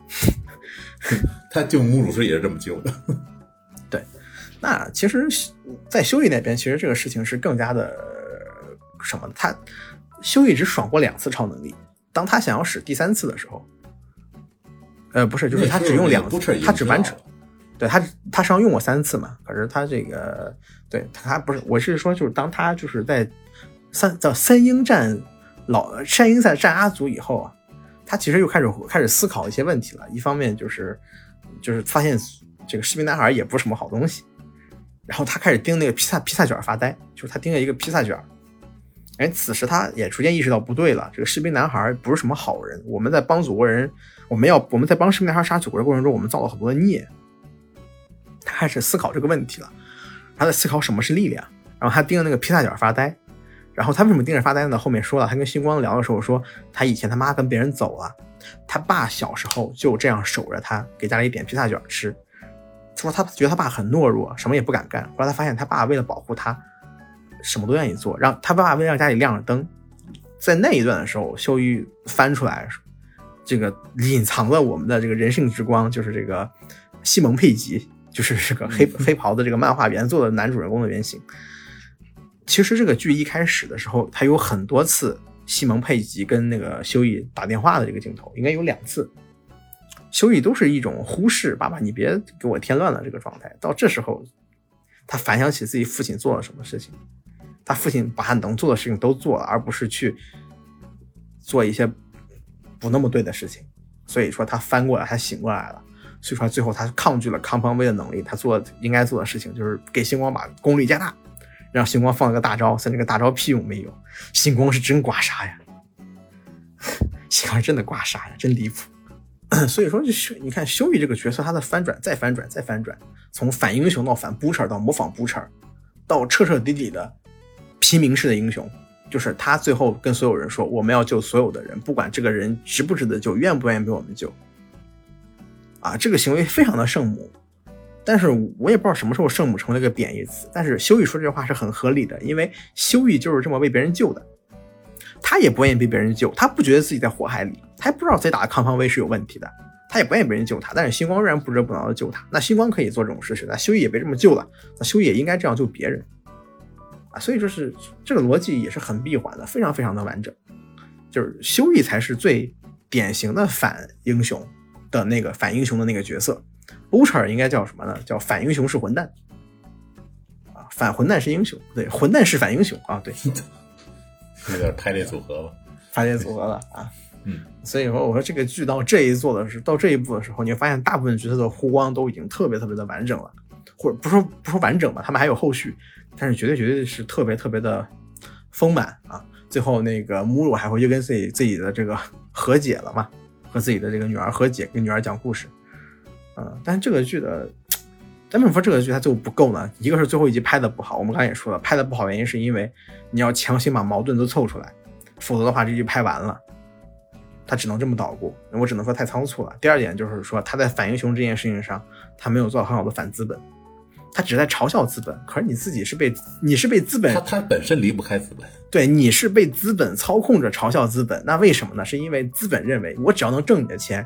他救母乳时也是这么救的。 对，那其实在修一那边，其实这个事情是更加的什么，他修一只爽过2次超能力，当他想要使第3次的时候，不是，就是他只用2次，他只完成，对，他实际上用过3次嘛，可是他这个，对，他不是，我是说就是当他就是在三英战山鹰赛战阿祖以后啊，他其实又开始思考一些问题了。一方面就是发现这个士兵男孩也不是什么好东西，然后他开始盯那个披萨卷发呆，就是他盯了一个披萨卷。哎，此时他也逐渐意识到不对了，这个士兵男孩不是什么好人，我们在帮祖国人，我们在帮士兵男孩杀祖国人过程中，我们造了很多的孽。他开始思考这个问题了，他在思考什么是力量，然后他盯着那个披萨卷发呆。然后他为什么盯着发呆呢？后面说了，他跟星光聊的时候说，他以前他妈跟别人走了，他爸小时候就这样守着他，给家里点披萨卷吃。说他觉得他爸很懦弱，什么也不敢干。后来他发现他爸为了保护他，什么都愿意做，让他爸为了让家里亮着灯。在那一段的时候，修一翻出来，这个隐藏了我们的这个人性之光，就是这个西蒙佩吉，就是这个黑袍的这个漫画原作的男主人公的原型。其实这个剧一开始的时候，他有很多次西蒙佩吉跟那个修一打电话的这个镜头，应该有2次。修一都是一种忽视，爸爸你别给我添乱了这个状态。到这时候，他反想起自己父亲做了什么事情，他父亲把他能做的事情都做了，而不是去做一些不那么对的事情。所以说他翻过来，他醒过来了。所以说最后他抗拒了康邦威的能力，他做应该做的事情就是给星光把功力加大。让星光放了个大招，但这个大招屁用没有。星光是真刮痧呀，星光是真的刮痧呀，真离谱。所以说，你看修一这个角色，他的翻转再翻转再翻转，从反英雄到反butcher到模仿butcher，到彻彻底底的平民式的英雄，就是他最后跟所有人说，我们要救所有的人，不管这个人值不值得救，愿不愿意被我们救。啊，这个行为非常的圣母。但是我也不知道什么时候圣母成了一个贬义词，但是修一说这句话是很合理的，因为修一就是这么被别人救的，他也不愿意被别人救，他不觉得自己在火海里，他也不知道自己打的康方威是有问题的，他也不愿意别人救他，但是星光仍然不折不挠的救他，那星光可以做这种事情，那修一也被这么救了，那修一也应该这样救别人啊，所以就是这个逻辑也是很闭环的，非常非常的完整，就是修一才是最典型的反英雄的那个角色。butcher 应该叫什么呢？叫反英雄是混蛋啊，反混蛋是英雄，对，混蛋是反英雄啊，对， 有点排列组合了， 排列组合了啊，所以说我说这个剧到这一步的时候，你会发现大部分角色的弧光都已经特别特别的完整了，或者不说完整吧，他们还有后续，但是绝对是特别特别的丰满啊。最后那个母乳还会就跟自己的这个和解了嘛，和自己的这个女儿和解，跟女儿讲故事。但是这个剧的，咱们说这个剧它最后不够呢，一个是最后一集拍的不好，我们刚才也说了，拍的不好原因是因为你要强行把矛盾都凑出来，否则的话这剧拍完了，他只能这么捣鼓，我只能说太仓促了。第二点就是说他在反英雄这件事情上，他没有做到很好的反资本，他只是在嘲笑资本，可是你自己是被资本， 他本身离不开资本， 对，你是被资本操控着嘲笑资本，那为什么呢？是因为资本认为我只要能挣你的钱，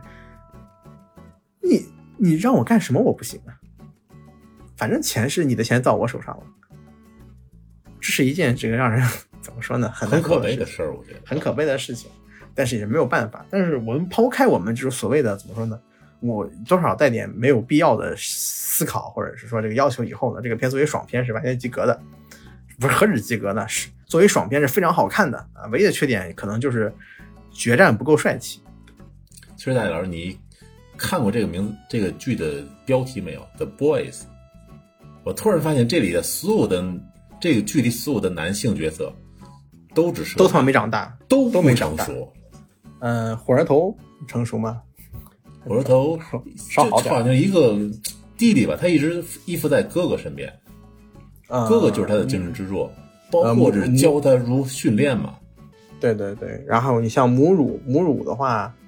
你让我干什么我不行啊，反正钱是你的钱到我手上了，这是一件这个让人怎么说呢，很可悲的事儿，我觉得很可悲的事情，但是也没有办法。但是我们抛开我们就是所谓的怎么说呢，我多少带点没有必要的思考或者是说这个要求以后呢，这个片作为爽片是完全及格的，不是何止及格呢，是作为爽片是非常好看的啊。唯一的缺点可能就是决战不够帅气。 其实大老师你看过这个剧的标题没有 The Boys， 我突然发现这里的这个剧里所有的男性角色都他妈没长大， 都没长大。火车头成熟吗？ 火车头稍好点， 好像一个弟弟吧，他一直依附在哥哥身边，哥哥就是他的精神支柱，包括是教他如训练嘛。 对对对，然后你像母乳的话，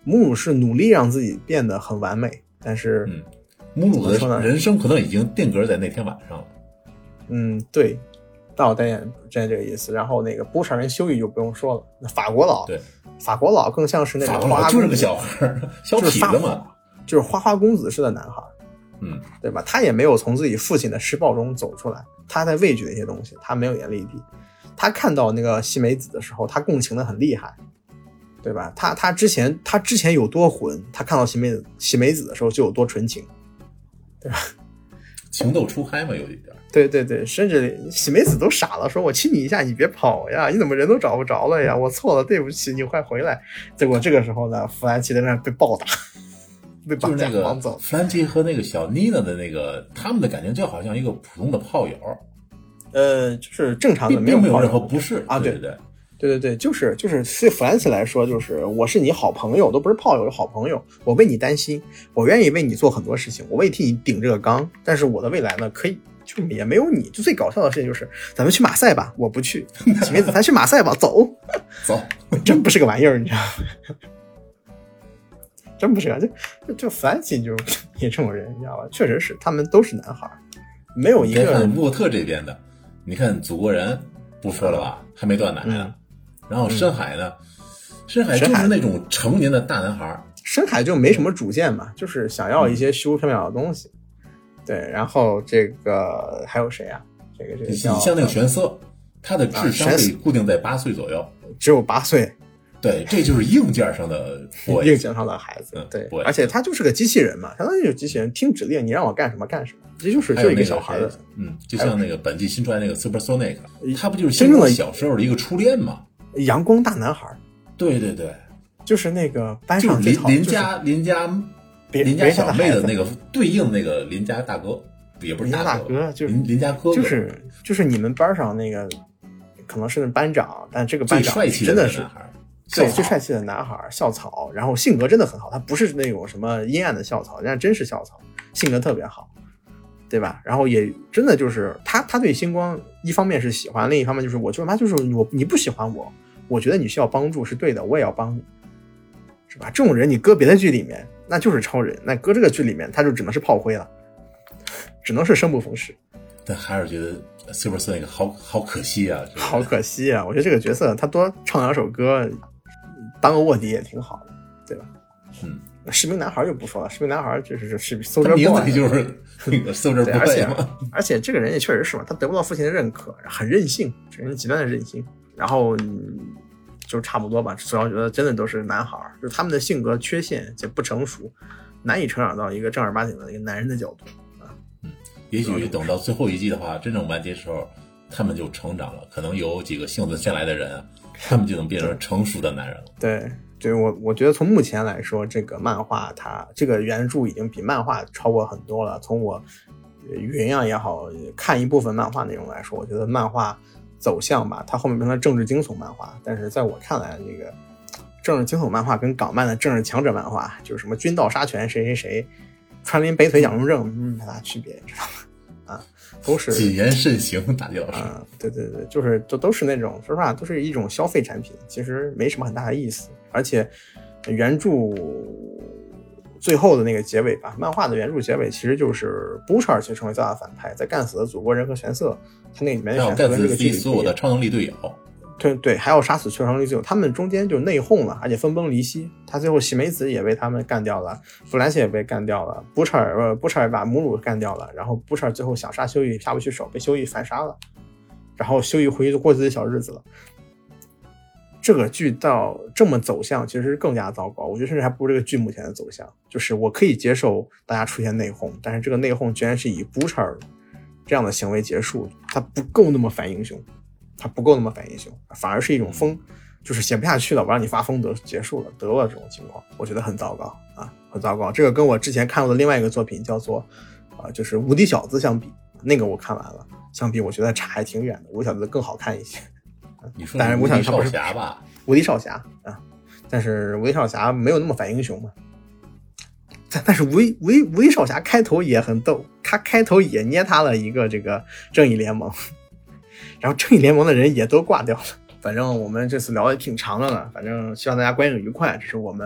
母乳是努力让自己变得很完美，但是母乳的人生可能已经定格在那天晚上了。 对，大我代言这个意思。然后那个布什跟修一就不用说了，那法国佬， 对， 法国佬更像是那种花花就是个小孩小痞子嘛， 就是花花公子式的男孩，对吧？他也没有从自己父亲的施暴中走出来，他在畏惧的一些东西，他没有眼力地。他看到那个细美子的时候，他共情的很厉害，对吧？他之前有多混，他看到细美子的时候就有多纯情，对吧？ 情窦初开嘛，有一点。 对对对，甚至细美子都傻了，说我亲你一下，你别跑呀，你怎么人都找不着了呀？我错了，对不起，你快回来。结果这个时候呢，弗兰奇在那被暴打，被绑架绑走。 弗兰奇和那个小妮娜的那个他们的感情就好像一个普通的炮友， 就是正常的， 并没有任何不适啊。对对对，就是对弗兰奇来说，就是我是你好朋友，都不是炮友，是好朋友，我为你担心，我愿意为你做很多事情，我为替你顶这个缸，但是我的未来呢，可以。就也没有你，就最搞笑的事情就是咱们去马赛吧，我不去，细美子咱去马赛吧，走，真不是个玩意儿，你知道吗？真不是个，就弗兰奇就是也这种人，你知道吧？确实是，他们都是男孩，没有一个。 看沃特这边的，你看祖国人不说了吧，还没断奶呢。然后深海呢，深海就是那种成年的大男孩， 深海就没什么主见嘛，就是想要一些虚无缥缈的东西。对，然后这个还有谁啊？这个你像那个玄色，他的智商被固定在8岁左右， 只有8岁。 对，这就是硬件上的硬件上的孩子。对，而且他就是个机器人嘛，相当于就是机器人，听指令，你让我干什么干什么，这就是一个小孩的。 就像那个本季新出来那个 Super Sonic， 他不就是真正的小时候的一个初恋吗？ 阳光大男孩。 对对对， 就是那个班上就是邻家小妹的那个对应那个邻家大哥，也不是大哥，就是邻家哥哥， 就是你们班上那个可能是那班长，但这个班长最帅气的真的是男孩， 对，最帅气的男孩，校草，然后性格真的很好，他不是那种什么阴暗的校草，人家真是校草，性格特别好，对吧？然后也真的就是他对星光一方面是喜欢，另一方面就是我就他就是你不喜欢我觉得你需要帮助是对的，我也要帮你，是吧？这种人你搁别的剧里面那就是超人，那搁这个剧里面他就只能是炮灰了，只能是生不逢时。 但还是觉得 Super Sonic 好可惜啊， 好可惜啊！我觉得这个角色他多唱2首歌，当个卧底也挺好的，对吧？士兵男孩就不说了，士兵男孩就是Soldier Boy， 名字就是那个 Soldier Boy 嘛。 而且这个人也确实是嘛，他得不到父亲的认可，很任性，这人极端的任性。然后就差不多吧，主要觉得真的都是男孩，就是他们的性格缺陷且不成熟，难以成长到一个正儿八经的一个男人的角度啊。 也许等到最后一季的话，真正完结时候，他们就成长了，可能有几个幸存下来的人，他们就能变成成熟的男人了。 对，我觉得从目前来说，这个漫画它这个原著已经比漫画超过很多了。从我云啊也好，看一部分漫画内容来说，我觉得漫画走向吧，它后面变成政治惊悚漫画，但是在我看来，这个政治惊悚漫画跟港漫的政治强者漫画，就是什么军道杀权谁谁谁，川林北腿蒋中正，没啥区别，知道吗？啊，都是谨言慎行，大地老师。 对，就是都是那种，说实话，都是一种消费产品，其实没什么很大的意思。而且原著最后的那个结尾吧，漫画的原著结尾其实就是 Butcher 其实成为最大的反派，在干死了祖国人和玄色，他那里面还有干死自己所有的超能力队友。 对，还要杀死超能力队友，他们中间就内讧了，而且分崩离析。他最后喜美子也被他们干掉了，弗兰西也被干掉了，Butcher 也把母乳干掉了，然后 Butcher 最后想杀修一下不去手，被修一反杀了，然后修一回去过自己的小日子了。这个剧到这么走向其实更加糟糕，我觉得甚至还不如这个剧目前的走向。就是我可以接受大家出现内讧，但是这个内讧居然是以 Butcher 这样的行为结束，他不够那么反英雄，反而是一种疯，就是写不下去了，我让你发疯得结束了，得了这种情况，我觉得很糟糕啊，很糟糕。这个跟我之前看过的另外一个作品叫做就是无敌小子相比，那个我看完了，相比我觉得差还挺远的，无敌小子更好看一些。 你说当然无敌少侠吧， 无敌少侠啊，但是无敌少侠没有那么反英雄嘛。但是无敌少侠开头也很逗，他开头也捏他了一个这个正义联盟，然后正义联盟的人也都挂掉了。反正我们这次聊的挺长的了，反正希望大家观影愉快，这是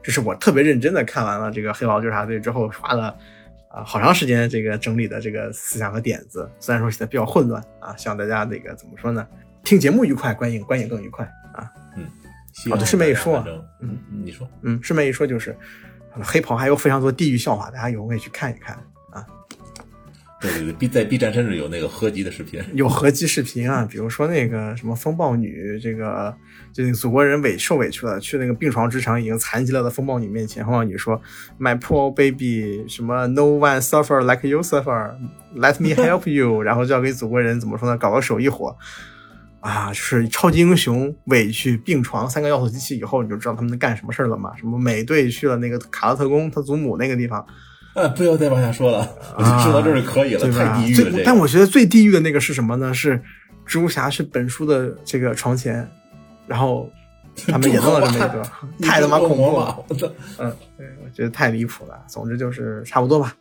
这是我特别认真的看完了这个黑袍纠察队之后花了好长时间这个整理的这个思想和点子，虽然说写的比较混乱啊，希望大家这个怎么说呢，听节目愉快，观影更愉快啊。 对， 顺便一说， 你说， 顺便一说就是黑袍还有非常多地狱笑话，大家有空可以去看一看啊。 对，在 B 站甚至有那个合集的视频， 有合集视频啊，比如说那个什么风暴女，这个就那个祖国人受委屈了，去那个病床之上已经残疾了的风暴女面前，风暴女说 My poor baby 什么 No one suffer like you suffer Let me help you 然后就要给祖国人怎么说呢，搞个手一火啊，就是超级英雄委屈病床3个要素机器以后，你就知道他们在干什么事了嘛？什么美队去了那个卡勒特宫他祖母那个地方。 不要再往下说了，我就说到这儿就可以了，太地狱了。 但我觉得最地狱的那个是什么呢？是蜘蛛侠去本书的这个床前，然后他们也弄了这么一个，太他妈恐怖了！对，我觉得太离谱了。总之就是差不多吧，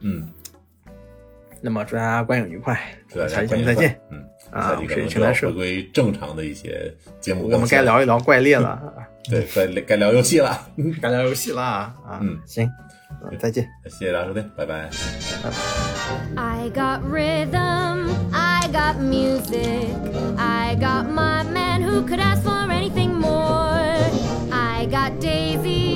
那么祝大家观影愉快，下期节目再见。 下期可能就要回归正常的一些节目， 我们该聊一聊怪猎了。 对，该聊游戏了， 该聊游戏了啊。行。再见， 谢谢大家收听，拜拜。 I got rhythm, I got music, I got my man who could ask for anything more. I got Daisy